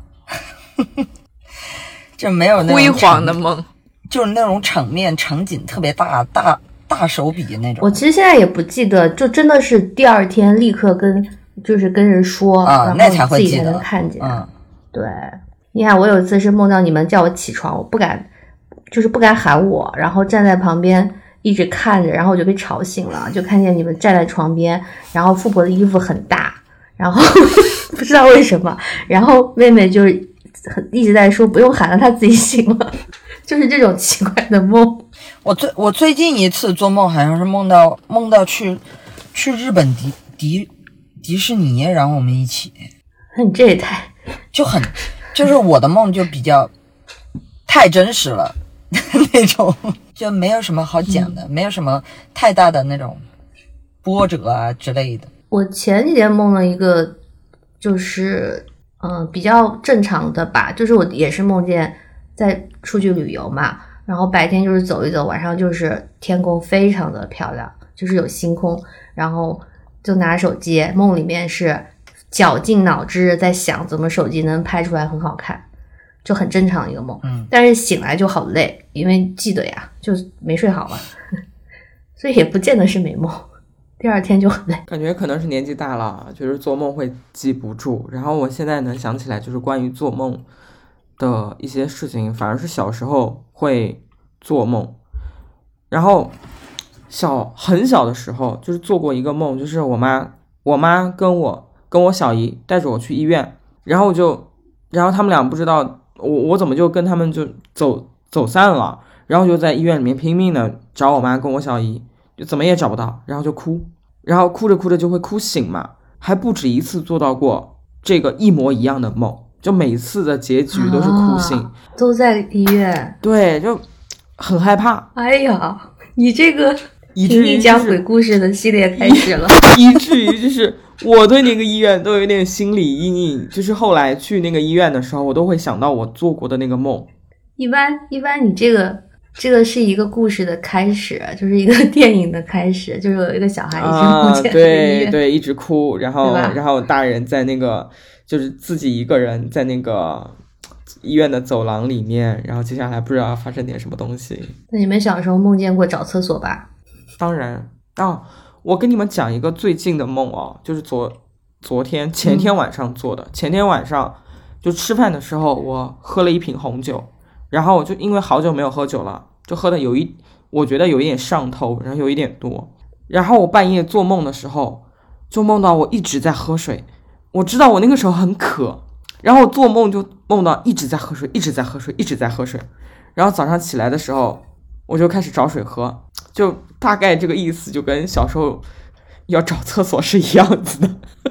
就没有那种辉煌的梦， 就是那种场面场景特别大大大手笔的那种。 我其实现在也不记得，就真的是第二天立刻跟就是跟人说， 啊， 然那才后自己才会记得能看见。 嗯， 对，你看我有一次是梦到你们叫我起床，我不敢，就是不敢喊我，然后站在旁边一直看着，然后我就被吵醒了，就看见你们站在床边，然后富婆的衣服很大，然后不知道为什么，然后妹妹就很一直在说不用喊了，她自己醒了，就是这种奇怪的梦。 我最我最近一次做梦好像是梦到梦到去去日本迪迪迪士尼，然后我们一起那你这也太就很就是我的梦就比较太真实了那种，就没有什么好讲的，没有什么太大的那种波折啊之类的。 我前几天梦了一个，就是嗯、呃、比较正常的吧，就是我也是梦见在出去旅游嘛，然后白天就是走一走，晚上就是天空非常的漂亮，就是有星空，然后就拿手机，梦里面是绞尽脑汁在想怎么手机能拍出来很好看，就很正常的一个梦。 嗯， 但是醒来就好累，因为记得呀，就没睡好嘛，所以也不见得是美梦。第二天就很累， 感觉可能是年纪大了，就是做梦会记不住。然后我现在能想起来，就是关于做梦的一些事情，反而是小时候会做梦。然后小很小的时候，就是做过一个梦，就是我妈我妈跟我跟我小姨带着我去医院，然后就然后他们俩不知道我我怎么就跟他们就走走散了，然后就在医院里面拼命的找我妈跟我小姨。就怎么也找不到，然后就哭，然后哭着哭着就会哭醒嘛，还不止一次做到过这个一模一样的梦，就每次的结局都是哭醒， 啊、都在医院， 对，就很害怕。 哎呀，你这个以至于、就是、 讲鬼故事的系列开始了， 以至于就是我对那个医院都有点心理阴影，就是后来去那个医院的时候，我都会想到我做过的那个梦。 一般一般你这个。这个是一个故事的开始，就是一个电影的开始，就是有一个小孩一直梦见、 啊、对对，一直哭，然后然后大人在那个就是自己一个人在那个医院的走廊里面，然后接下来不知道发生点什么东西。 那你们小时候梦见过找厕所吧？ 当然啊、哦，我跟你们讲一个最近的梦哦，就是昨昨天前天晚上做的、嗯、前天晚上就吃饭的时候，我喝了一瓶红酒。然后就因为好久没有喝酒了，就喝的有一，我觉得有一点上头，然后有一点多。然后我半夜做梦的时候，就梦到我一直在喝水。我知道我那个时候很渴，然后做梦就梦到一直在喝水，一直在喝水，一直在喝水。然后早上起来的时候，我就开始找水喝，就大概这个意思，就跟小时候要找厕所是一样子的。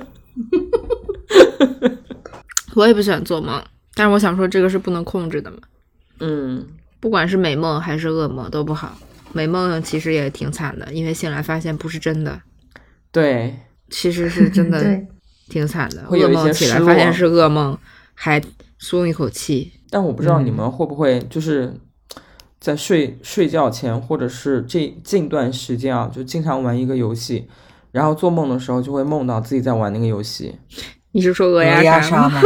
我也不喜欢做梦，但是我想说这个是不能控制的嘛。 嗯， 不管是美梦还是噩梦都不好。美梦其实也挺惨的，因为醒来发现不是真的。 对， 其实是真的挺惨的。 会有一些噩梦起来发现是噩梦，还松一口气。 但我不知道你们会不会就是在睡睡觉前，或者是这近段时间啊，就经常玩一个游戏，然后做梦的时候就会梦到自己在玩那个游戏。 你是说鹅鸭杀吗？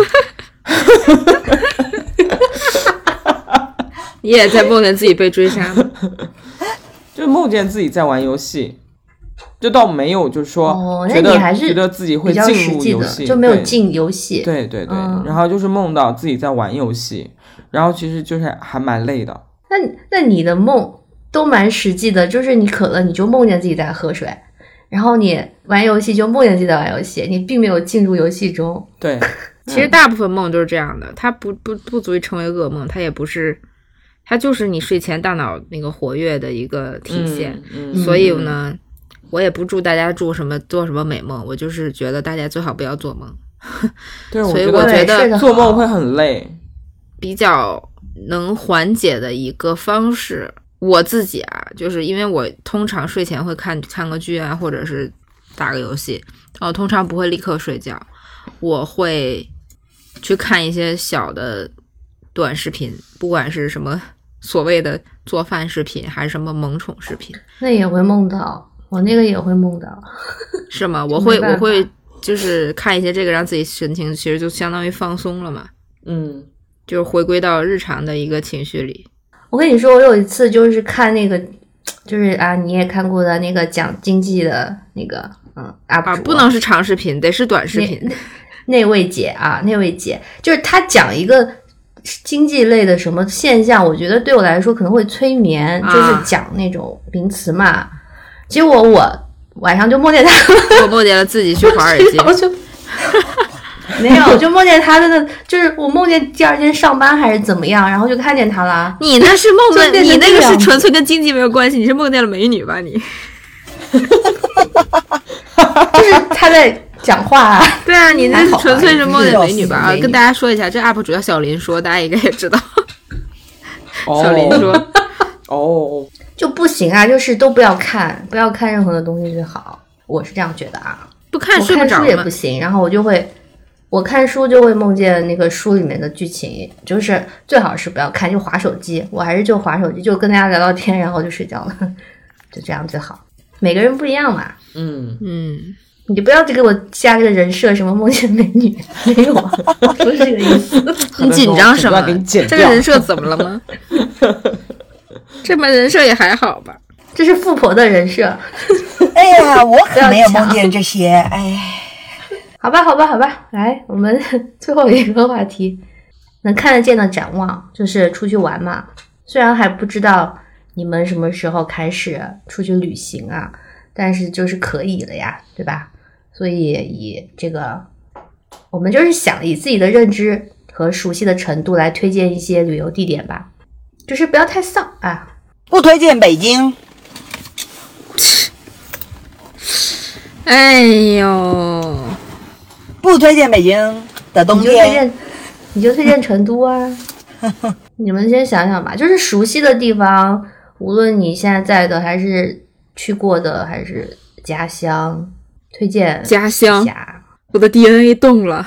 你也在梦见自己被追杀吗？ 就梦见自己在玩游戏，就倒没有就是说、 哦、 觉得那你还是觉得自己会进入游戏， 就没有进游戏。 对对对、 嗯， 然后就是梦到自己在玩游戏，然后其实就是还蛮累的。 那那你的梦都蛮实际的，就是你渴了你就梦见自己在喝水，然后你玩游戏就梦见自己在玩游戏，你并没有进入游戏中。 对， 其实大部分梦都是这样的，它不不不足以成为噩梦，它也不是。它就是你睡前大脑那个活跃的一个体现， 嗯嗯、 所以呢， 我也不祝大家祝什么做什么美梦，我就是觉得大家最好不要做梦。 对， 所以我我觉得做梦会很累。 比较能缓解的一个方式，我自己啊，就是因为我通常睡前会看看个剧啊，或者是打个游戏，然后通常不会立刻睡觉，我会去看一些小的短视频，不管是什么所谓的做饭视频，还是什么萌宠视频。 那也会梦到，我那个也会梦到， 是吗？我会我会就是看一些这个，让自己神情其实就相当于放松了嘛。 嗯， 就是回归到日常的一个情绪里。 我跟你说，我有一次就是看那个，就是啊，你也看过的那个讲经济的那个，嗯 ，U P 主、 啊，不能是长视频，得是短视频。 那, 那位姐啊，那位姐，就是她讲一个经济类的什么现象，我觉得对我来说可能会催眠， 啊、 就是讲那种名词嘛。结果我晚上就梦见她， 我梦见了自己去华尔街。 我就没有，我就梦见他的，就是我梦见第二天上班还是怎么样，然后就看见他了。 你那是梦的，你那个是纯粹跟经济没有关系，你是梦见了美女吧？你， 就是他在讲话啊。 对啊，你那是纯粹是梦见美女吧？ 啊， 跟大家说一下，这 U P 主叫小林说，大家应该也知道。 哦、 小林说， 哦， 就不行啊，就是都不要看，不要看任何的东西最好，我是这样觉得啊。 不看睡不着我看书也不行，然后我就会。我看书就会梦见那个书里面的剧情，就是最好是不要看，就滑手机。我还是就滑手机，就跟大家聊聊天，然后就睡觉了，就这样最好。每个人不一样嘛， 嗯嗯， 你不要给我加这个人设，什么梦见美女，没有啊，不是这个意思。 你紧张什么？ 这这个人设怎么了吗？这么人设也还好吧？ 这是富婆的人设。 哎呀，我可没有梦见这些，哎。 好吧，好吧，好吧，来，我们最后一个话题，能看得见的展望，就是出去玩嘛。虽然还不知道你们什么时候开始出去旅行啊，但是就是可以了呀，对吧？所以以这个，我们就是想以自己的认知和熟悉的程度来推荐一些旅游地点吧，就是不要太丧啊。 不推荐北京。 哎呦。 不推荐北京的冬天， 你就推荐，你就推荐成都啊。你们先想想吧，就是熟悉的地方，无论你现在在的还是去过的还是家乡，推荐家乡。 一下我的 D N A 动了。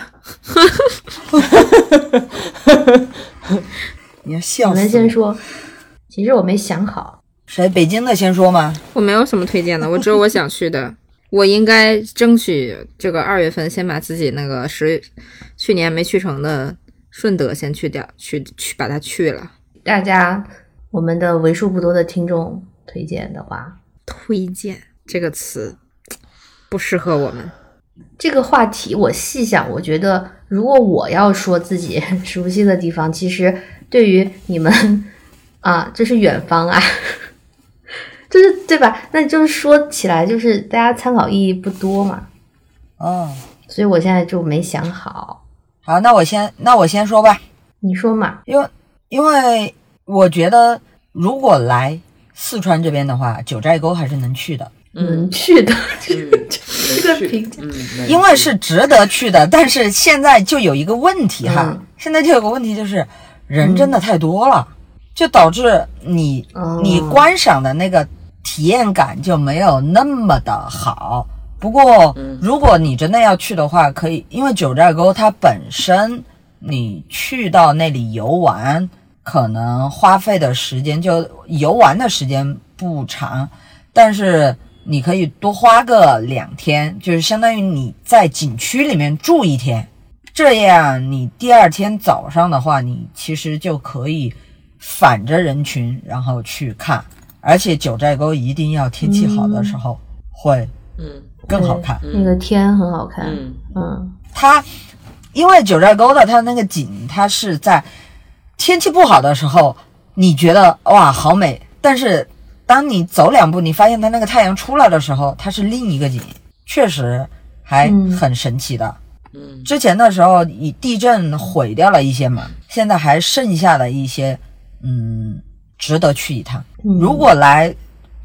你要笑死我。 你们先说，其实我没想好。 谁？北京的先说吗？ 我没有什么推荐的，我只有我想去的。我应该争取这个二月份先把自己那个十去年没去成的顺德先去掉，去去把它去了。 大家，我们的为数不多的听众推荐的话， 推荐这个词不适合我们。 这个话题我细想，我觉得如果我要说自己熟悉的地方，其实对于你们啊，这是远方啊。就是对吧？那就是说起来，就是大家参考意义不多嘛。 哦， 所以我现在就没想好。 好，那我先那我先说吧。 你说嘛？ 因为因为我觉得，如果来四川这边的话，九寨沟还是能去的。 能去的， 嗯、 这个评价， 嗯， 因为是值得去的。但是现在就有一个问题哈， 嗯、 现在就有个问题就是人真的太多了，嗯、就导致你、 哦、 你观赏的那个体验感就没有那么的好。不过如果你真的要去的话，可以，因为九寨沟它本身你去到那里游玩，可能花费的时间就游玩的时间不长，但是你可以多花个两天，就是相当于你在景区里面住一天，这样你第二天早上的话，你其实就可以反着人群然后去看。而且九寨沟一定要天气好的时候会嗯更好看， 那个天很好看。 嗯嗯， 它因为九寨沟的它那个景，它是在天气不好的时候你觉得哇好美，但是当你走两步你发现它那个太阳出来的时候，它是另一个景，确实还很神奇的。 嗯， 之前的时候以地震毁掉了一些嘛，现在还剩下的一些嗯值得去一趟。如果来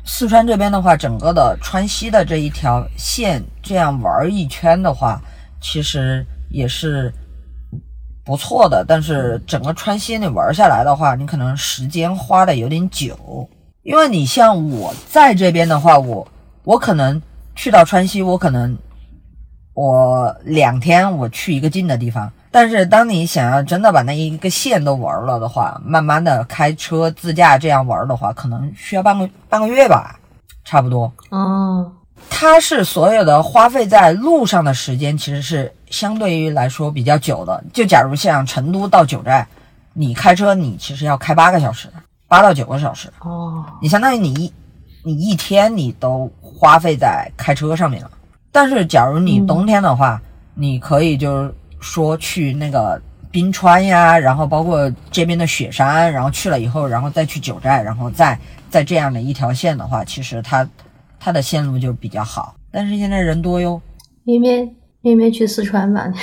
四川这边的话，整个的川西的这一条线这样玩一圈的话，其实也是不错的。但是整个川西你玩下来的话，你可能时间花的有点久。因为你像我在这边的话，我我可能去到川西，我可能我两天我去一个近的地方。但是当你想要真的把那一个线都玩了的话，慢慢的开车自驾这样玩的话，可能需要半个半个月吧，差不多。 哦， 它是所有的花费在路上的时间其实是相对于来说比较久的。就假如像成都到九寨，你开车你其实要开八个小时，八到九个小时。 哦， 你相当于你一你一天你都花费在开车上面了。但是假如你冬天的话，嗯、你可以就是说去那个冰川呀，然后包括这边的雪山，然后去了以后，然后再去九寨，然后再再这样的一条线的话，其实它它的线路就比较好。但是现在人多哟， 咩咩咩咩去四川吧。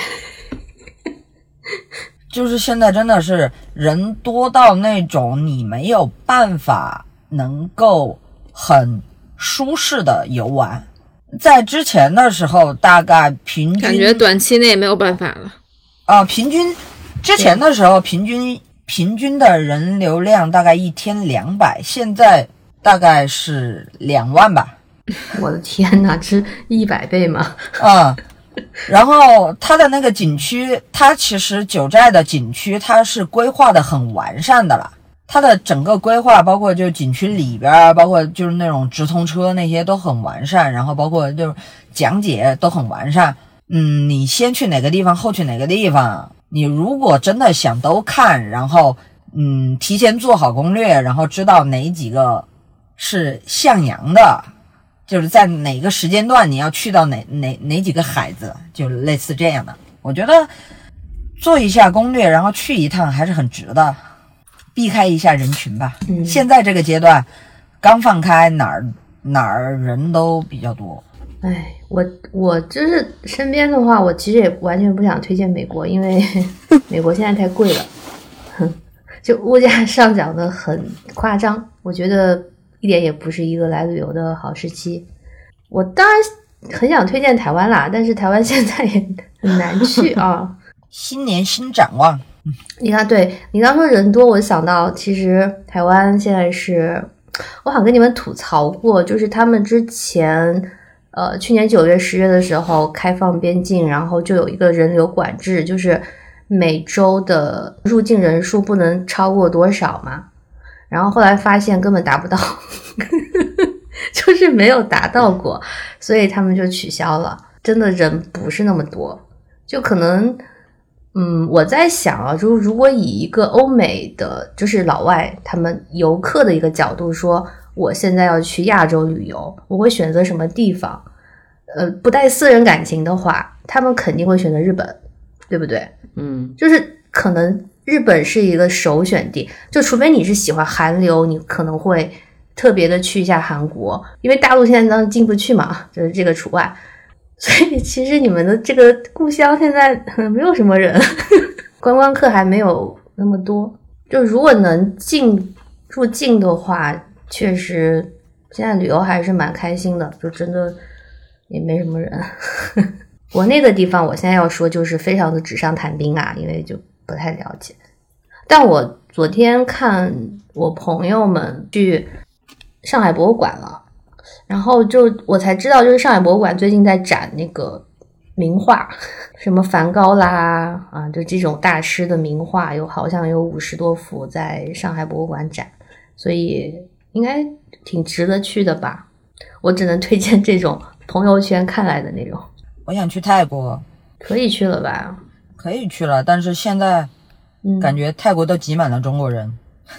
就是现在真的是人多到那种你没有办法能够很舒适的游玩。在之前的时候大概平均感觉短期内没有办法了啊、呃，平均之前的时候平均平均的人流量大概一天两百，现在大概是两万吧。 我的天哪，这一百倍吗？ 啊、嗯，然后它的那个景区，它其实九寨的景区它是规划的很完善的了。它的整个规划包括就景区里边，包括就是那种直通车那些都很完善，然后包括就是讲解都很完善。嗯，你先去哪个地方，后去哪个地方，你如果真的想都看，然后嗯提前做好攻略，然后知道哪几个是向阳的，就是在哪个时间段你要去到哪哪哪几个海子，就类似这样的。我觉得做一下攻略，然后去一趟还是很值的。避开一下人群吧。 嗯， 现在这个阶段刚放开，哪儿哪儿人都比较多。 哎，我我就是身边的话，我其实也完全不想推荐美国，因为美国现在太贵了，就物价上涨的很夸张，我觉得一点也不是一个来旅游的好时期。我当然很想推荐台湾啦，但是台湾现在也很难去啊。 新年新展望。 你看，对你刚说人多，我想到其实台湾现在是，我好像跟你们吐槽过，就是他们之前呃去年九月十月的时候开放边境，然后就有一个人流管制，就是每周的入境人数不能超过多少嘛，然后后来发现根本达不到就是没有达到过，所以他们就取消了，真的人不是那么多，就可能嗯，我在想啊，就如果以一个欧美的就是老外他们游客的一个角度说，我现在要去亚洲旅游，我会选择什么地方？呃，不带私人感情的话，他们肯定会选择日本，对不对？ 嗯， 就是可能日本是一个首选地，就除非你是喜欢韩流，你可能会特别的去一下韩国，因为大陆现在当然进不去嘛，就是这个除外。所以其实你们的这个故乡现在没有什么人观光客还没有那么多，就如果能进入境的话，确实现在旅游还是蛮开心的，就真的也没什么人国内的地方我现在要说就是非常的纸上谈兵啊，因为就不太了解。但我昨天看我朋友们去上海博物馆了，然后就我才知道，就是上海博物馆最近在展那个名画，什么梵高啦啊，就这种大师的名画，有好像有五十多幅在上海博物馆展，所以应该挺值得去的吧。我只能推荐这种朋友圈看来的那种。 我想去泰国， 可以去了吧？ 可以去了，但是现在感觉泰国都挤满了中国人。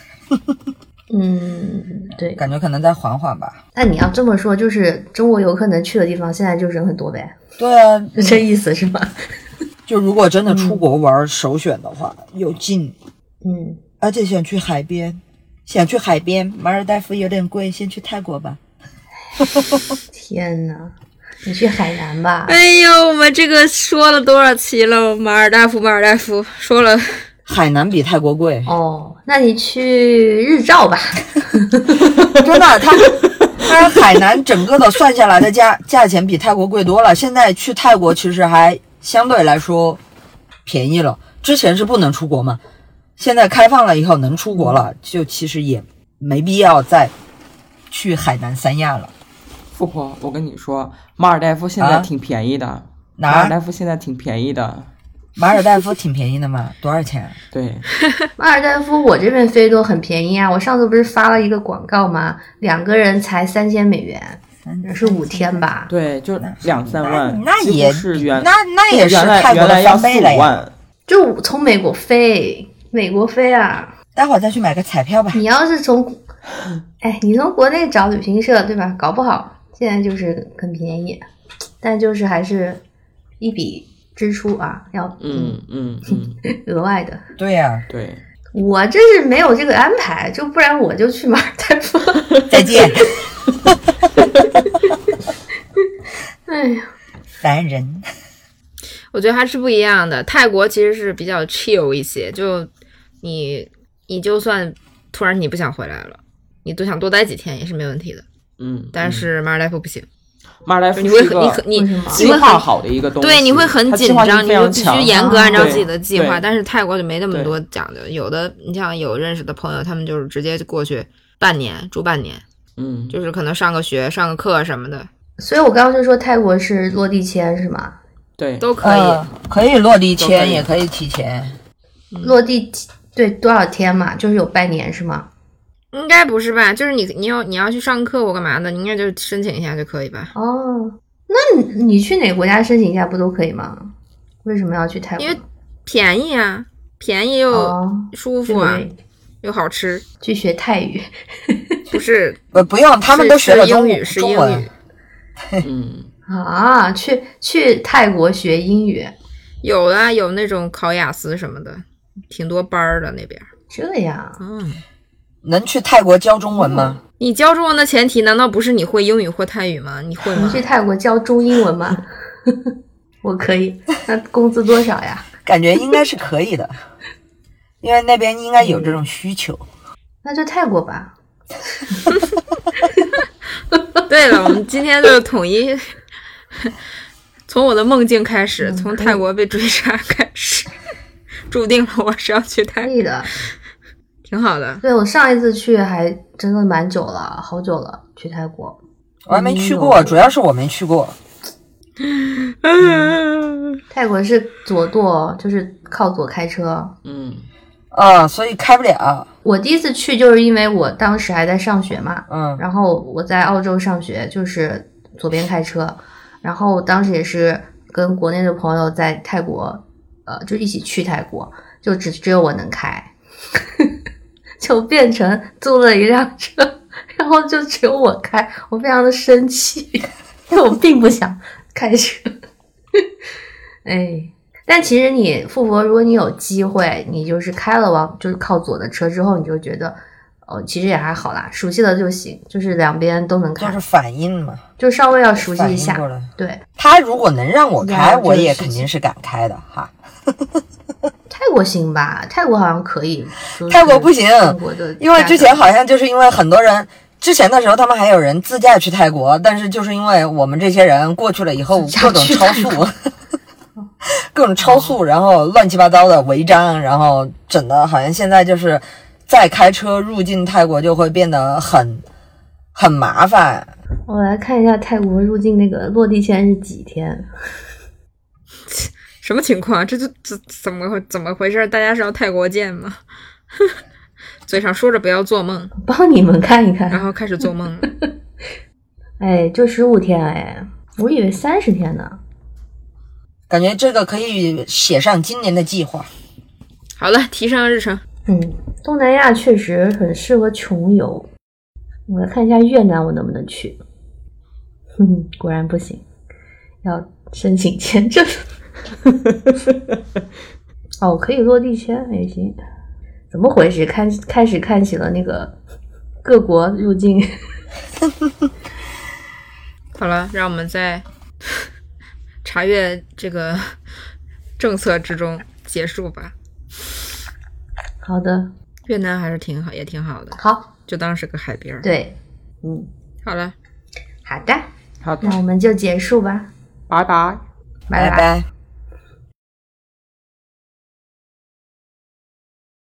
嗯，对， 感觉可能再缓缓吧。 那你要这么说，就是中国游客能去的地方，现在就人很多呗？ 对啊， 就这意思是吗？ 就如果真的出国玩首选的话，嗯、又近， 嗯， 而且想去海边，想去海边，马尔代夫有点贵，先去泰国吧。 天哪，你去海南吧。 哎呦，我们这个说了多少期了？马尔代夫，马尔代夫说了。 海南比泰国贵哦，那你去日照吧。 真的，他它海南整个的算下来的价价钱比泰国贵多了。现在去泰国其实还相对来说便宜了，之前是不能出国嘛，现在开放了以后能出国了，就其实也没必要再去海南三亚了。 富婆，我跟你说，马尔代夫现在挺便宜的，啊、马尔代夫现在挺便宜的。 马尔代夫挺便宜的嘛，多少钱？ 对， 马尔代夫我这边飞都很便宜啊！我上次不是发了一个广告吗？两个人才三千美元，是五天吧？ 对，就两三万， 那也是原那那也是泰国的翻倍了呀。 就从美国飞，美国飞啊！ 待会儿再去买个彩票吧。 你要是从，哎，你从国内找旅行社对吧？搞不好现在就是很便宜，但就是还是一笔支出啊，要嗯嗯嗯额外的。 对呀、啊， 对， 我这是没有这个安排，就不然我就去马尔代夫。 再见。 哎呀， 烦人。 我觉得还是不一样的。泰国其实是比较 chill 一些，就你你就算突然你不想回来了，你都想多待几天也是没问题的。 嗯， 但是马尔代夫不行。 马尔代夫你会很你你计划好的一个东西， 对，你会很紧张，你就必须严格按照自己的计划。 啊、 但是泰国就没那么多讲究，有的你像有认识的朋友，他们就是直接过去半年住半年， 嗯， 就是可能上个学、上个课什么的。 所以我刚刚就说泰国是落地签是吗？ 对， 都可以， 呃、可以落地签，也可以提前。 嗯、 落地对多少天嘛？就是有半年是吗？ 应该不是吧？就是你你要你要去上课或干嘛的，你应该就申请一下就可以吧？ 哦，那你你去哪个国家申请一下不都可以吗？为什么要去泰国？ 因为便宜啊，便宜又舒服啊，哦、又好吃。 去学泰语？ 不是， 不不用，他们都学了英语，是英语。 嗯啊，去去泰国学英语？ 有啊，有那种考雅思什么的，挺多班儿的那边。 这样， 嗯。 能去泰国教中文吗？ 你教中文的前提难道不是你会英语或泰语吗？你会吗？ 你去泰国教中英文吗？我可以。那工资多少呀？ 感觉应该是可以的，因为那边应该有这种需求。 嗯、那就泰国吧。 对了，我们今天就统一从我的梦境开始，嗯、从泰国被追杀开始，注定了我是要去泰国。 可以的。 挺好的， 对，我上一次去还真的蛮久了，好久了，去泰国。 我还没去过，嗯、主要是我没去过。 嗯、泰国是左舵，就是靠左开车。 嗯， 啊，所以开不了。 我第一次去就是因为我当时还在上学嘛， 嗯， 然后我在澳洲上学，就是左边开车，然后当时也是跟国内的朋友在泰国，呃，就一起去泰国，就只只有我能开。就变成租了一辆车，然后就只有我开，我非常的生气，因为我并不想开车。哎，但其实你富婆，如果你有机会，你就是开了往就是靠左的车之后，你就觉得哦，其实也还好啦，熟悉了就行，就是两边都能开， 就是反应嘛， 就稍微要熟悉一下。对， 他如果能让我开，我也肯定是敢开的哈。 泰国行吧？泰国好像可以。 泰国不行，因为之前好像就是因为很多人之前的时候，他们还有人自驾去泰国，但是就是因为我们这些人过去了以后，各种超速，各种超速，然后乱七八糟的违章，然后整的好像现在就是再开车入境泰国就会变得很很麻烦。 我来看一下泰国入境那个落地签是几天。 什么情况？这就这怎么怎么回事？大家是要泰国见吗？嘴上说着不要做梦， 帮你们看一看， 然后开始做梦了。 哎，就十五天哎，我以为三十天呢。 感觉这个可以写上今年的计划。 好了，提上日程。 嗯，东南亚确实很适合穷游。我来看一下越南，我能不能去？哼哼，果然不行，要申请签证。哦，可以落地签也行。怎么回事？开开始看起了那个各国入境。 好了，让我们在查阅这个政策之中结束吧。 好的， 越南还是挺好，也挺好的。 好， 就当是个海边。 对，嗯， 好了， 好的， 好的那，我们就结束吧， 拜拜。 拜拜拜。